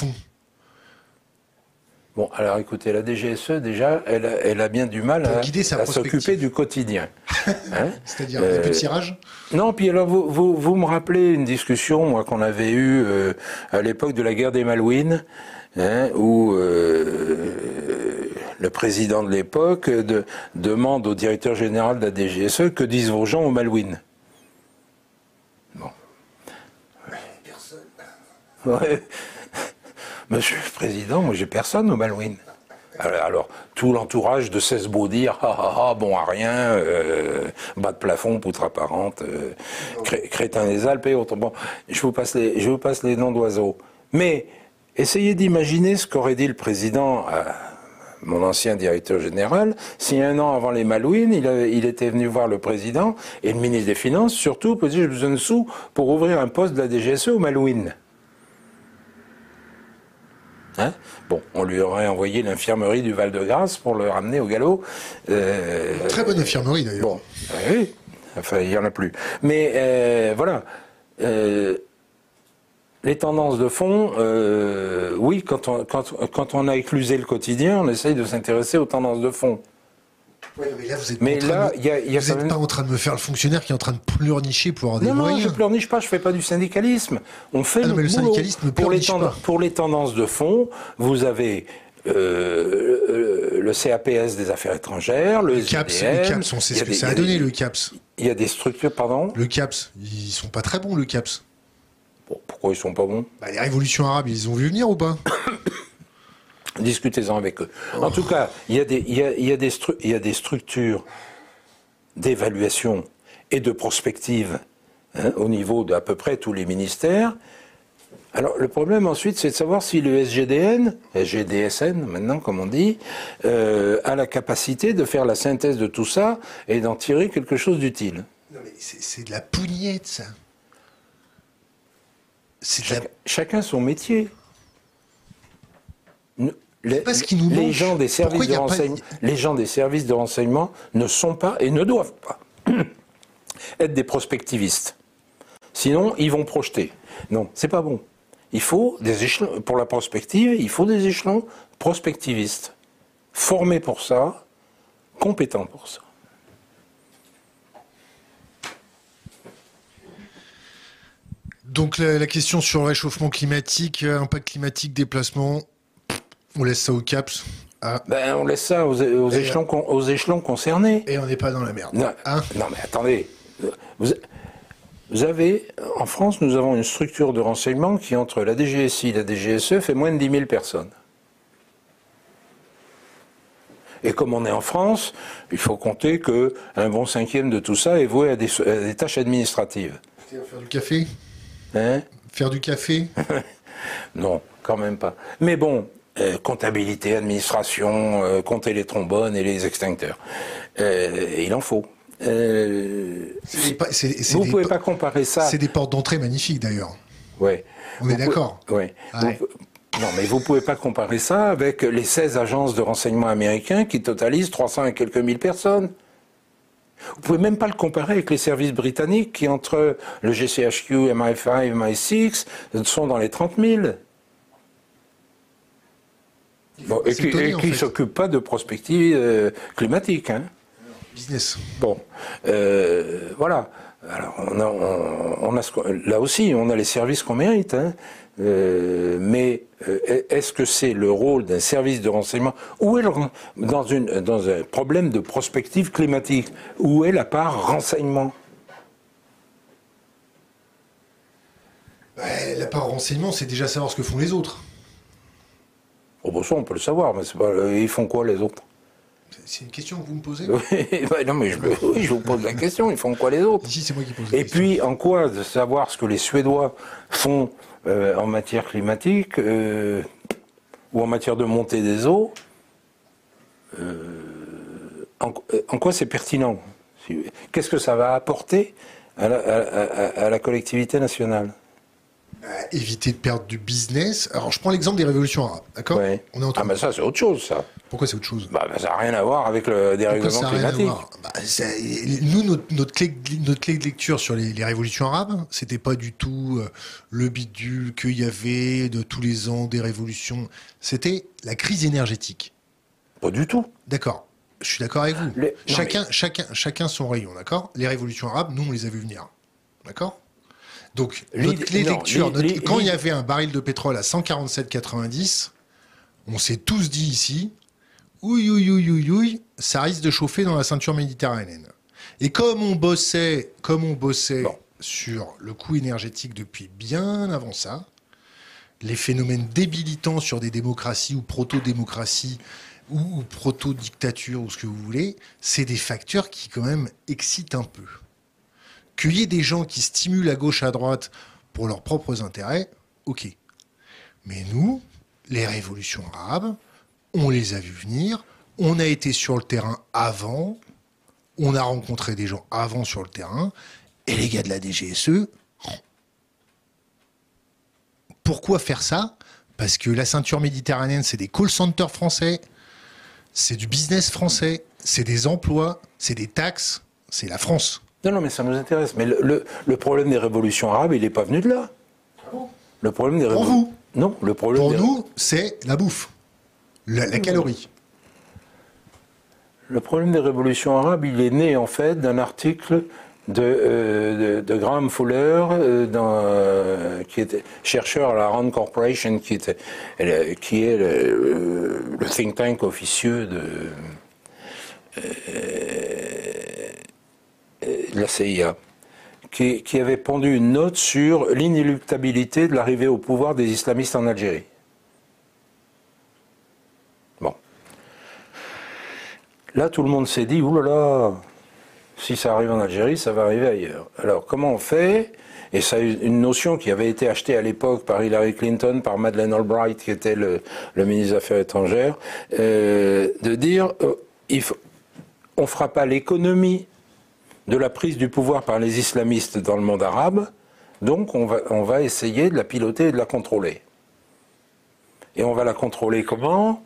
Bon, alors écoutez, la D G S E, déjà, elle a, elle a bien du mal à, à s'occuper du quotidien. Hein C'est-à-dire, il n'y a plus de tirage ? Non, puis alors, vous, vous, vous me rappelez une discussion, moi, qu'on avait eue euh, à l'époque de la guerre des Malouines, hein, où euh, le président de l'époque de, demande au directeur général de la D G S E que disent vos gens aux Malouines. Bon. Personne. Ouais. Monsieur le Président, moi j'ai personne au Malouines. Alors, alors tout l'entourage de cesse beau dire, ah ah ah, bon à rien, euh, bas de plafond, poutre apparente, euh, cré, crétin des Alpes et autres. Bon, je vous passe les, je vous passe les noms d'oiseaux. Mais essayez d'imaginer ce qu'aurait dit le président, à mon ancien directeur général, si un an avant les Malouines, il, avait, il était venu voir le président et le ministre des Finances, surtout, pour dire j'ai besoin de sous pour ouvrir un poste de la D G S E aux Malouines. Hein bon, on lui aurait envoyé l'infirmerie du Val-de-Grâce pour le ramener au galop. Euh, Très bonne infirmerie d'ailleurs. Bon, oui, enfin il n'y en a plus. Mais euh, voilà, euh, les tendances de fond, euh, oui, quand on, quand, quand on a éclusé le quotidien, on essaye de s'intéresser aux tendances de fond. Ouais, mais là, vous n'êtes pas, même... pas en train de me faire le fonctionnaire qui est en train de pleurnicher pour avoir des non, moyens. Non, je pleurniche pas, je fais pas du syndicalisme. On fait ah le, non, mais le syndicalisme ne pour les, pas. pour les tendances de fond, vous avez euh, le C A P S des affaires étrangères, le, le CAPS, le CAPS, on sait ce que des, ça a donné, des, le CAPS. Il y a des structures, pardon. Le CAPS, ils sont pas très bons, le CAPS. Bon, pourquoi ils sont pas bons? Bah, les révolutions arabes, ils ont vu venir ou pas? Discutez-en avec eux. Oh. En tout cas, il y a des, il y a, il y a des, stru- il y a des structures d'évaluation et de prospective hein, au niveau d'à peu près tous les ministères. Alors, le problème ensuite, c'est de savoir si le S G D N, S G D S N maintenant, comme on dit, euh, a la capacité de faire la synthèse de tout ça et d'en tirer quelque chose d'utile. Non, mais c'est, c'est de la pougnette, ça. C'est Chac- la... Chacun son métier. Les, pas ce qui nous les, manque. gens des services de renseignement, pas... les gens des services de renseignement ne sont pas et ne doivent pas être des prospectivistes. Sinon, ils vont projeter. Non, c'est pas bon. Il faut des échelons pour la prospective. Il faut des échelons prospectivistes, formés pour ça, compétents pour ça. Donc la, la question sur le réchauffement climatique, impact climatique, déplacement. On laisse ça au CAPS. Ah. Ben, on laisse ça aux, aux, échelons, aux échelons concernés. Et on n'est pas dans la merde. Non, hein non mais attendez. Vous, vous avez, en France, nous avons une structure de renseignement qui, entre la D G S I et la D G S E, fait moins de dix mille personnes. Et comme on est en France, il faut compter qu'un bon cinquième de tout ça est voué à des, à des tâches administratives. Faire du café Hein Faire du café Non, quand même pas. Mais bon... Euh, comptabilité, administration, euh, compter les trombones et les extincteurs. Euh, il en faut. Euh, c'est pas, c'est, c'est vous ne pouvez po- pas comparer ça. C'est des portes d'entrée magnifiques d'ailleurs. Ouais. On vous est d'accord. Pouvez, ouais. Ouais. Donc, non, mais vous ne pouvez pas comparer ça avec les seize agences de renseignement américains qui totalisent trois cents et quelques mille personnes. Vous ne pouvez même pas le comparer avec les services britanniques qui, entre le G C H Q, M I cinq, M I six, sont dans les trente mille. Bon, et qui ne fait. s'occupe pas de prospective euh, climatique. Hein. Business. Bon, euh, voilà. Alors, on a, on, on a, là aussi, on a les services qu'on mérite. Hein. Euh, mais euh, est-ce que c'est le rôle d'un service de renseignement? Où est le, dans, une, dans un problème de prospective climatique, où est la part renseignement? renseignement, c'est déjà savoir ce que font les autres. Au bon, ça, on peut le savoir, mais c'est pas, ils font quoi les autres? C'est une question que vous me posez? Oui, bah non, mais je, oui, je vous pose la question, ils font quoi les autres? Ici, c'est moi qui pose la Et question. puis, en quoi de savoir ce que les Suédois font euh, en matière climatique euh, ou en matière de montée des eaux, euh, en, en quoi c'est pertinent? Qu'est-ce que ça va apporter à la, à, à, à la collectivité nationale? Euh, éviter de perdre du business. Alors, je prends l'exemple des révolutions arabes, d'accord? Ouais. On est en Ah, mais ça, c'est autre chose, ça. Pourquoi c'est autre chose? Bah, bah, ça n'a rien à voir avec le dérèglement climatique. Bah, nous, notre, notre, clé, notre clé de lecture sur les, les révolutions arabes, c'était pas du tout euh, le bidule qu'il y avait de tous les ans des révolutions. C'était la crise énergétique. Pas du tout. D'accord. Je suis d'accord avec vous. Les... Chacun, mais... chacun, chacun son rayon, d'accord? Les révolutions arabes, nous, on les a vus venir. D'accord? Donc, notre clé de lecture, notre... quand il y avait un baril de pétrole à cent quarante-sept virgule quatre-vingt-dix, on s'est tous dit ici, ouïe, ouïe, ouïe, ouïe, ouïe, ça risque de chauffer dans la ceinture méditerranéenne. Et comme on bossait, comme on bossait bon. sur le coût énergétique depuis bien avant ça, les phénomènes débilitants sur des démocraties ou proto-démocraties ou, ou proto-dictatures ou ce que vous voulez, c'est des facteurs qui quand même excitent un peu. Qu'il y ait des gens qui stimulent à gauche, à droite pour leurs propres intérêts, ok. Mais nous, les révolutions arabes, on les a vus venir, on a été sur le terrain avant, on a rencontré des gens avant sur le terrain, et les gars de la D G S E, pourquoi faire ça? Parce que la ceinture méditerranéenne, c'est des call centers français, c'est du business français, c'est des emplois, c'est des taxes, c'est la France. Non, non, mais ça nous intéresse. Mais le, le, le problème des révolutions arabes, il n'est pas venu de là. Ah bon? Le problème des Pour révol... vous? Non, le problème Pour des... nous, c'est la bouffe, la, la calorie. Le problème des révolutions arabes, il est né en fait d'un article de, euh, de, de Graham Fuller, euh, dans, euh, qui était chercheur à la Rand Corporation, qui, était, euh, qui est le, le think tank officieux de... Euh, de la C I A, qui, qui avait pendu une note sur l'inéluctabilité de l'arrivée au pouvoir des islamistes en Algérie. Bon. Là, tout le monde s'est dit, oulala, si ça arrive en Algérie, ça va arriver ailleurs. Alors, comment on fait? Et ça a eu une notion qui avait été achetée à l'époque par Hillary Clinton, par Madeleine Albright, qui était le, le ministre des Affaires étrangères, euh, de dire, euh, il faut, on ne fera pas l'économie de la prise du pouvoir par les islamistes dans le monde arabe, donc on va, on va essayer de la piloter et de la contrôler. Et on va la contrôler comment?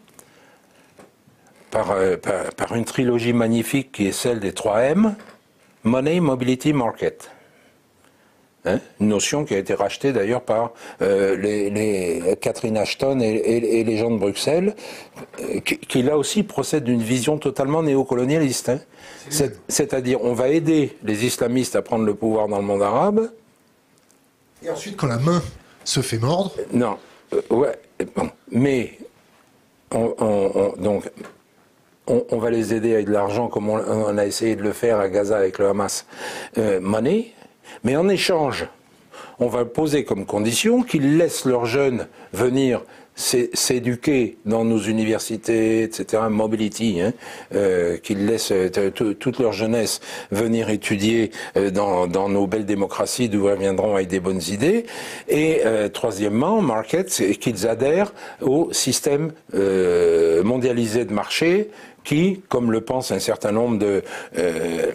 Par, euh, par, par une trilogie magnifique qui est celle des trois M, Money, Mobility, Market. Hein, une notion qui a été rachetée d'ailleurs par euh, les, les Catherine Ashton et, et, et les gens de Bruxelles, euh, qui, qui là aussi procèdent d'une vision totalement néocolonialiste. Hein. C'est, c'est-à-dire, on va aider les islamistes à prendre le pouvoir dans le monde arabe. Et ensuite, quand la main se fait mordre. Non, euh, ouais, bon, mais on, on, on, donc. On, on va les aider avec de l'argent comme on, on a essayé de le faire à Gaza avec le Hamas. Euh, money. Mais en échange, on va poser comme condition qu'ils laissent leurs jeunes venir s'éduquer dans nos universités, et cetera, mobility, hein, euh, qu'ils laissent toute leur jeunesse venir étudier euh, dans, dans nos belles démocraties d'où ils reviendront avec des bonnes idées. Et euh, troisièmement, market, c'est qu'ils adhèrent au système euh, mondialisé de marché qui, comme le pense un certain nombre de... Euh,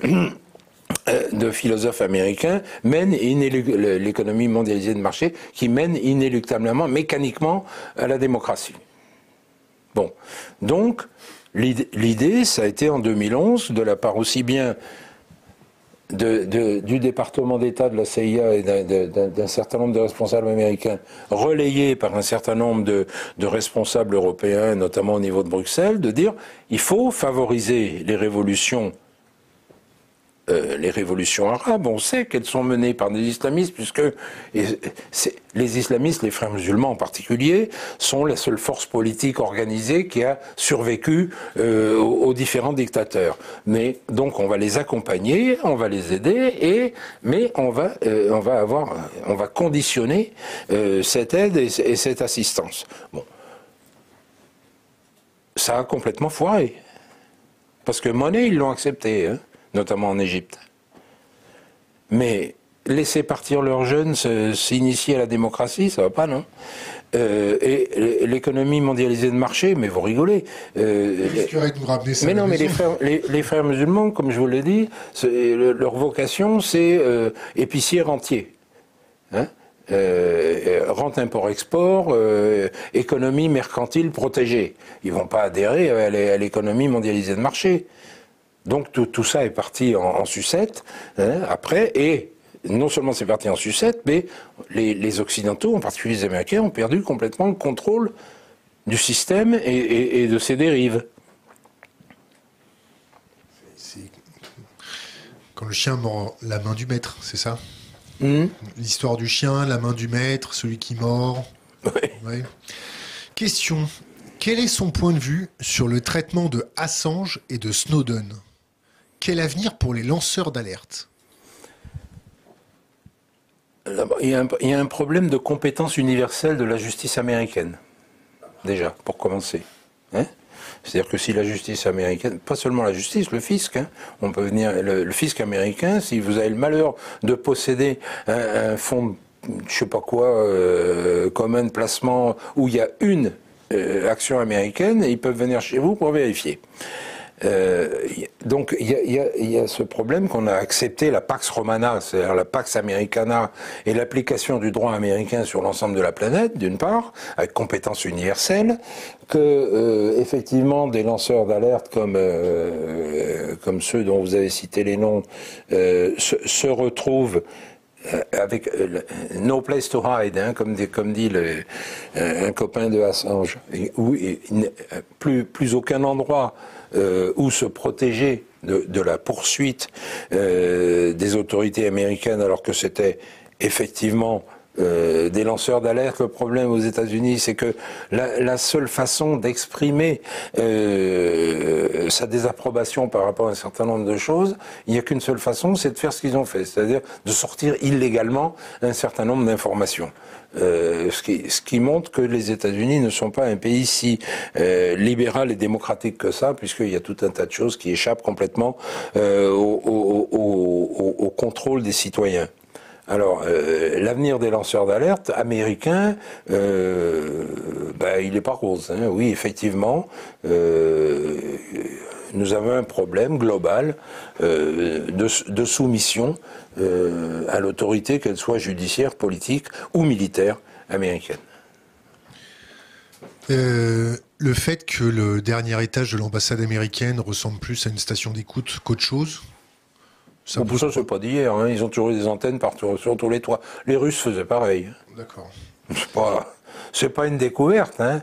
de philosophes américains, mène l'économie mondialisée de marché qui mène inéluctablement, mécaniquement à la démocratie. Bon. Donc, l'idée, ça a été en deux mille onze, de la part aussi bien de, de, du département d'État de la C I A et d'un certain nombre de responsables américains, relayés par un certain nombre de, de responsables européens, notamment au niveau de Bruxelles, de dire il faut favoriser les révolutions Euh, les révolutions arabes, on sait qu'elles sont menées par des islamistes, puisque et les islamistes, les frères musulmans en particulier, sont la seule force politique organisée qui a survécu euh, aux, aux différents dictateurs. Mais donc on va les accompagner, on va les aider, et mais on va euh, on va avoir on va conditionner euh, cette aide et, et cette assistance. Bon, ça a complètement foiré. Parce que monnaie, ils l'ont accepté, hein, notamment en Égypte. Mais laisser partir leurs jeunes s'initier à la démocratie, ça va pas, non? euh, Et l'économie mondialisée de marché, mais vous rigolez. Euh, Qu'est-ce qui aurait de nous ramener ça? Mais non, mais les frères, les, les frères musulmans, comme je vous l'ai dit, leur vocation, c'est euh, épicier rentier. Hein? Euh, rente import-export, euh, économie mercantile protégée. Ils vont pas adhérer à l'économie mondialisée de marché. Donc tout, tout ça est parti en, en sucette, hein, après, et non seulement c'est parti en sucette, mais les, les Occidentaux, en particulier les Américains, ont perdu complètement le contrôle du système et, et, et de ses dérives. Quand le chien mord la main du maître, c'est ça? Mmh. L'histoire du chien, la main du maître, celui qui mord. Ouais. Ouais. Question. Quel est son point de vue sur le traitement de Assange et de Snowden? Quel avenir pour les lanceurs d'alerte? Il y a un, il y a un problème de compétence universelle de la justice américaine, déjà, pour commencer. Hein? C'est-à-dire que si la justice américaine, pas seulement la justice, le fisc, hein, on peut venir, le, le fisc américain, si vous avez le malheur de posséder un, un fonds, je sais pas quoi, euh, commun placement où il y a une euh, action américaine, ils peuvent venir chez vous pour vérifier. Euh, donc il y, y, y a ce problème qu'on a accepté la Pax Romana, c'est-à-dire la Pax Americana et l'application du droit américain sur l'ensemble de la planète, d'une part, avec compétence universelle, que euh, effectivement des lanceurs d'alerte comme euh, comme ceux dont vous avez cité les noms euh, se, se retrouvent avec euh, no place to hide, hein, comme, dit, comme dit le, un copain de Assange, où plus, plus aucun endroit euh, où se protéger de, de la poursuite euh, des autorités américaines, alors que c'était effectivement Euh, des lanceurs d'alerte. Le problème aux États-Unis, c'est que la, la seule façon d'exprimer euh, sa désapprobation par rapport à un certain nombre de choses, il n'y a qu'une seule façon, c'est de faire ce qu'ils ont fait, c'est-à-dire de sortir illégalement un certain nombre d'informations. Euh, ce, qui, ce qui montre que les États-Unis ne sont pas un pays si euh, libéral et démocratique que ça, puisqu'il y a tout un tas de choses qui échappent complètement euh, au, au, au, au, au contrôle des citoyens. Alors, euh, l'avenir des lanceurs d'alerte américains, euh, ben, il n'est pas rose. Hein. Oui, effectivement, euh, nous avons un problème global euh, de, de soumission euh, à l'autorité, qu'elle soit judiciaire, politique ou militaire américaine. Euh, le fait que le dernier étage de l'ambassade américaine ressemble plus à une station d'écoute qu'autre chose? Ça, pour ça, c'est pas d'hier. Hein. Ils ont toujours eu des antennes partout sur tous les toits. Les Russes faisaient pareil. D'accord. C'est pas, c'est pas une découverte. Hein.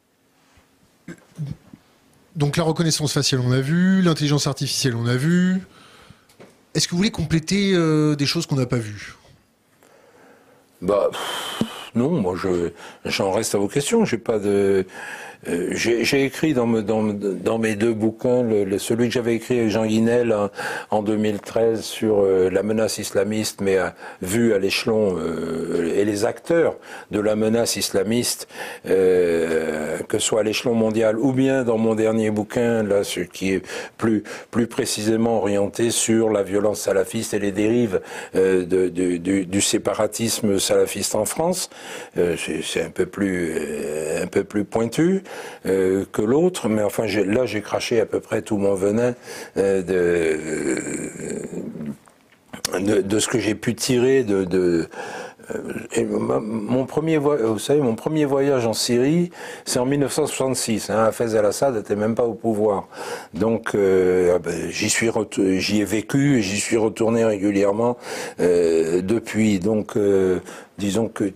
Donc la reconnaissance faciale, on a vu. L'intelligence artificielle, on a vu. Est-ce que vous voulez compléter euh, des choses qu'on n'a pas vues? Bah pff, non, moi je j'en reste à vos questions. J'ai pas de. Euh, j'ai écrit dans, me, dans, dans mes deux bouquins, le, le, celui que j'avais écrit avec Jean Guinel en, en deux mille treize sur euh, la menace islamiste, mais à, vu à l'échelon euh, et les acteurs de la menace islamiste, euh, que ce soit à l'échelon mondial ou bien dans mon dernier bouquin, là, ce qui est plus, plus précisément orienté sur la violence salafiste et les dérives euh, de, de, du, du séparatisme salafiste en France. Euh, c'est un peu plus, euh, un peu plus pointu. Euh, que l'autre, mais enfin là j'ai craché à peu près tout mon venin euh, de, de, de ce que j'ai pu tirer de, de, Et mon premier voyage, vous savez, mon premier voyage en Syrie, c'est en mille neuf cent soixante-six. Hein, Hafez el-Assad n'était même pas au pouvoir. Donc, euh, ben, j'y suis, j'y ai vécu, et j'y suis retourné régulièrement euh, depuis. Donc, euh, disons que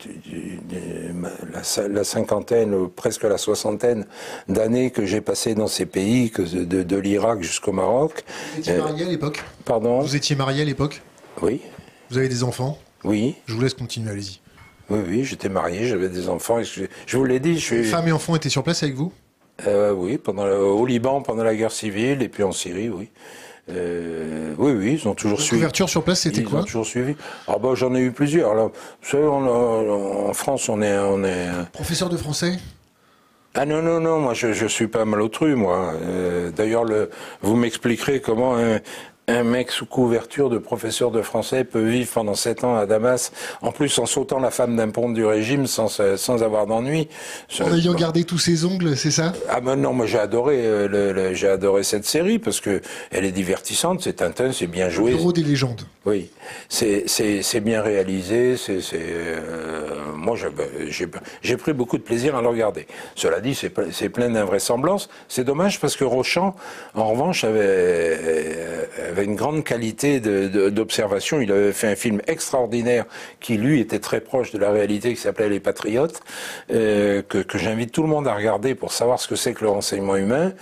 la, la cinquantaine, presque la soixantaine d'années que j'ai passé dans ces pays, que de, de l'Irak jusqu'au Maroc. Vous étiez marié à l'époque? Pardon? Vous étiez marié à l'époque? Oui. Vous avez des enfants? Oui. Je vous laisse continuer, allez-y. Oui, oui, j'étais marié, j'avais des enfants. Et je, je vous l'ai dit, je suis... Femmes et enfants étaient sur place avec vous? euh, Oui, pendant le, au Liban, pendant la guerre civile, et puis en Syrie, oui. Euh, oui, oui, ils ont toujours La suivi. couverture sur place, c'était quoi? Ils ont toujours suivi. Ah bah, j'en ai eu plusieurs. Alors, vous savez, on a, en France, on est, on est... Professeur de français? Ah non, non, non, moi je, je suis pas malotru, moi. Euh, D'ailleurs, le, vous m'expliquerez comment un, un mec sous couverture de professeur de français peut vivre pendant sept ans à Damas, en plus en sautant la femme d'un pont du régime sans, sans avoir d'ennui. En ayant gardé tous ses ongles, c'est ça? Ah ben non, moi j'ai adoré, euh, le, le, j'ai adoré cette série parce que elle est divertissante, c'est Tintin, c'est bien joué. Le bureau des légendes. Oui, c'est c'est bien réalisé, c'est euh, moi j'ai j'ai pris beaucoup de plaisir à le regarder. Cela dit, c'est c'est plein d'invraisemblances. C'est dommage parce que Rochant, en revanche, avait avait une grande qualité d'observation. De, de, Il avait fait un film extraordinaire qui lui était très proche de la réalité, qui s'appelait Les Patriotes, euh, que que j'invite tout le monde à regarder pour savoir ce que c'est que le renseignement humain.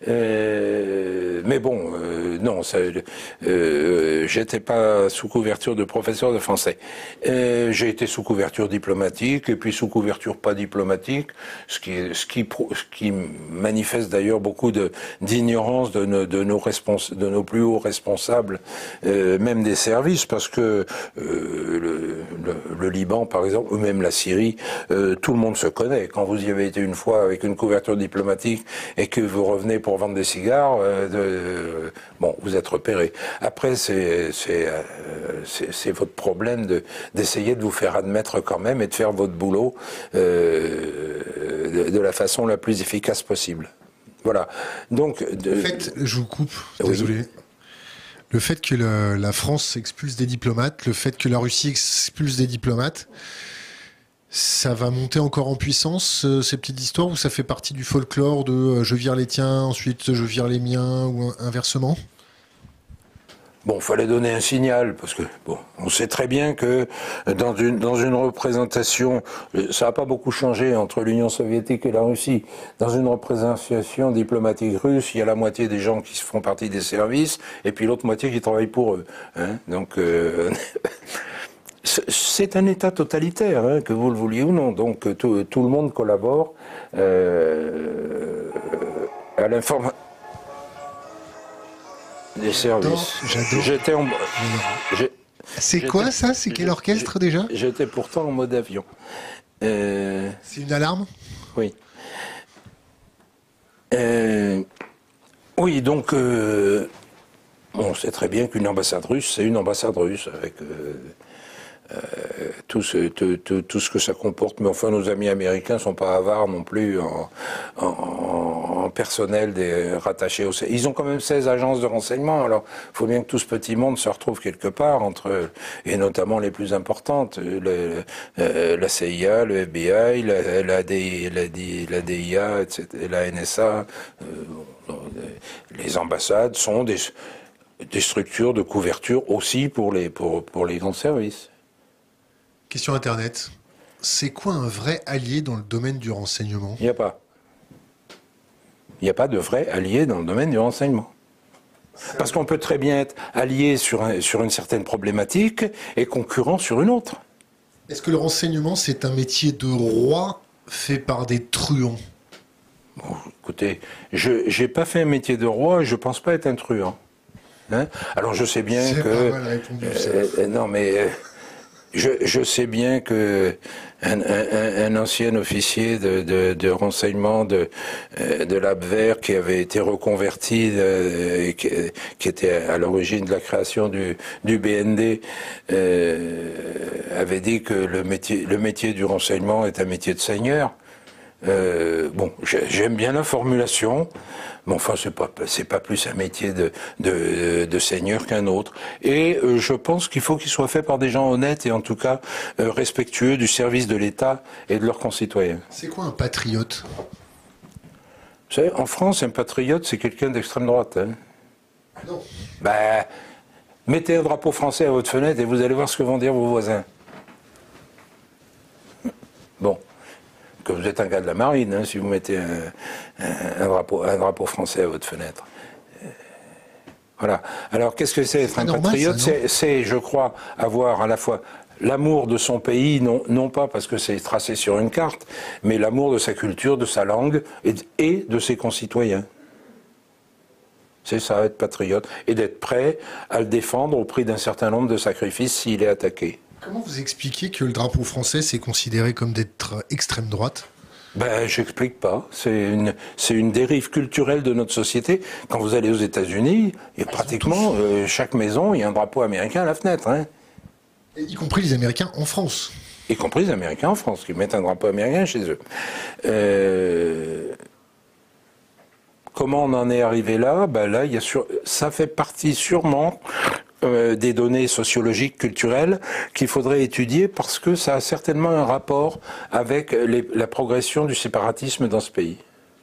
Euh, mais bon, euh, non, euh, j'étais pas sous couverture de professeur de français. Euh, j'ai été sous couverture diplomatique et puis sous couverture pas diplomatique, ce qui, ce qui, ce qui manifeste d'ailleurs beaucoup de d'ignorance de nos, de nos respons, de nos plus hauts responsables, euh, même des services, parce que euh, le, le, le Liban, par exemple, ou même la Syrie, euh, tout le monde se connaît. Quand vous y avez été une fois avec une couverture diplomatique et que vous revenez pour vendre des cigares, euh, de, euh, bon, vous êtes repéré. Après, c'est c'est euh, c'est votre problème de d'essayer de vous faire admettre quand même et de faire votre boulot euh, de, de la façon la plus efficace possible. Voilà. Donc, de... Le fait, je vous coupe, désolé. Oui. Le fait que le, la France expulse des diplomates, le fait que la Russie expulse des diplomates, ça va monter encore en puissance, euh, ces petites histoires, ou ça fait partie du folklore de euh, je vire les tiens, ensuite je vire les miens, ou inversement? Bon, fallait donner un signal, parce que, bon, on sait très bien que dans une, dans une représentation, ça n'a pas beaucoup changé entre l'Union soviétique et la Russie. Dans une représentation diplomatique russe, il y a la moitié des gens qui font partie des services, et puis l'autre moitié qui travaillent pour eux. Hein. Donc, euh, c'est un État totalitaire, hein, que vous le vouliez ou non. Donc tout, tout le monde collabore euh, à l'information des services. J'étais en. C'est quoi ça? C'est quel orchestre déjà? J'étais pourtant en mode avion. Euh, C'est une alarme? Oui. Euh, oui, donc. Euh, on sait très bien qu'une ambassade russe, c'est une ambassade russe avec. Euh, Euh, tout, ce, tout, tout, tout ce que ça comporte, mais enfin nos amis américains sont pas avares non plus en, en, en personnel des, rattaché au... Ils ont quand même seize agences de renseignement, alors il faut bien que tout ce petit monde se retrouve quelque part, entre et notamment les plus importantes, le, euh, la C I A, le F B I, la, la, D, la, D, la D I A, et cetera, la N S A, euh, les ambassades sont des, des structures de couverture aussi pour les, pour, pour les grands services. Question Internet. C'est quoi un vrai allié dans le domaine du renseignement? Il n'y a pas. Il n'y a pas de vrai allié dans le domaine du renseignement. Parce qu'on peut très bien être allié sur, un, sur une certaine problématique et concurrent sur une autre. Est-ce que le renseignement, c'est un métier de roi fait par des truands? Bon, écoutez, je n'ai pas fait un métier de roi et je ne pense pas être un truand. Hein? Alors je sais bien que... C'est pas mal répondu, ça. Euh, non, mais... Euh, Je, je sais bien que un, un, un ancien officier de, de, de renseignement de, de l'Abwehr qui avait été reconverti, euh, qui, qui était à l'origine de la création du, du B N D, euh, avait dit que le métier, le métier du renseignement est un métier de seigneur. Euh, bon, j'aime bien la formulation, mais enfin, c'est pas, c'est pas plus un métier de, de, de seigneur qu'un autre. Et euh, je pense qu'il faut qu'il soit fait par des gens honnêtes et en tout cas euh, respectueux du service de l'État et de leurs concitoyens. C'est quoi un patriote? Vous savez, en France, un patriote, c'est quelqu'un d'extrême droite. Hein. Non. Ben, mettez un drapeau français à votre fenêtre et vous allez voir ce que vont dire vos voisins. Bon. Que vous êtes un gars de la marine, hein, si vous mettez un, un, un, drapeau, un drapeau français à votre fenêtre. Euh, voilà. Alors, qu'est-ce que c'est être un patriote? C'est, je crois, avoir à la fois l'amour de son pays, non, non pas parce que c'est tracé sur une carte, mais l'amour de sa culture, de sa langue et, et de ses concitoyens. C'est ça, être patriote. Et d'être prêt à le défendre au prix d'un certain nombre de sacrifices s'il est attaqué. Comment vous expliquez que le drapeau français, c'est considéré comme d'être extrême droite? Ben, j'explique pas. C'est une, c'est une dérive culturelle de notre société. Quand vous allez aux États-Unis, il y a pratiquement euh, chaque maison, il y a un drapeau américain à la fenêtre. Hein. Y compris les Américains en France. Y compris les Américains en France, qui mettent un drapeau américain chez eux. Euh... Comment on en est arrivé là? Ben là, il y a sur... ça fait partie sûrement euh, des données sociologiques, culturelles qu'il faudrait étudier parce que ça a certainement un rapport avec les... la progression du séparatisme dans ce pays.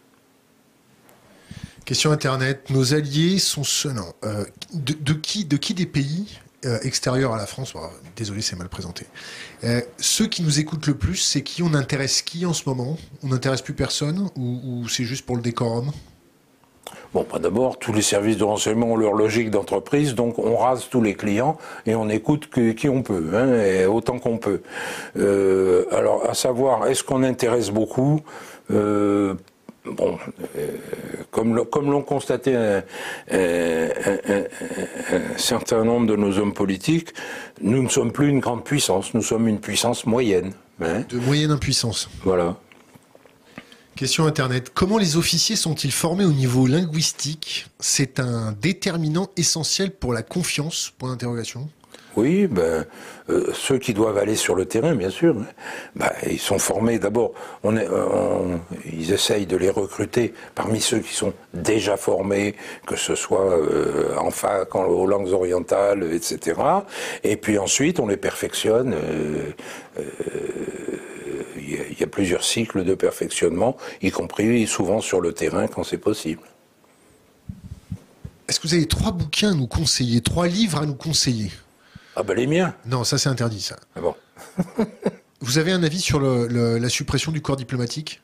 Question Internet. Nos alliés sont ceux... Non. Euh, de, de, qui, de qui des pays euh, extérieurs à la France, bon, désolé, c'est mal présenté. Euh, ceux qui nous écoutent le plus, c'est qui? On intéresse qui en ce moment? On n'intéresse plus personne ou, ou c'est juste pour le décorum? Bon, bah d'abord, tous les services de renseignement ont leur logique d'entreprise, donc on rase tous les clients et on écoute que, qui on peut, hein, et autant qu'on peut. Euh, alors, à savoir, est-ce qu'on intéresse beaucoup euh, Bon, euh, comme, le, comme l'ont constaté un, un, un, un, un certain nombre de nos hommes politiques, nous ne sommes plus une grande puissance, nous sommes une puissance moyenne. Hein. De moyenne impuissance. Voilà. Question Internet. Comment les officiers sont-ils formés au niveau linguistique? C'est un déterminant essentiel pour la confiance? Point d'interrogation. Oui, ben, euh, ceux qui doivent aller sur le terrain, bien sûr, hein, ben, ils sont formés d'abord, on est, on, ils essayent de les recruter parmi ceux qui sont déjà formés, que ce soit euh, en fac, en, aux langues orientales, et cetera. Et puis ensuite, on les perfectionne. Euh, euh, il y a plusieurs cycles de perfectionnement, y compris souvent sur le terrain quand c'est possible. Est-ce que vous avez trois bouquins à nous conseiller, trois livres à nous conseiller? Ah ben les miens. Non, ça c'est interdit, ça. Ah bon. Vous avez un avis sur le, le, la suppression du corps diplomatique?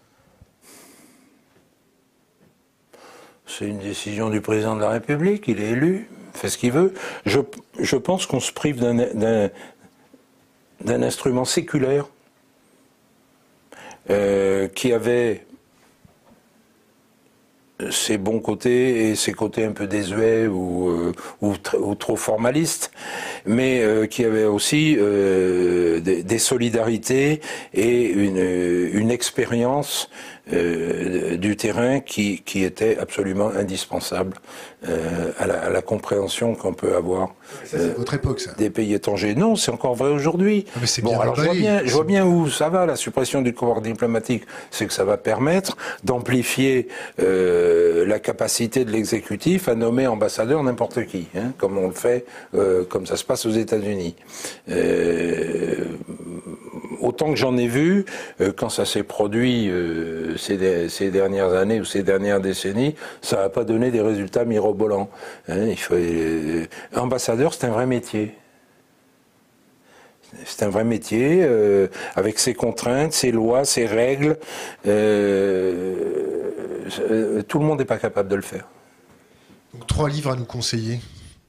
C'est une décision du président de la République, il est élu, il fait ce qu'il veut. Je, je pense qu'on se prive d'un, d'un, d'un instrument séculaire euh, qui avait ses bons côtés et ses côtés un peu désuets ou, euh, ou, ou trop formalistes, mais euh, qui avait aussi euh, des, des solidarités et une, une expérience euh, du terrain qui, qui était absolument indispensable euh, à, la, à la compréhension qu'on peut avoir ça, c'est votre époque, ça. Des pays étrangers. Non, c'est encore vrai aujourd'hui. Ah, mais c'est bon, bien alors je vois bien, je vois c'est... bien où ça va, la suppression du corps diplomatique, c'est que ça va permettre d'amplifier euh, la capacité de l'exécutif à nommer ambassadeur n'importe qui, hein, comme on le fait, euh, comme ça se passe aux États-Unis. Euh, autant que j'en ai vu, euh, quand ça s'est produit euh, ces, ces dernières années ou ces dernières décennies, ça n'a pas donné des résultats mirobolants. Hein, il faut, euh, ambassadeur, c'est un vrai métier. C'est un vrai métier, euh, avec ses contraintes, ses lois, ses règles. Euh, euh, tout le monde n'est pas capable de le faire. Donc trois livres à nous conseiller.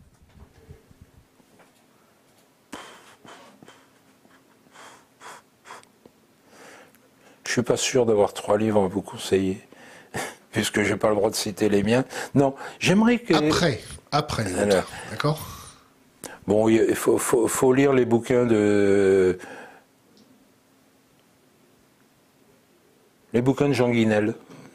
Je suis pas sûr d'avoir trois livres à vous conseiller, puisque j'ai pas le droit de citer les miens. Non, j'aimerais que... Après, après les autres, d'accord ? Bon, il faut, faut, faut lire les bouquins de... Les bouquins de Jean Guinel.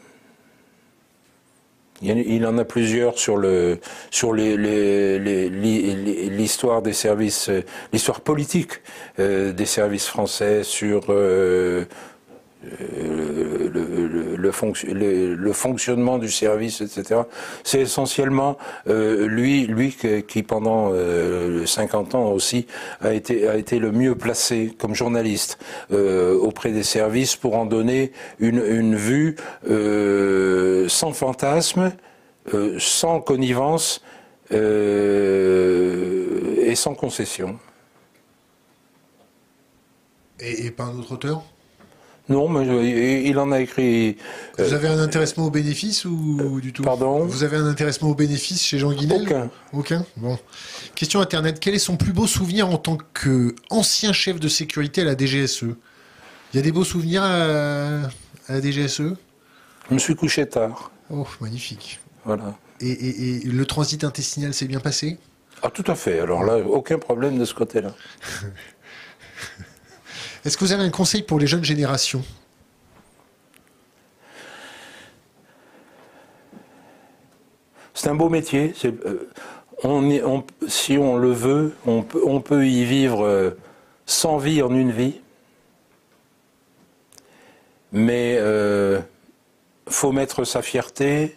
Il en a plusieurs sur le sur les, les, les, les, l'histoire des services, l'histoire politique euh, des services français, sur euh, le, le, le, fonction, le, le fonctionnement du service, et cetera. C'est essentiellement euh, lui, lui qui pendant euh, cinquante ans aussi a été, a été le mieux placé comme journaliste euh, auprès des services pour en donner une, une vue euh, sans fantasme, euh, sans connivence euh, et sans concession. Et, et pas un autre auteur? Non, mais il en a écrit... Vous avez un intéressement au bénéfice ou du tout? Pardon? Vous avez un intéressement au bénéfice chez Jean Guinel? Aucun. Aucun? Bon. Question Internet. Quel est son plus beau souvenir en tant qu'ancien chef de sécurité à la D G S E? Il y a des beaux souvenirs à, à la D G S E? Je me suis couché tard. Oh, magnifique. Voilà. Et, et, et le transit intestinal s'est bien passé? Ah, tout à fait. Alors là, aucun problème de ce côté-là. Est-ce que vous avez un conseil pour les jeunes générations? C'est un beau métier. C'est, euh, on, y, on, si on le veut, on peut, on peut y vivre euh, cent vies en une vie. Mais il euh, faut mettre sa fierté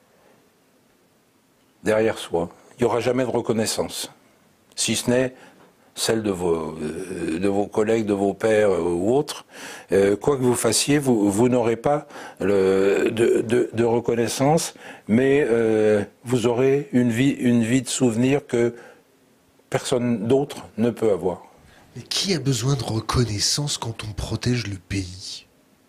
derrière soi. Il n'y aura jamais de reconnaissance, si ce n'est celle de vos, de vos collègues, de vos pairs ou autres. Euh, quoi que vous fassiez, vous, vous n'aurez pas le, de, de, de reconnaissance, mais euh, vous aurez une vie, une vie de souvenirs que personne d'autre ne peut avoir. Mais qui a besoin de reconnaissance quand on protège le pays?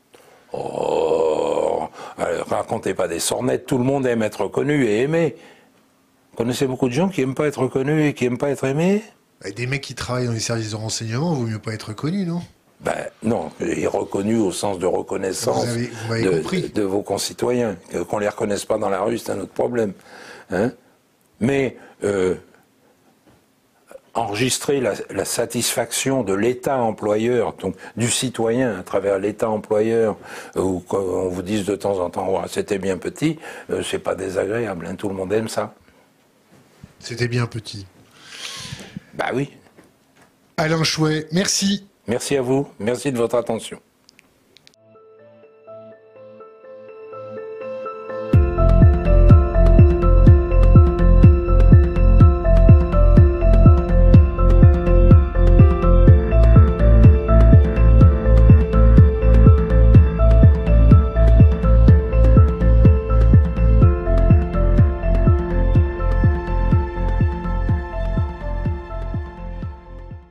Oh, alors, racontez pas des sornettes, tout le monde aime être reconnu et aimé. Vous connaissez beaucoup de gens qui n'aiment pas être reconnus et qui n'aiment pas être aimés? Des mecs qui travaillent dans les services de renseignement, vaut mieux pas être connus, non? Ben non, et reconnu au sens de reconnaissance vous avez, vous m'avez de, compris. de, de vos concitoyens. Qu'on ne les reconnaisse pas dans la rue, c'est un autre problème. Hein? Mais euh, enregistrer la, la satisfaction de l'État employeur, donc du citoyen à travers l'État employeur, ou qu'on vous dise de temps en temps oh, c'était bien petit, euh, c'est pas désagréable, hein, tout le monde aime ça. C'était bien petit. Bah oui. Alain Chouet, merci. Merci à vous, merci de votre attention.